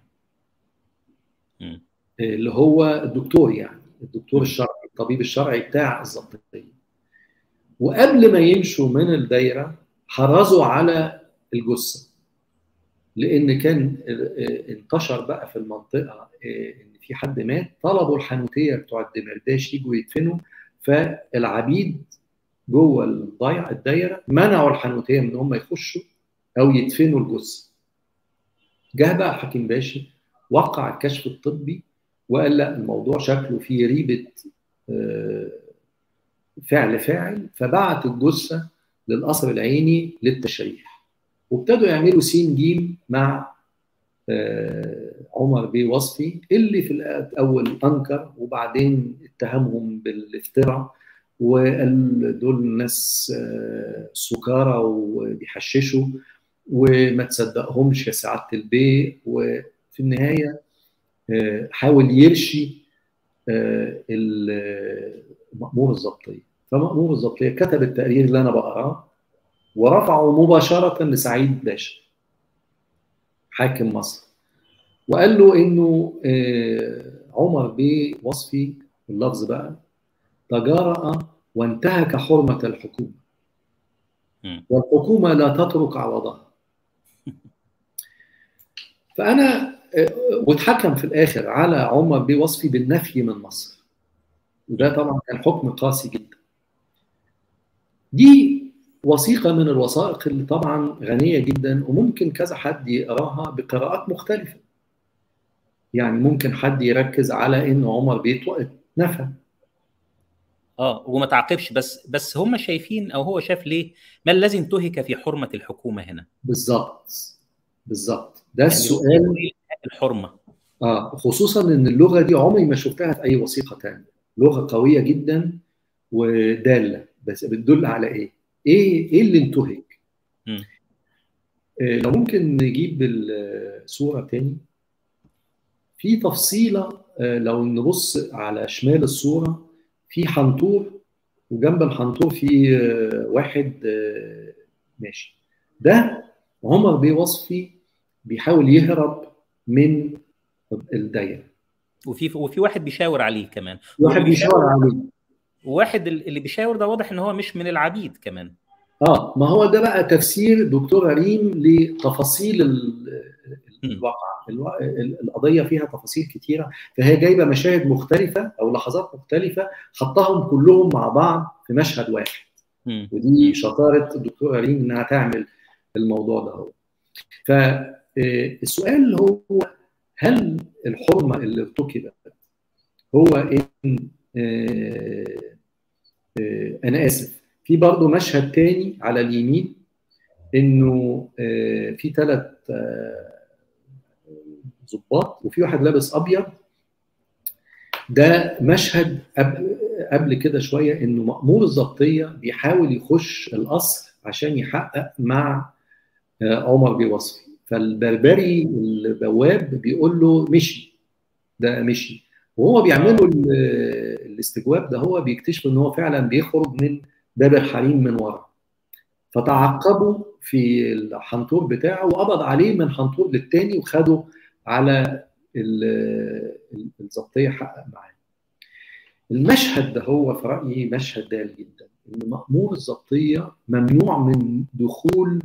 اللي هو الدكتور، يعني الدكتور الشرعي، الطبيب الشرعي بتاع الضبطيه. وقبل ما يمشوا من الدايره حرزوا على الجثه، لان كان انتشر بقى في المنطقه ان في حد مات، طلبوا الحانوتيه بتوع الدمرداش يجوا يدفنوا، فالعبيد جوه الضيعه الدايره منعوا الحانوتيه من هم يخشوا او يدفنوا الجثه. جه بقى حكيم باشي وقع الكشف الطبي وقال لا، الموضوع شكله فيه ريبه فعل فاعل، فبعت الجثه للقصر العيني للتشريح، وابتدوا يعملوا سين جيم مع عمر بيه وصفي اللي في الأول أنكر وبعدين اتهمهم بالافتراء وقال دول ناس سكارى وبيحششوا وما تصدقهمش يا سعادة البيه. وفي النهاية حاول يرشي المأمور الضبطية. فمأمور الضبطية كتب التقرير اللي أنا بقراه ورفعه مباشرة لسعيد باشا حاكم مصر، وقال له إنه عمر بيه وصفي اللفظ بقى تجرأ وانتهك حرمة الحكومة والحكومة لا تترك عوضها. فأنا واتحكم في الآخر على عمر بيه وصفي بالنفي من مصر، وده طبعا كان حكم قاسي جدا. دي وثيقة من الوثائق اللي طبعا غنية جدا وممكن كذا حد يقراها بقراءات مختلفة. يعني ممكن حد يركز على إن عمر بيه اتنفى اه وما تعاقبش، بس بس هم شايفين او هو شاف ليه ما الذي انتهك في حرمه الحكومه هنا؟ بالظبط بالظبط ده يعني السؤال. الحرمه اه خصوصا ان اللغه دي عمري ما شفتها في اي وثيقه ثانيه، لغه قويه جدا وداله، بس بتدل على ايه؟ ايه ايه اللي انتهك؟ م. آه لو ممكن نجيب الصوره تاني في تفصيله. آه لو نبص على شمال الصوره في حنطور وجنب الحنطور في آه واحد آه ماشي. ده عمر بيه وصفي بيحاول يهرب من الدايره، وفي وفي واحد بيشاور عليه كمان، واحد واللي بيشاور بيشاور عليه. واحد اللي بيشاور ده واضح ان هو مش من العبيد كمان. اه ما هو ده بقى تفسير دكتور ريم لتفاصيل الواقع. القضيه فيها تفاصيل كتيره، فهي جايبه مشاهد مختلفه او لحظات مختلفه حطهم كلهم مع بعض في مشهد واحد. م. ودي م. شطاره الدكتور ريم انها تعمل الموضوع ده. هو فالسؤال هو هل الحرمه اللي ارتكبت هو ان آه آه انا اسف في برضه مشهد تاني على اليمين انه في ثلاث ضباط وفي واحد لابس ابيض. ده مشهد قبل قبل كده شويه انه مأمور الضبطيه بيحاول يخش القصر عشان يحقق مع عمر بيه وصفي، فالبربري البواب بيقول له مشي، ده مشي، وهو بيعملوا الاستجواب ده هو بيكتشف ان هو فعلا بيخرج من باب الحريم من ورا، فتعقبوا في الحنطور بتاعه وقبض عليه من حنطور للتاني وخده على الضبطيه حقق معاه. المشهد ده هو في رايي مشهد دال جدا، ان مأمور الضبطيه ممنوع من دخول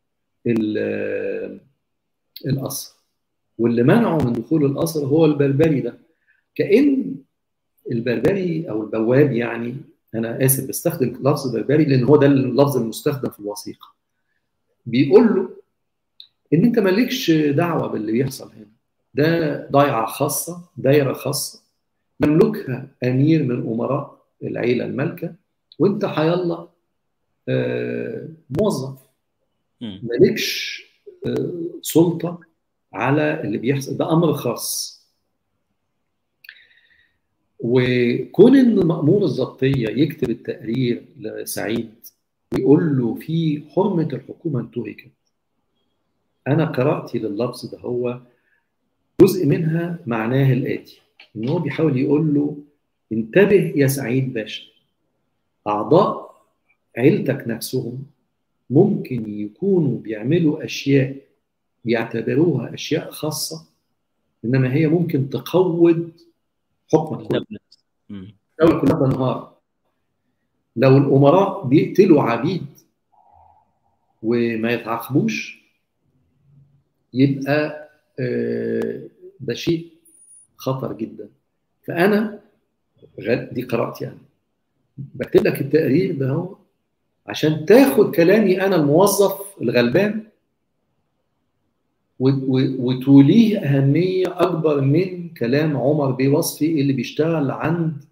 القصر، واللي منعه من دخول القصر هو البربري ده. كأن البربري او البواب، يعني انا اسف بستخدم لفظ بربري لان هو ده اللفظ المستخدم في الوثيقه، بيقول له ان انت مالكش دعوه باللي بيحصل هنا، ده ضيعه خاصه، دايره خاصه يملكها امير من امراء العيله المالكه، وانت حيالله آه موظف مالكش آه سلطه على اللي بيحصل، ده امر خاص. وكون ان مأمور الضبطيه يكتب التقرير لسعيد ويقول له في حرمه الحكومه انتهكت، انا قراتي لللفظ ده هو جزء منها معناه الاتي، ان هو بيحاول يقول له انتبه يا سعيد باشا، اعضاء عيلتك نفسهم ممكن يكونوا بيعملوا اشياء بيعتبروها اشياء خاصه، انما هي ممكن تقوض حكمك كله. الدوله كلها تنهار. لو الامراء بيقتلوا عبيد وما يتعاقبوش يبقى ده شيء خطر جدا. فانا دي قراءتي يعني، بكتب لك التقرير ده هو عشان تاخد كلامي انا الموظف الغلبان وتوليه اهميه اكبر من كلام عمر بيه وصفي اللي بيشتغل عند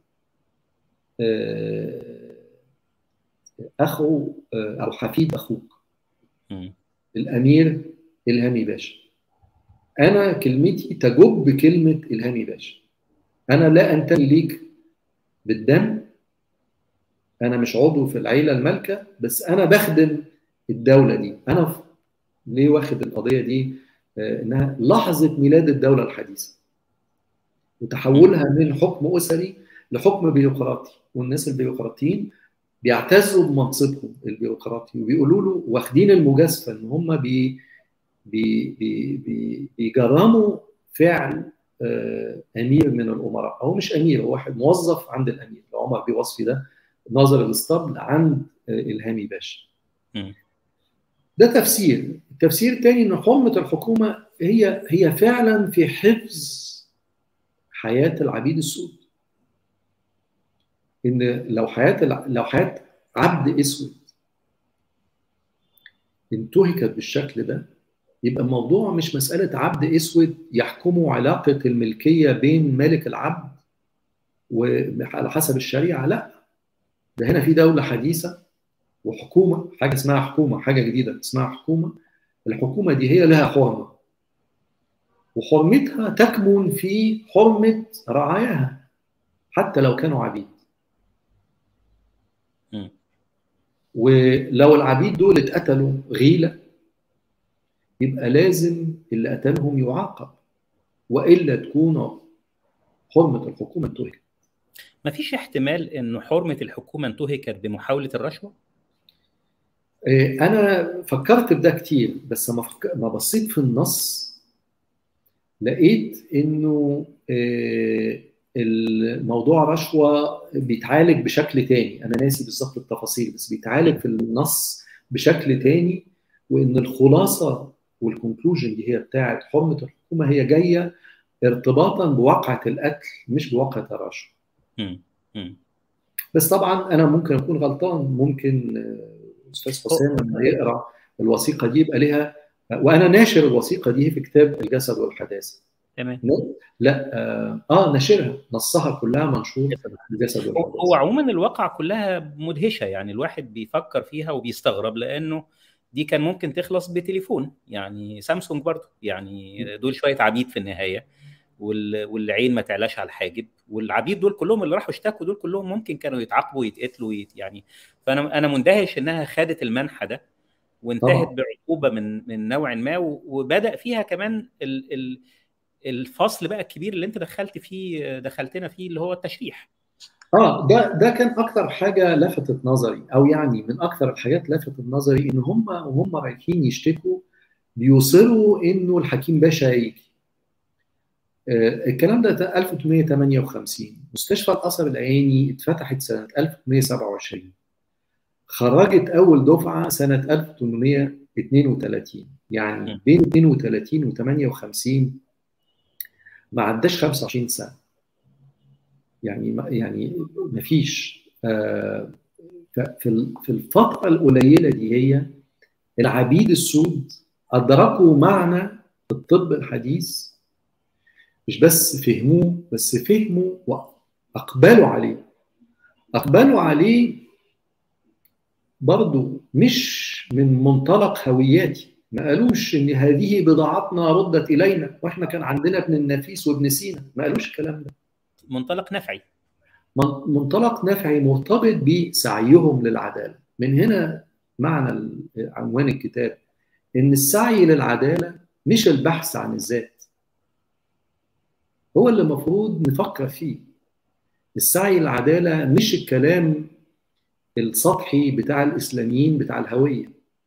اخو او حفيد اخوك الامير الهامي باشا. انا كلمتي تجب كلمه الهامي باشا. انا لا انتمي ليك بالدم، انا مش عضو في العيله المالكه، بس انا بخدم الدوله دي. انا ليه واخد القضيه دي؟ آه انها لحظه ميلاد الدوله الحديثه وتحولها من حكم اسري لحكم بيروقراطي، والناس البيروقراطيين بيعتزوا بمنصبهم البيروقراطي وبيقولوا له واخدين المجازفه ان هم بي بي بي بي بيجرموا فعل آه امير من الامراء، او مش امير، هو واحد موظف عند الامير. عمر بيوصفي ده ناظر الاسطبل عند آه الهامي باشا. ده تفسير. التفسير الثاني ان حرمه الحكومه هي هي فعلا في حفظ حياه العبيد السود. ان لو حياه لو حياه عبد اسود انتهكت بالشكل ده، يبقى الموضوع مش مساله عبد اسود يحكمه علاقه الملكيه بين مالك العبد وعلى حسب الشريعه، لا، ده هنا في دوله حديثه وحكومه، حاجه اسمها حكومه، حاجه جديده اسمها حكومه. الحكومه دي هي لها حرمه، وحرمتها تكمن في حرمه رعاياها حتى لو كانوا عبيد. م. ولو العبيد دول اتقتلوا غيلة يبقى لازم اللي قتلهم يعاقب، وإلا تكون حرمة الحكومة انتهكت. مفيش احتمال إنه حرمة الحكومة انتهكت بمحاولة الرشوة؟ أنا فكرت بده كتير، بس ما, فك... ما بصيت في النص لقيت إنه الموضوع رشوة بيتعالج بشكل تاني. أنا ناسي بالظبط التفاصيل، بس بيتعالج في النص بشكل تاني، وإن الخلاصة والكونكلوجن دي هي بتاعت حرمة الحكومة هي جاية ارتباطا بواقعة القتل مش بواقعة الرشوة. بس طبعا أنا ممكن أكون غلطان، ممكن أستاذ حسام لما يقرأ الوثيقة دي يبقى لها، وأنا ناشر الوثيقة دي في كتاب الجسد والحداثة. تمام. لا اه, آه ناشرها، نصها كلها منشور في الجسد والحداثة. هو عموما الواقعة كلها مدهشة، يعني الواحد بيفكر فيها وبيستغرب، لأنه دي كان ممكن تخلص بتليفون، يعني سامسونج برضه، يعني دول شوية عبيد في النهاية، والعين ما تعلاش على الحاجب، والعبيد دول كلهم اللي راحوا اشتكوا دول كلهم ممكن كانوا يتعاقبوا ويتقتلوا ويت يعني. فانا انا مندهش انها خدت المنحى ده وانتهت طبعا بعقوبه من من نوع ما، وبدا فيها كمان ال ال الفصل بقى الكبير اللي انت دخلت فيه دخلتنا فيه اللي هو التشريح. اه ده ده كان اكتر حاجه لفتت نظري، او يعني من اكتر الحاجات لفتت نظري ان هم وهم رايحين يشتكوا بيصروا انه الحكيم باشا يجي. آه الكلام ده ألف وثمانمائة وثمانية وخمسين. مستشفى القصر العيني اتفتحت سنه ألف وثمانمائة وسبعة وعشرين، خرجت اول دفعه سنه ألف وثمانمائة واثنين وثلاثين، يعني بين اثنين وثلاثين و ثمانية وخمسين ما عداش خمسة وعشرين سنه. يعني ما يعني ما فيش آه في في الفتره القليله دي هي العبيد السود ادركوا معنى الطب الحديث، مش بس فهموه، بس فهموا واقبلوا عليه. اقبلوا عليه برضو مش من منطلق هوياتي، ما قالوش ان هذه بضاعتنا ردت الينا واحنا كان عندنا ابن النفيس وابن سينا، ما قالوش الكلام ده. منطلق نفعي، منطلق نفعي مرتبط بسعيهم للعداله. من هنا معنى عنوان الكتاب ان السعي للعداله مش البحث عن الذات، هو اللي المفروض نفكر فيه. السعي للعداله مش الكلام السطحي بتاع الاسلاميين بتاع الهويه.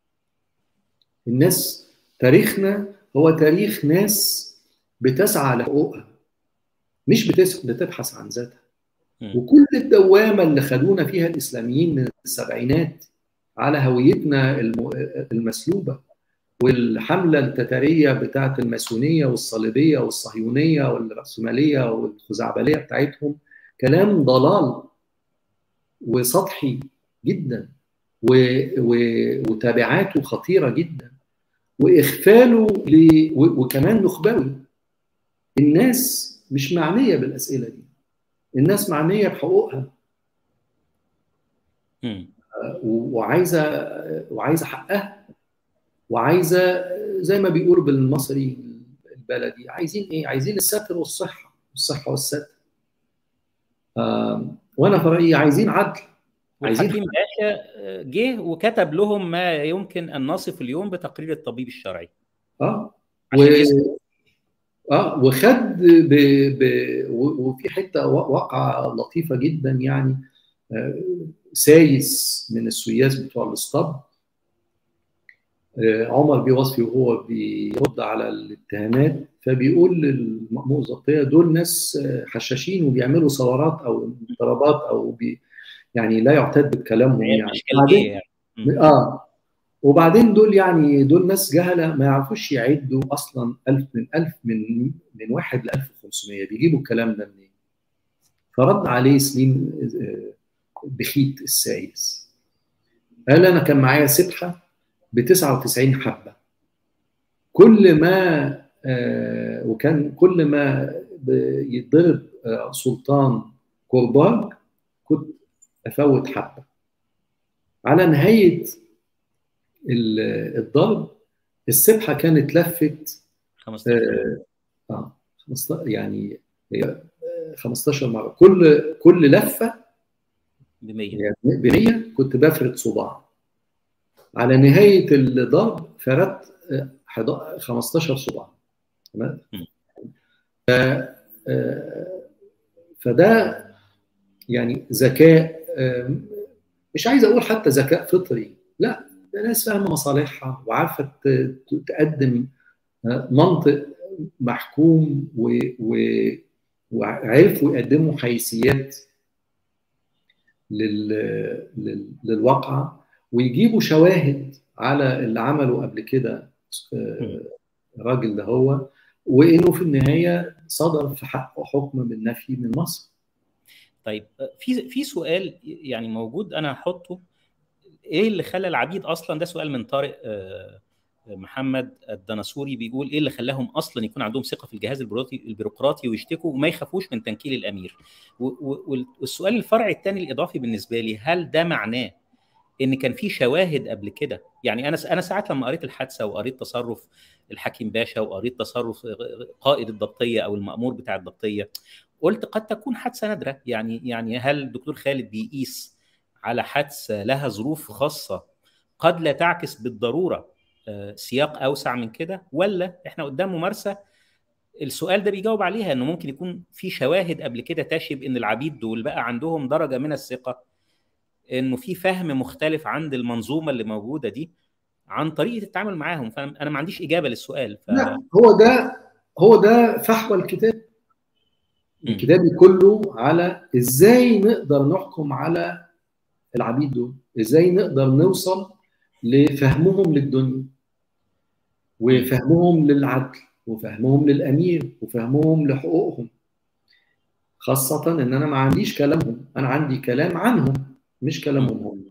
الناس تاريخنا هو تاريخ ناس بتسعى لحقوقها، مش بتبحث عن ذاتها. وكل الدوامه اللي خدونا فيها الاسلاميين من السبعينات على هويتنا المسلوبه، والحمله التتاريه بتاعه الماسونيه والصليبيه والصهيونيه والراسماليه والخزعبليه بتاعتهم، كلام ضلال وسطحي جدا و... و... وتابعاته خطيره جدا، واخفاله ل... و... وكمان نخبوي. الناس مش معنيه بالاسئله دي، الناس معنيه بحقوقها وعايزه وعايزه حقها، وعايزه زي ما بيقولوا بالمصري بالبلدي عايزين ايه؟ عايزين الستر والصحه، الصحه والستر. آه وانا في رايي عايزين عدل. عايزين والحكيم باشا جه وكتب لهم ما يمكن ان نصف اليوم بتقرير الطبيب الشرعي. اه و... عشان يسكت. اه وخد ب... ب... وفي حته واقعه لطيفه جدا يعني. آه سايس من السياس بتوع الاسطبل، آه عمر بيه وصفي وهو بيرد على الاتهامات، فبيقول للمأمور الضبطيه دول ناس حشاشين وبيعملوا ثورات او ضربات او بي يعني لا يعتد بكلامهم يعني. بعدين يعني. اه وبعدين دول يعني دول ناس جهله ما يعرفوش يعدوا اصلا ألف من ألف من من واحد ل ألف وخمسمية، بيجيبوا الكلام ده منين؟ فرد عليه سليم بخيت السايس، قال انا كان معايا سبحه ب تسعة وتسعين حبه، كل ما آه وكان كل ما يتضرب آه سلطان كرباج كنت افوت حبه. على نهايه الضرب السبحه كانت لفت خمستاشر اه يعني خمستاشر مره، كل كل لفه ب مية يعني ب مية كنت بفرد صباع. على نهايه الضرب فردت خمستاشر صباع. تمام. فده يعني ذكاء، مش عايز اقول حتى ذكاء فطري، لا ده ناس فاهمه مصالحها وعارفه تقدم منطق محكوم و... و... وعرفوا يقدموا حيثيات لل... لل... للواقعة، ويجيبوا شواهد على اللي عمله قبل كده الراجل ده هو، وانه في النهايه صدر في حقه حكم بالنفي من مصر. طيب في في سؤال يعني موجود انا هحطه، ايه اللي خلى العبيد اصلا، ده سؤال من طارق محمد الدناسوري، بيقول ايه اللي خلاهم اصلا يكون عندهم ثقه في الجهاز البيروقراطي ويشتكوا وما يخافوش من تنكيل الامير؟ والسؤال الفرعي الثاني الاضافي بالنسبه لي، هل ده معناه ان كان في شواهد قبل كده؟ يعني انا انا ساعات لما قريت الحادثه وقريت تصرف الحكيم باشا وقريت تصرف قائد الضبطيه او المأمور بتاع الضبطيه، قلت قد تكون حادثه نادره. يعني يعني هل الدكتور خالد بيقيس على حادثه لها ظروف خاصه قد لا تعكس بالضروره سياق اوسع من كده، ولا احنا قدام ممارسه السؤال ده بيجاوب عليها انه ممكن يكون في شواهد قبل كده تشهد ان العبيد دول بقى عندهم درجه من الثقه انه في فهم مختلف عند المنظومه اللي موجوده دي عن طريقه التعامل معاهم؟ فانا ما عنديش اجابه للسؤال. ف... لا هو ده هو ده فحوى الكتاب. الكتاب كله على ازاي نقدر نحكم على العبيد دول، ازاي نقدر نوصل لفهمهم للدنيا وفهمهم للعدل وفهمهم للامير وفهمهم لحقوقهم، خاصه ان انا ما عنديش كلامهم، انا عندي كلام عنهم مش كلامهم هم.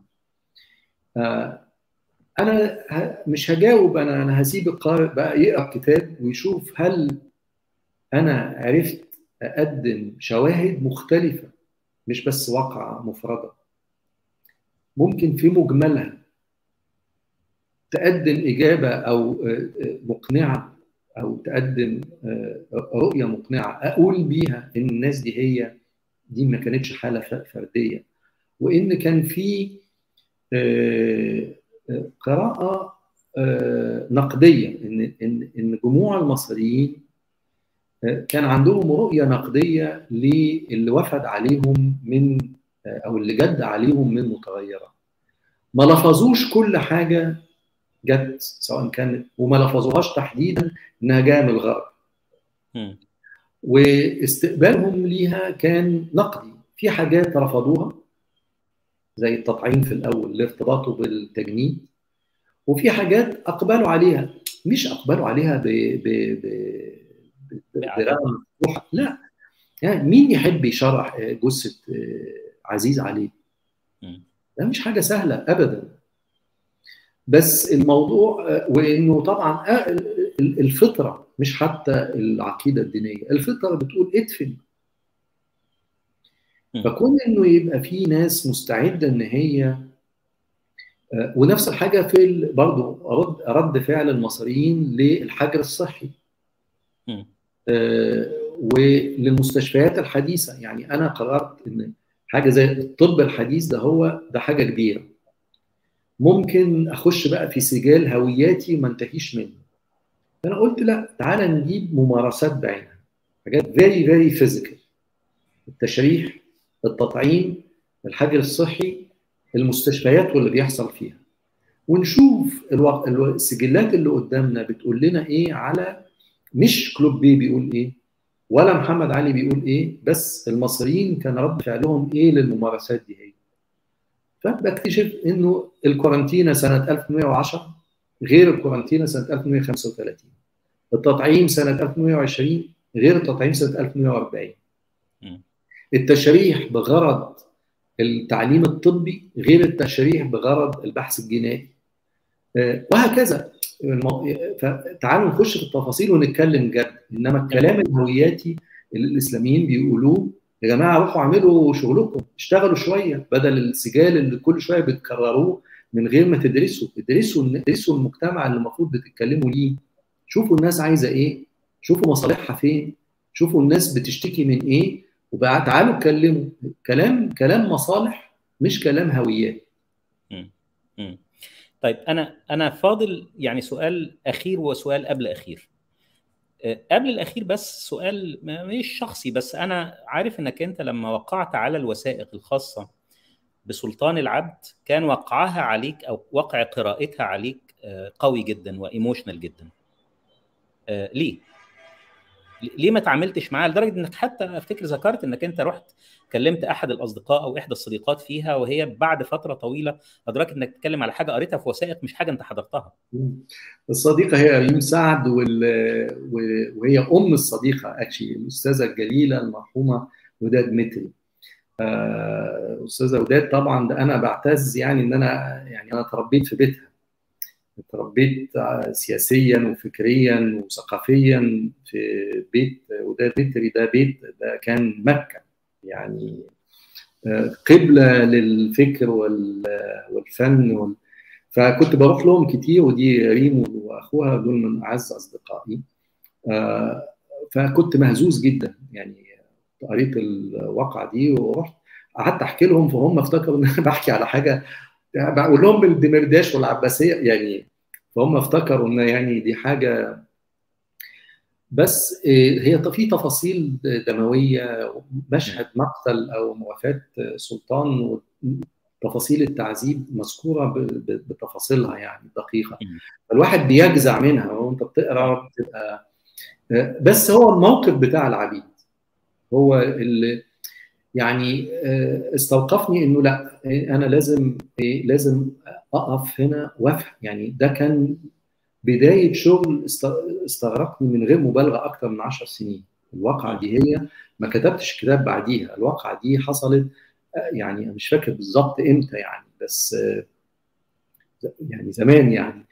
آه انا مش هجاوب، انا انا هسيب القارئ بقى يقرا الكتاب ويشوف هل انا عرفت اقدم شواهد مختلفه مش بس واقعه مفرده ممكن في مجملها تقدم اجابه او مقنعه او تقدم رؤيه مقنعه اقول بيها ان الناس دي هي دي ما كانتش حاله فرديه، وان كان في قراءه نقديه، ان ان ان جموع المصريين كان عندهم رؤيه نقديه للي وفد عليهم من او اللي جد عليهم من متغيرات. ما لفظوش كل حاجه جت سواء كانت، وما لفظوهاش تحديدا انها جايه من الغرب. واستقبالهم ليها كان نقدي، في حاجات رفضوها زي التطعيم في الاول لارتباطه بالتجنيد، وفي حاجات اقبلوا عليها، مش اقبلوا عليها ب ب ب بدراع مفتوحه، لا يعني مين يحب يشرح جثه عزيز عليه؟ ده مش حاجه سهله ابدا. بس الموضوع وانه طبعا الفطره مش حتى العقيده الدينيه، الفطره بتقول ادفن. فكون انه يبقى في ناس مستعده ان هي، ونفس الحاجه في برضه رد رد فعل المصريين للحجر الصحي. آه وللمستشفيات الحديثه. يعني انا قررت ان حاجه زي الطب الحديث ده هو ده حاجه كبيره، ممكن اخش بقى في سجال هوياتي ما انتهيش منه. فانا قلت لا، تعالى نجيب ممارسات بعينها، حاجات فيري فيري فيزيكال، التشريح، التطعيم، الحجر الصحي، المستشفيات واللي بيحصل فيها، ونشوف الوق... السجلات اللي قدامنا بتقول لنا ايه على، مش كلوب بي بيقول ايه ولا محمد علي بيقول ايه، بس المصريين كان رد فعلهم ايه للممارسات دي هي. فبكتشف انه الكورنتينا سنه ألف وثمانمائة وعشرة غير الكورنتينا سنه ألف وثمانمائة وخمسة وثلاثين، التطعيم سنه ألف وثمانمائة وعشرين غير التطعيم سنه ألف وثمانمائة وأربعين، التشريح بغرض التعليم الطبي غير التشريح بغرض البحث الجنائي، وهكذا. فتعالوا نخش في التفاصيل ونتكلم جد. انما الكلام الهوياتي اللي الاسلاميين بيقولوه، يا جماعه روحوا اعملوا شغلكم، اشتغلوا شويه بدل السجال اللي كل شويه بتكرروه من غير ما تدرسوا. ادرسوا ادرسوا المجتمع اللي المفروض بتتكلموا ليه، شوفوا الناس عايزه ايه، شوفوا مصالحها فين، شوفوا الناس بتشتكي من ايه، وبقى تعالوا اتكلموا. كلام كلام مصالح مش كلام هويات. امم طيب انا انا فاضل يعني سؤال اخير وسؤال قبل اخير. قبل الاخير بس سؤال مش شخصي، بس انا عارف انك انت لما وقعت على الوثائق الخاصه بسلطان العبد كان وقعها عليك او وقع قراءتها عليك قوي جدا وايموشنال جدا. ليه؟ ليه ما تعاملتش معاها لدرجه انك حتى افتكر ذكرت انك انت رحت كلمت احد الاصدقاء او احدى الصديقات فيها، وهي بعد فتره طويله ادركت انك تتكلم على حاجه قريتها في وثائق مش حاجه انت حضرتها. الصديقه هي ريم سعد، وال... وهي ام الصديقه اكشلي الاستاذه الجليله المرحومه وداد متري. استاذه وداد طبعا ده انا بعتز يعني ان انا يعني انا تربيت في بيتها، اتربيت سياسيا وفكريا وثقافيا في بيت وداد متري. ده بيت ده كان مكه يعني، قبله للفكر والفن وال... فكنت بروح لهم كتير، ودي ريم واخوها دول من اعز اصدقائي. فكنت مهزوز جدا يعني، قريت الواقعه دي ورحت قعدت احكي لهم، فهم افتكروا ان انا بحكي على حاجه بقول لهم بالدمرداش والعباسيه يعني، فهم افتكروا ان يعني دي حاجه. بس هي في تفاصيل دمويه، مشهد مقتل او وفاه سلطان وتفاصيل التعذيب مذكوره بتفاصيلها يعني دقيقه، الواحد بيجزع منها وانت بتقرا بتبقى. بس هو الموقف بتاع العبيد هو اللي يعني استوقفني انه لا، انا لازم لازم اقف هنا وافهم. يعني ده كان بدايه شغل استغرقني من غير مبالغه اكثر من عشر سنين. الواقعه دي هي ما كتبتش كتاب بعديها، الواقعه دي حصلت يعني مش فاكر بالظبط امتى يعني، بس يعني زمان يعني.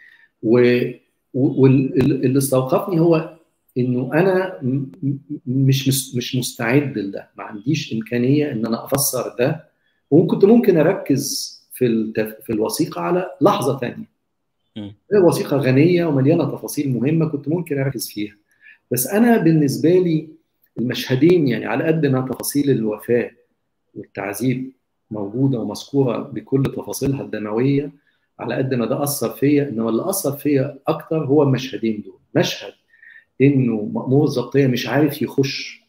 واللي استوقفني هو انه انا مش مش مستعد لده، ما عنديش امكانيه ان انا افسر ده، وكنت ممكن اركز في التف... في الوثيقه على لحظه ثانيه. الوثيقه غنيه ومليانه تفاصيل مهمه كنت ممكن اركز فيها، بس انا بالنسبه لي المشهدين يعني على قد ما تفاصيل الوفاه والتعذيب موجوده ومذكوره بكل تفاصيلها الدمويه، على قد ما ده اثر فيا، انما اللي اثر فيا اكتر هو المشهدين دول. مشهد انه مأمور الضبطيه مش عارف يخش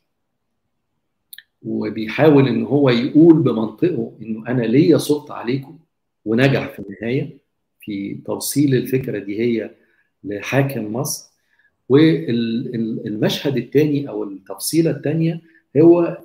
وبيحاول ان هو يقول بمنطقه انه انا ليا سلطه عليكم، ونجح في النهايه في توصيل الفكره دي هي لحاكم مصر. والمشهد الثاني او التفصيله الثانيه هو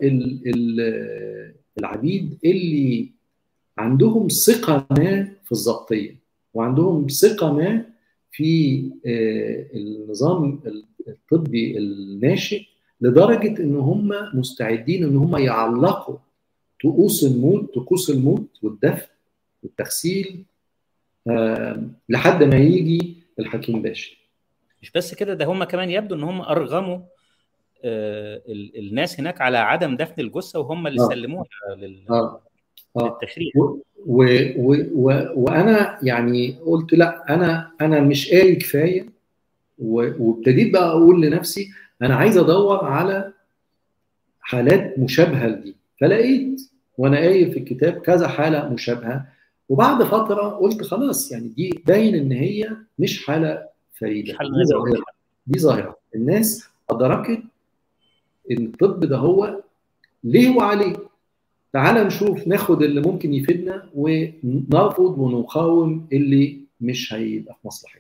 العبيد اللي عندهم ثقه ما في الضبطيه، وعندهم ثقه ما في النظام الطبي الناشئ، لدرجه ان هم مستعدين ان هم يعلقوا طقوس الموت طقوس الموت والدفن والتغسيل لحد ما يجي الحكيم باشا. مش بس كده، ده هم كمان يبدو ان هم ارغموا الناس هناك على عدم دفن الجثه، وهم اللي آه. سلموها لل... آه. آه. للتشريح. و... و... و... وانا يعني قلت لا، انا انا مش قاري كفايه، وابتديت بقى اقول لنفسي انا عايز ادور على حالات مشابهه لدي، فلقيت وانا قايل في الكتاب كذا حاله مشابهه. وبعد فتره قلت خلاص يعني دي باين ان هي مش حاله فريده، مش حل دي نادر. ظاهره، دي ظاهره الناس ادركت ان الطب ده هو ليه وعليه. تعال نشوف، ناخد اللي ممكن يفيدنا ونرفض ونقاوم اللي مش هيبقى في مصلحتنا.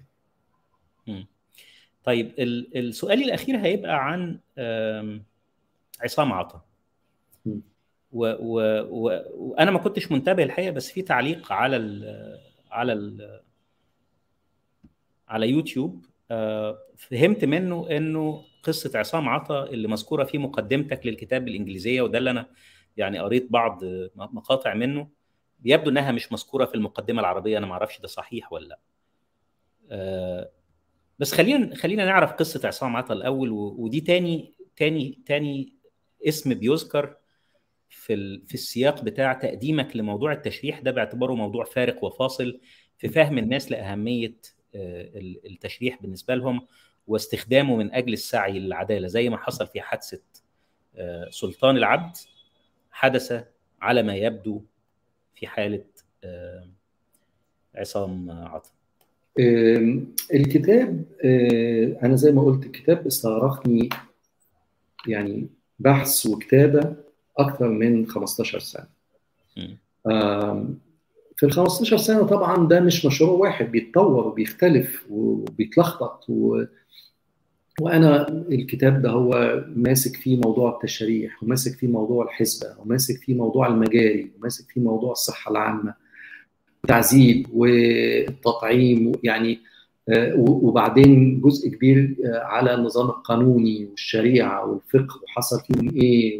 طيب السؤال الاخير هيبقى عن عصام عطا. وانا ما كنتش منتبه الحقيقه، بس في تعليق على ال على ال على يوتيوب فهمت منه انه قصه عصام عطا اللي مذكوره في مقدمتك للكتاب بالانجليزيه، وده اللي انا يعني قريت بعض مقاطع منه، يبدو انها مش مذكوره في المقدمه العربيه. انا ما اعرفش ده صحيح ولا لا. بس خلينا خلينا نعرف قصه عصام عطا الاول، ودي تاني تاني تاني اسم بيذكر في في السياق بتاع تقديمك لموضوع التشريح ده، باعتباره موضوع فارق وفاصل في فهم الناس لاهميه التشريح بالنسبه لهم، واستخدامه من اجل السعي للعداله، زي ما حصل في حادثه سلطان العبد، حدث على ما يبدو في حاله عصام عطا. الكتاب انا زي ما قلت الكتاب استغرقني يعني بحث وكتابه اكثر من خمستاشر سنه. في ال خمستاشر سنه طبعا ده مش مشروع واحد، بيتطور وبيختلف وبيتلخبط و... وانا الكتاب ده هو ماسك فيه موضوع التشريح، وماسك فيه موضوع الحسبه، وماسك فيه موضوع المجاري، وماسك فيه موضوع الصحه العامه، التعذيب والتطعيم يعني، وبعدين جزء كبير على النظام القانوني والشريعه والفقه وحصل فيهم ايه،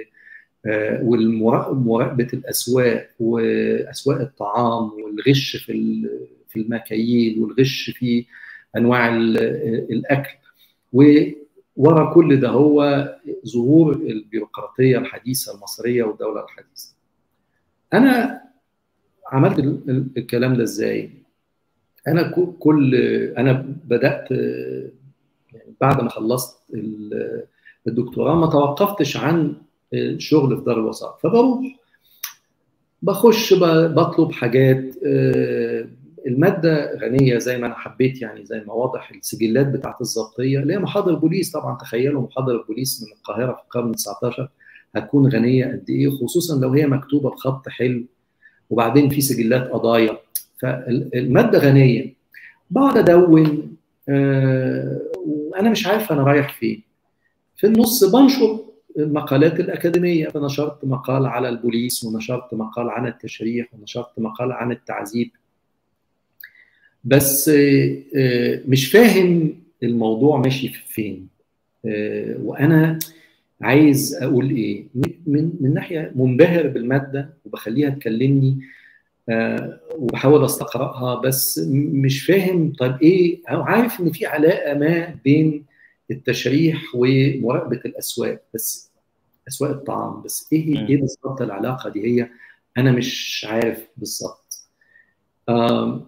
ومراقبه الاسواق واسواق الطعام، والغش في في المكاييل، والغش في انواع الاكل، وورا كل ده هو ظهور البيروقراطيه الحديثه المصريه والدوله الحديثه. انا عملت الكلام ده ازاي؟ انا كل انا بدات يعني بعد ما خلصت الدكتوراه ما توقفتش عن الشغل في دار الوثائق، فبروح بخش بطلب حاجات. الماده غنيه زي ما انا حبيت، يعني زي ما واضح السجلات بتاعت الضبطيه اللي هي محاضر بوليس، طبعا تخيلوا محاضر البوليس من القاهره في القرن التسعتاشر هتكون غنيه قد ايه، خصوصا لو هي مكتوبه بخط حلو، وبعدين في سجلات قضايا، فالماده غنيه. بقعد ادون آه وانا مش عارف انا رايح فين. في النص بنشر المقالات الاكاديميه، فنشرت مقال على البوليس، ونشرت مقال عن التشريح، ونشرت مقال عن التعذيب، بس آه آه مش فاهم الموضوع ماشي فين. آه وانا عايز اقول ايه، من من ناحيه منبهر بالماده وبخليها تكلمني، آه وبحاول استقراها، بس مش فاهم طيب ايه. عارف ان في علاقه ما بين التشريح ومراقبه الاسواق، بس اسواق الطعام، بس ايه ايه بالظبط العلاقه دي؟ هي انا مش عارف بالظبط. آه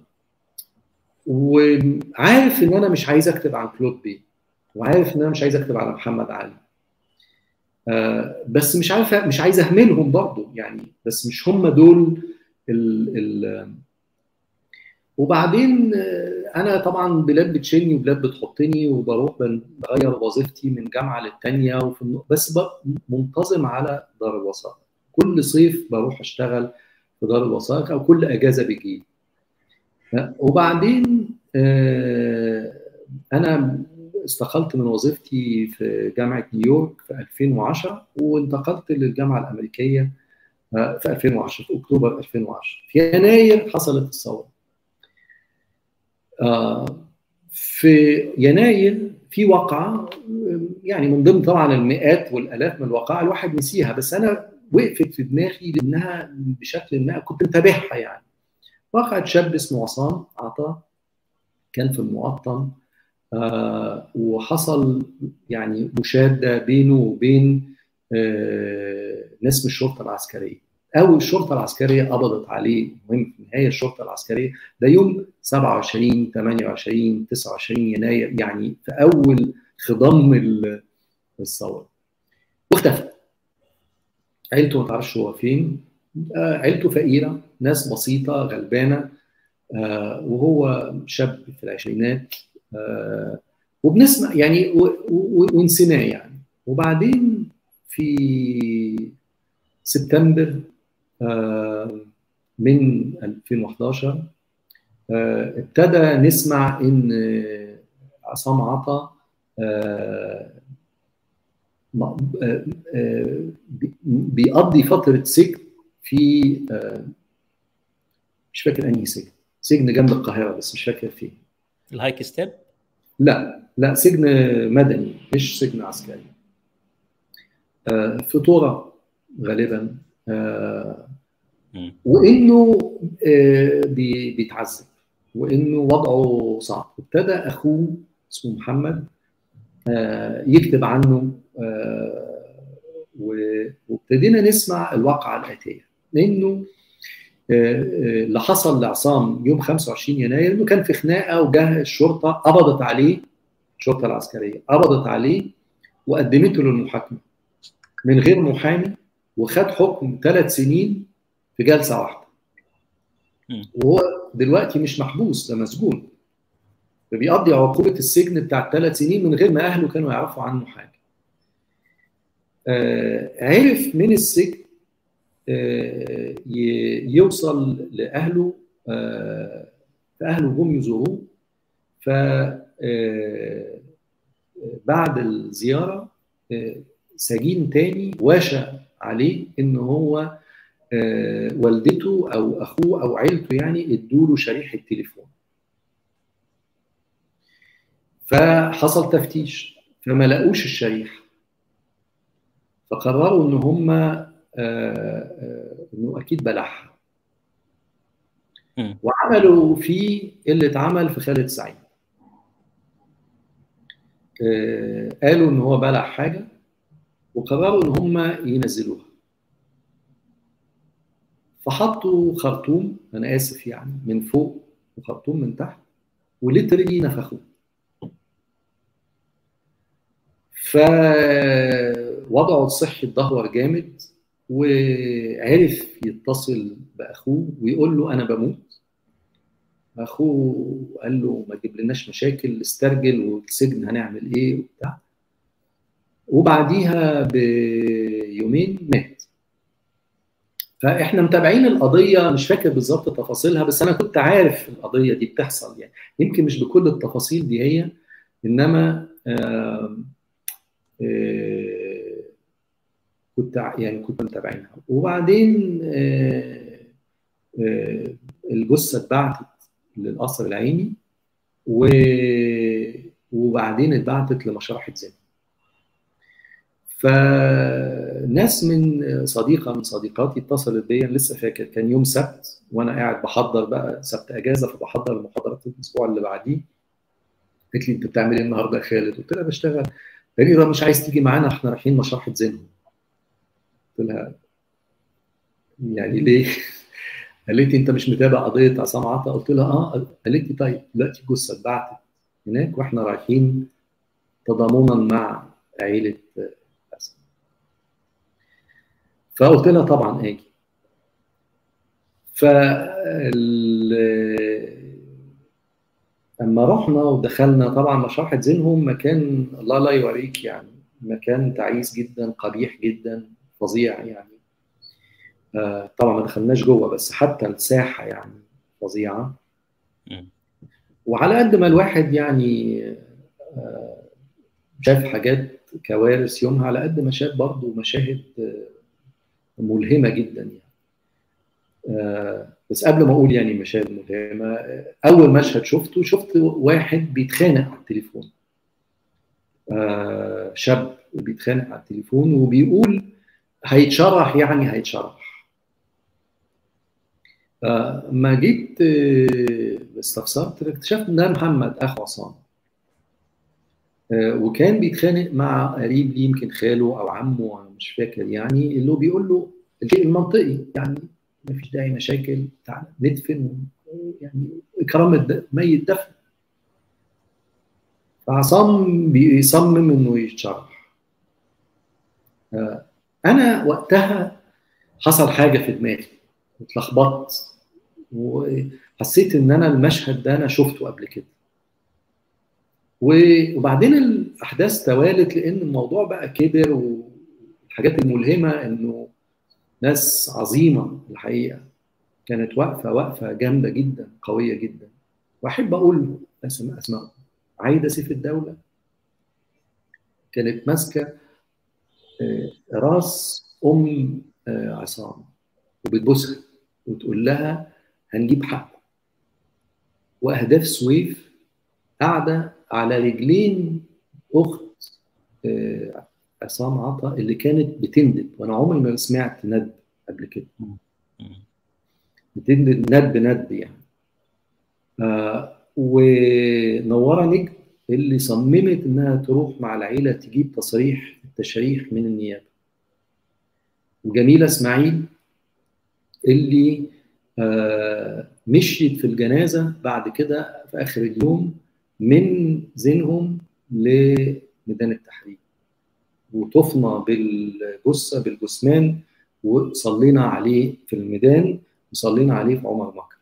وعارف ان انا مش عايز اكتب عن كلود بي، وعارف ان انا مش عايز اكتب على محمد علي، آه بس مش عارف، مش عايز اهملهم برضه يعني، بس مش هم دول ال ال وبعدين انا طبعا بلاد بتشيلني وبلاد بتحطني، وبروح بغير وظيفتي من جامعه للثانيه، وفي بس منتظم على دار الوثائق. كل صيف بروح اشتغل في دار الوثائق، او كل اجازه بيجي. وبعدين انا استقلت من وظيفتي في جامعه نيويورك في ألفين وعشرة، وانتقلت للجامعه الامريكيه في ألفين وعشرة، في اكتوبر ألفين وعشرة. في يناير حصلت الثوره. في يناير في واقعه يعني من ضمن طبعا المئات والالاف من الوقائع الواحد نسيها، بس انا وقفت في دماغي لانها بشكل ما كنت متابعها. يعني واقعه شاب اسمه عصام عطا كان في المقطم، آه وحصل يعني مشاده بينه وبين آه ناس من الشرطه العسكريه، او الشرطه العسكريه قبضت عليه. المهم في النهايه الشرطه العسكريه ده يوم سبعة وعشرين ثمانية وعشرين تسعة وعشرين يناير، يعني في اول خضم الثوره واختفى. عيلته ما تعرفش هو فين. آه عيلته فقيره، ناس بسيطه غلبانه، آه وهو شاب في العشرينات، آه وبنسمع يعني ونسيناه يعني. وبعدين في سبتمبر آه من ألفين وحداشر آه ابتدى نسمع ان عصام عطا آه بيقضي فتره سجن في آه مش فاكر انهي سجن، سجن جنب القاهره بس مش فاكر فين. الهايك ستيب؟ لا لا، سجن مدني مش سجن عسكري. آه في طورة غالبا. آه وانه آه بيتعذب وانه وضعه صعب. ابتدى اخوه اسمه محمد آه يكتب عنه، آه وابتدينا نسمع الواقعه الاتيه. انه اللي حصل لعصام يوم خمسة وعشرين يناير انه كان في خناقه وجه الشرطه قبضت عليه، الشرطه العسكريه قبضت عليه وقدمته للمحاكمه من غير محامي، وخد حكم ثلاث سنين في جلسه واحده. وهو دلوقتي مش محبوس، ده مسجون، فبيقضي عقوبه السجن بتاع ثلاث سنين من غير ما اهله كانوا يعرفوا عنه حاجه. آه عرف من السجن آه يوصل لاهله، آه فاهله جم يزوروه. ف بعد الزياره سجين تاني واشى عليه ان هو والدته او اخوه او عيلته يعني ادوا له شريحه تليفون. فحصل تفتيش فما لقوش الشريحه، فقرروا ان هم انه اكيد بلعها، وعملوا فيه اللي اتعمل في خالد سعيد. قالوا ان هو بلع حاجه وقرروا ان هم ينزلوها. فحطوا خرطوم، انا اسف يعني، من فوق وخرطوم من تحت، وليترلي نفخوه. فوضعه الصحي اتدهور جامد، وعرف يتصل باخوه ويقول له انا بموت. اخوه قال له ما تجيب لناش مشاكل، استرجل والسجن هنعمل ايه وبتاع. وبعديها بيومين مات. فاحنا متابعين القضيه، مش فاكر بالظبط تفاصيلها، بس انا كنت عارف القضيه دي بتحصل يعني، يمكن مش بكل التفاصيل دي هي، انما آآ آآ كنت يعني كنت متابعينها. وبعدين آآ آآ الجثه اتبعتت للقصر العيني، وبعدين اتبعتت لمشرحه زين. فناس من صديقه من صديقاتي اتصلت بيا، لسه فاكر كان يوم سبت وانا قاعد بحضر بقى، سبت اجازه فبحضر المحاضرات الاسبوع اللي بعديه. قالت لي انت بتعمل ايه النهارده يا خالد؟ قلت لها بشتغل. قالت لي طب مش عايز تيجي معانا، احنا رايحين مشرحه زين. قلت لها يعني ليه؟ قالت لي انت مش متابع قضيه عصام عطا؟ قلت لها اه. قالت لي طيب دلوقتي الجثه اتبعتت هناك واحنا رايحين تضامنا مع عيله حسن. فقلت لها طبعا اجي. ف لما رحنا ودخلنا طبعا مشرحه زينهم، مكان الله لا يوريك يعني، مكان تعيس جدا، قبيح جدا، فظيع يعني. آه طبعا ما دخلناش جوه، بس حتى الساحه يعني فظيعه. وعلى قد ما الواحد يعني آه شاف حاجات كوارث يومها، على قد ما شاف برضه مشاهد آه ملهمه جدا يعني. آه بس قبل ما اقول يعني مشاهد ملهمه، اول مشهد شفته شفت واحد بيتخانق على التليفون. آه شاب بيتخانق على التليفون وبيقول هيتشرح يعني هيتشرح. فما جيت آه استفسرت اكتشفت ان ده محمد اخو عصام. آه وكان بيتخانق مع قريب ليه، يمكن خاله او عمه انا مش فاكر يعني، اللي هو بيقول له الشيء المنطقي يعني ما فيش داعي مشاكل، تعالى ندفن يعني اكرام الميت دفن. فعصام بيصمم انه يتشرح. انا وقتها حصل حاجه في دماغي، اتلخبطت وحسيت ان انا المشهد ده انا شفته قبل كده. وبعدين الاحداث توالت لان الموضوع بقى كبر، والحاجات الملهمه انه ناس عظيمه الحقيقه كانت واقفه وقفه جامده جدا قويه جدا. واحب اقول اسماء اسماء عايده سيف الدوله كانت ماسكه راس ام عصام وبتبوسها وتقول لها هنجيب حقه. واهداف سويف قاعده على رجلين اخت عصام عطا اللي كانت بتندب، وانا عمري ما سمعت ندب قبل كده. بتندب ندب ندب يعني. آه ونوره نجم اللي صممت انها تروح مع العيله تجيب تصريح التشريح من النيابه. وجميله اسماعيل اللي آه مشيت في الجنازه بعد كده في اخر اليوم من زينهم لميدان التحرير، وطفنا بالجثه بالجثمان وصلينا عليه في الميدان وصلينا عليه في عمر مكر.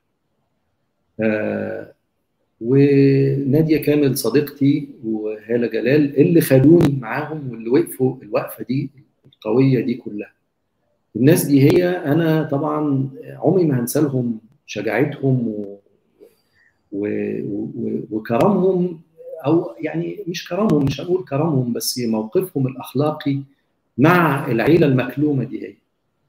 آه وناديه كامل صديقتي وهاله جلال اللي خدوني معاهم واللي وقفوا الوقفه دي القويه دي كلها. الناس دي هي انا طبعا عمري ما هنسى لهم شجاعتهم و... و... و... وكرمهم، او يعني مش كرمهم، مش هنقول كرمهم، بس موقفهم الاخلاقي مع العيله المكلومه دي هي.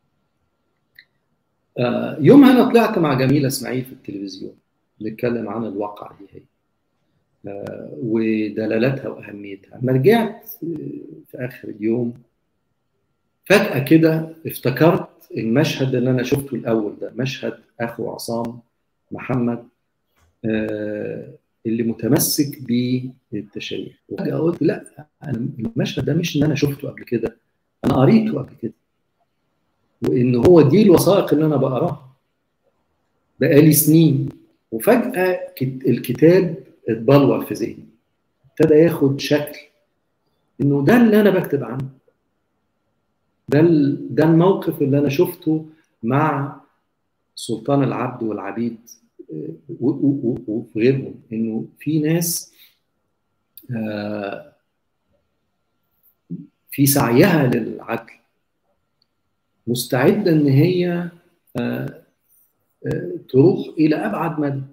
آه يومها انا طلعت مع جميله اسماعيل في التلفزيون نتكلم عن الواقعه دي هي آه ودلالاتها واهميتها. لما رجعت في اخر اليوم فجاه كده افتكرت المشهد اللي انا شفته الاول ده، مشهد اخو عصام محمد آه اللي متمسك بالتشريح. وفجاه قلت لا، انا المشهد ده مش ان انا شفته قبل كده، انا قريته قبل كده، وان هو دي الوثائق اللي انا بقراها بقالي سنين. وفجاه الكتاب اتبلور في ذهني، ابتدى ياخد شكل انه ده اللي انا بكتب عنه، ده ده الموقف اللي انا شفته مع سلطان العبد والعبيد وغيرهم، انه في ناس في سعيها للعدل مستعده ان هي تروح الى ابعد مدى.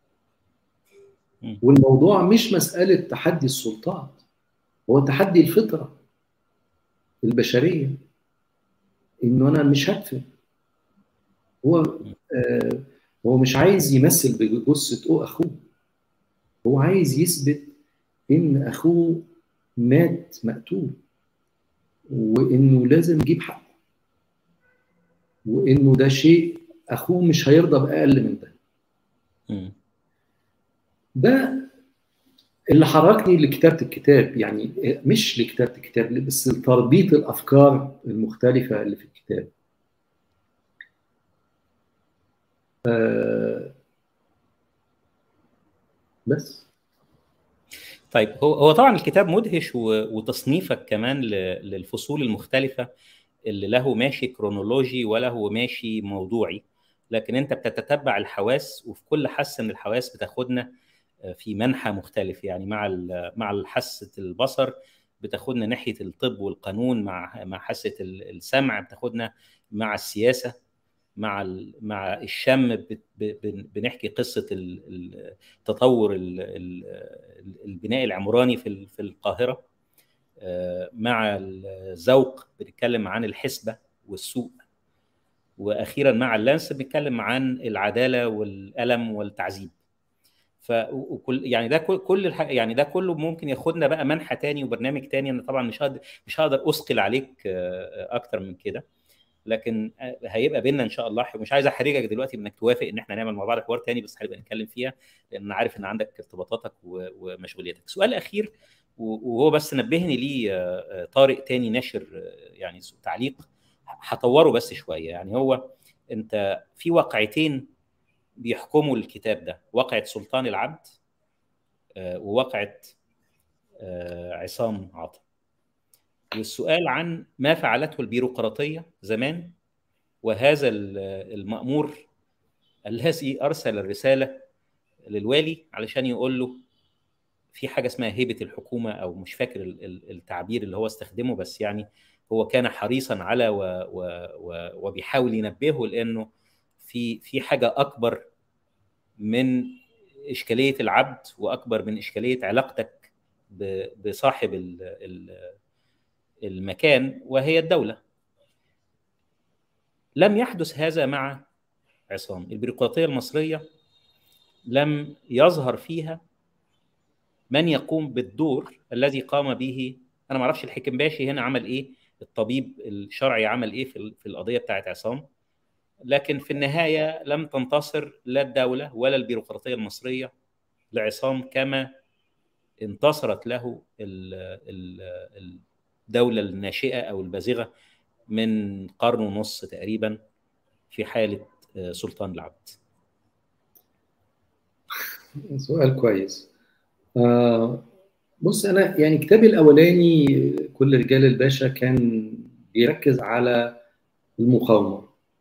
والموضوع مش مساله تحدي السلطات، هو تحدي الفطره البشريه، انه انا مش هدفن. هو آه هو مش عايز يمثل بجثه اخوه، هو عايز يثبت ان اخوه مات مقتول، وانه لازم يجيب حقه، وانه ده شيء اخوه مش هيرضى باقل من ده. ده اللي حركني لكتابه الكتاب، يعني مش لكتابه الكتاب بس لتربيط الافكار المختلفه اللي في الكتاب. آه بس طيب هو هو طبعا الكتاب مدهش، وتصنيفك كمان للفصول المختلفه اللي له ماشي كرونولوجي وله ماشي موضوعي، لكن انت بتتتبع الحواس، وفي كل حاسه من الحواس بتاخدنا في منحى مختلف. يعني مع مع حاسه البصر بتاخدنا ناحيه الطب والقانون، مع مع حاسه السمع بتاخدنا مع السياسه، مع مع الشم بنحكي قصه تطور البناء العمراني في في القاهره، مع الذوق بنتكلم عن الحسبه والسوق، واخيرا مع اللانس بنتكلم عن العداله والالم والتعذيب. فكل يعني ده كل يعني ده كله ممكن ياخدنا بقى منحى تاني وبرنامج تاني. انا طبعا مش هقدر مش هقدر اثقل عليك اكتر من كده، لكن هيبقى بينا ان شاء الله. مش عايز احرجك دلوقتي انك توافق ان احنا نعمل مع بعض حوار تاني، بس هنبقى نتكلم فيها لان انا عارف ان عندك ارتباطاتك ومشغولياتك. سؤال اخير وهو بس نبهني ليه طارق تاني ناشر يعني تعليق هطوره بس شويه. يعني هو انت في واقعتين بيحكموا الكتاب ده، واقعه سلطان العبد وواقعه عصام عطا. والسؤال عن ما فعلته البيروقراطية زمان، وهذا المأمور الذي أرسل الرسالة للوالي علشان يقول له في حاجة اسمها هيبة الحكومة، أو مش فاكر التعبير اللي هو استخدمه، بس يعني هو كان حريصا على و و و وبيحاول ينبهه لأنه في في حاجة أكبر من إشكالية العبد، وأكبر من إشكالية علاقتك بصاحب المكان وهي الدولة. لم يحدث هذا مع عصام. البيروقراطية المصرية لم يظهر فيها من يقوم بالدور الذي قام به. أنا ما أعرفش الحكمباشي هنا عمل إيه، الطبيب الشرعي عمل إيه في القضية بتاعت عصام، لكن في النهاية لم تنتصر لا الدولة ولا البيروقراطية المصرية لعصام كما انتصرت له الدولة الناشئة أو البازغة من قرن ونص تقريبا في حالة سلطان العبد. سؤال كويس. آه بص، أنا يعني كتابي الأولاني كل رجال الباشا كان بيركز على المقاومة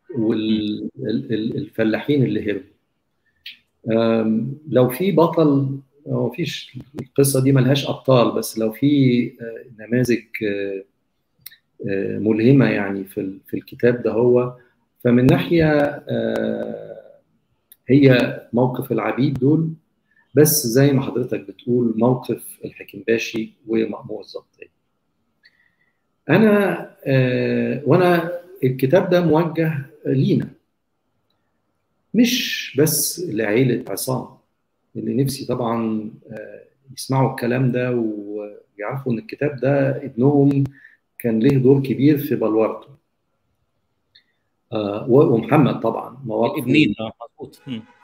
والفلاحين اللي هربوا. لو في بطل، هو فيش القصة دي ملهاش أبطال، بس لو في نماذج ملهمة يعني في في الكتاب ده، هو فمن ناحية هي موقف العبيد دول، بس زي ما حضرتك بتقول موقف الحكمباشي ومأمور الزبطية. أنا وأنا الكتاب ده موجه لينا، مش بس لعيلة عصام اللي نفسي طبعا يسمعوا الكلام ده ويعرفوا ان الكتاب ده ابنهم كان له دور كبير في بلورته، ومحمد طبعا مواقفه ابنين. اه مظبوط.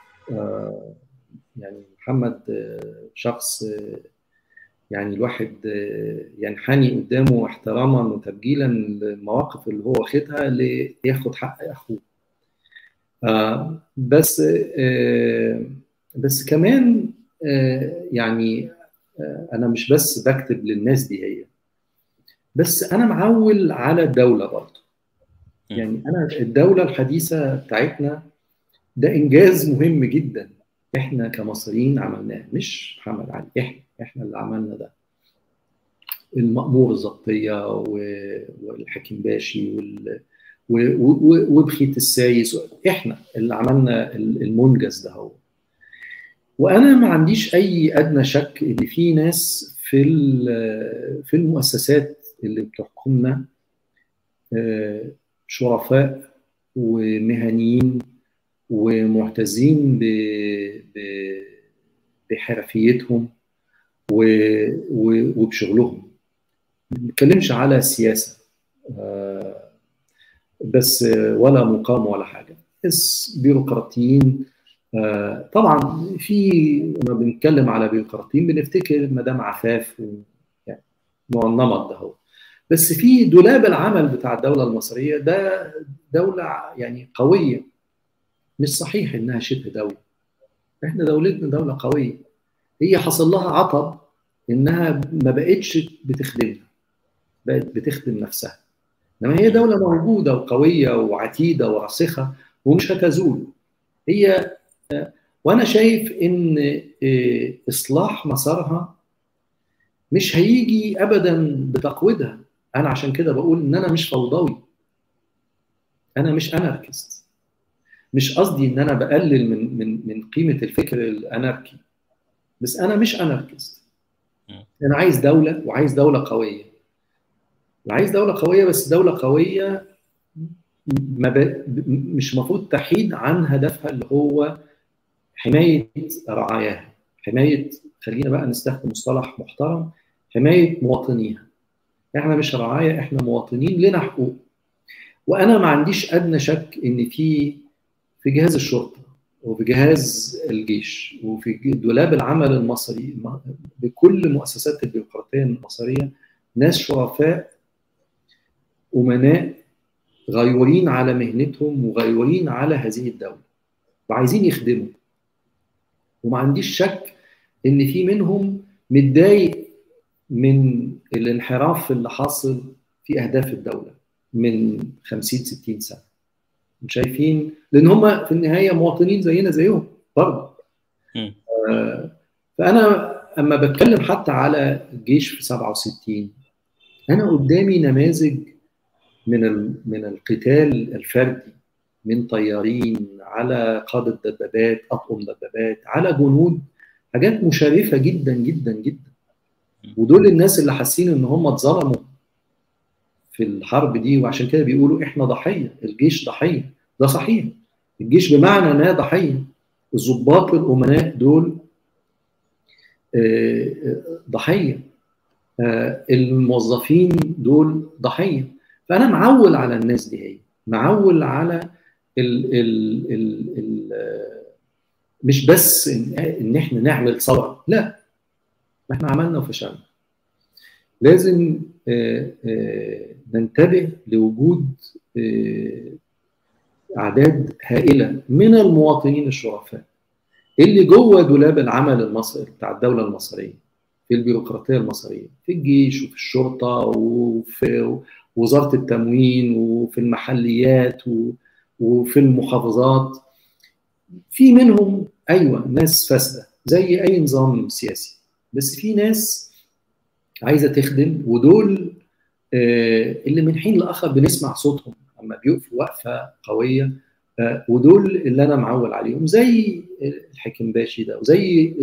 يعني محمد شخص يعني الواحد ينحني قدامه احتراما وتبجيلا للمواقف اللي هو واخدها لياخد حق اخوه. بس بس كمان يعني انا مش بس بكتب للناس دي هي، بس انا معول على الدوله برضه. يعني انا الدوله الحديثه بتاعتنا ده انجاز مهم جدا احنا كمصريين عملناه، مش محمد علي، احنا احنا اللي عملنا ده. المأمور الزبطيه والحكمباشي وال وبخيت السايس، احنا اللي عملنا المنجز ده. هو وانا ما عنديش اي ادنى شك ان في ناس في في المؤسسات اللي بتحكمنا شرفاء ومهنيين ومعتزين بحرفيتهم وبشغلهم. ما بنتكلمش على السياسه بس ولا مقام ولا حاجه، بس بيروقراطيين. آه طبعا في لما بنتكلم على بيروقراطيين بنفتكر مدام عفاف يعني نوع النمط ده هو، بس في دولاب العمل بتاع الدوله المصريه ده دوله يعني قويه. مش صحيح انها شبه دوله، احنا دولتنا دوله قويه، هي حصل لها عطب انها ما بقتش بتخدمنا، بقت بتخدم نفسها. انما هي دوله موجوده وقويه وعتيده وراسخه ومش هتزول. هي وانا شايف ان اصلاح مسارها مش هيجي ابدا بتقويضها. انا عشان كده بقول ان انا مش فوضوي، انا مش اناركست. مش قصدي ان انا بقلل من من من قيمه الفكر الاناركي، بس انا مش اناركست. انا عايز دوله، وعايز دوله قويه، وعايز دوله قويه، بس دوله قويه ما ب... مش المفروض تحيد عن هدفها اللي هو حمايه رعاياها، حمايه، خلينا بقى نستخدم مصطلح محترم، حمايه مواطنيها. احنا مش رعايا، احنا مواطنين لنا حقوق. وانا ما عنديش ادنى شك ان في في جهاز الشرطه وفي جهاز الجيش وفي دولاب العمل المصري بكل مؤسسات البيروقراطيه المصريه ناس شرفاء امناء غيورين على مهنتهم وغيورين على هذه الدوله وعايزين يخدموا. وما عنديش شك ان في منهم متضايق من الانحراف اللي حاصل في اهداف الدوله من خمسين ستين سنه. شايفين لان هم في النهايه مواطنين زينا زيهم برضه. آه فانا اما بتكلم حتى على الجيش في سبعة وستين، انا قدامي نماذج من من القتال الفردي، من طيارين على قادة دبابات، اطقم دبابات، على جنود، حاجات مشرفه جدا جدا جدا. ودول الناس اللي حاسين ان هم اتظلموا في الحرب دي، وعشان كده بيقولوا احنا ضحيه، الجيش ضحيه. ده صحيح، الجيش بمعنى انها ضحيه. الضباط الامناء دول ضحيه، الموظفين دول ضحيه. فانا معول على الناس دي، هي معول على ال ال ال ال مش بس ان, إن احنا نعمل ثوره، لا، احنا عملنا وفشلنا. لازم ننتبه لوجود اعداد هائله من المواطنين الشرفاء اللي جوه دولاب العمل المصري بتاع الدوله المصريه، في البيروقراطيه المصريه، في الجيش وفي الشرطه وفي وزاره التموين وفي المحليات وفي المحافظات. في منهم ايوه ناس فاسده زي اي نظام سياسي، بس في ناس عايزه تخدم، ودول اللي من حين لاخر بنسمع صوتهم اما بيقفوا وقفه قويه، ودول اللي انا معول عليهم، زي الحكيمباشي ده وزي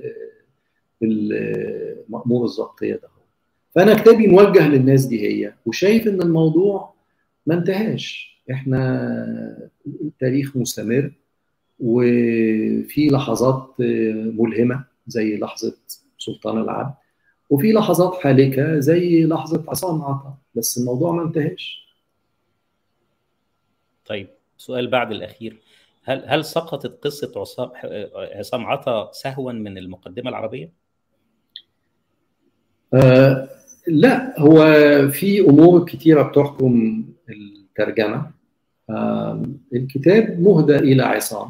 المأمور الضبطيه ده. فانا كتابي موجه للناس دي هي، وشايف ان الموضوع ما انتهاش. احنا التاريخ مستمر، وفي لحظات ملهمه زي لحظه سلطان العبد، وفي لحظات حالكه زي لحظه عصام عطا، بس الموضوع ما انتهاش. طيب، سؤال بعد الاخير، هل هل سقطت قصه عصام عصام عطا سهوا من المقدمه العربيه؟ آه لا، هو في امور كثيره بتحكم الترجمه. آه الكتاب مهدى الى عصام.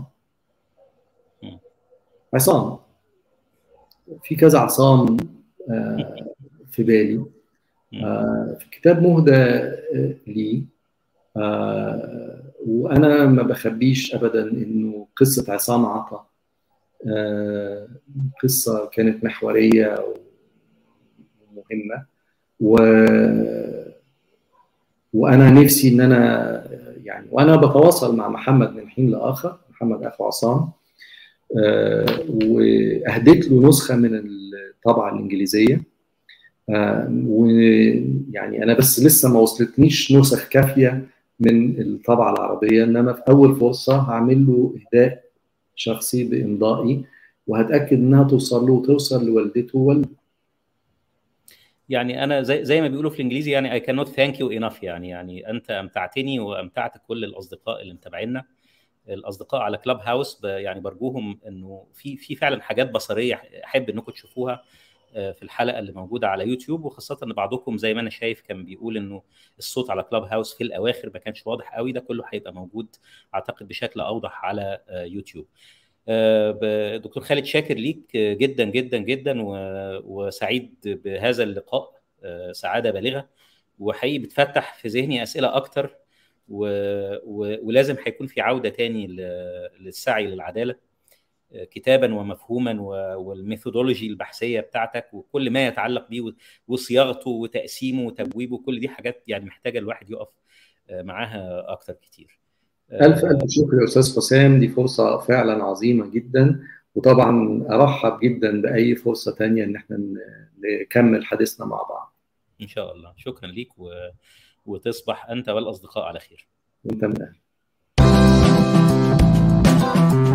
عصام في كذا عصام آه في بالي. آه في الكتاب مهدى آه لي، آه وانا ما بخبيش ابدا انه قصه عصام عطا آه قصه كانت محوريه ومهمه، و وانا نفسي ان انا يعني، وانا بتواصل مع محمد من حين لاخر، محمد اخو عصام، آه واهديت له نسخه من الطبعه الانجليزيه، آه ويعني انا بس لسه ما وصلتنيش نسخ كافيه من الطبعه العربيه، انما في اول فرصه هعمل له اهداء شخصي بامضائي، وهتاكد انها توصل له وتوصل لوالدته ووالده. يعني انا زي زي ما بيقولوا في الانجليزي، يعني I cannot thank you enough. يعني يعني انت امتعتني وامتعت كل الاصدقاء اللي متابعينا، الاصدقاء على كلاب هاوس. يعني برجوهم انه في في فعلا حاجات بصريه احب انكم تشوفوها في الحلقه اللي موجوده على يوتيوب، وخاصه ان بعضكم زي ما انا شايف كان بيقول انه الصوت على كلاب هاوس في الاواخر ما كانش واضح قوي. ده كله هيبقى موجود اعتقد بشكل اوضح على يوتيوب. دكتور خالد، شاكر ليك جدا جدا جدا، وسعيد بهذا اللقاء سعاده بالغه، وحقيقي بتفتح في ذهني اسئله اكتر، ولازم هيكون في عوده تاني للسعي للعداله كتابا ومفهوما، والميثودولوجي البحثيه بتاعتك وكل ما يتعلق بيه وصياغته وتقسيمه وتبويبه، كل دي حاجات يعني محتاجه الواحد يقف معاها اكتر كتير. ألف ألف شكر يا أستاذ حسام، دي فرصة فعلا عظيمة جدا، وطبعا أرحب جدا بأي فرصة تانية إن احنا نكمل حديثنا مع بعض. إن شاء الله. شكرا ليك، و... وتصبح أنت والأصدقاء على خير. وأنت من أهل.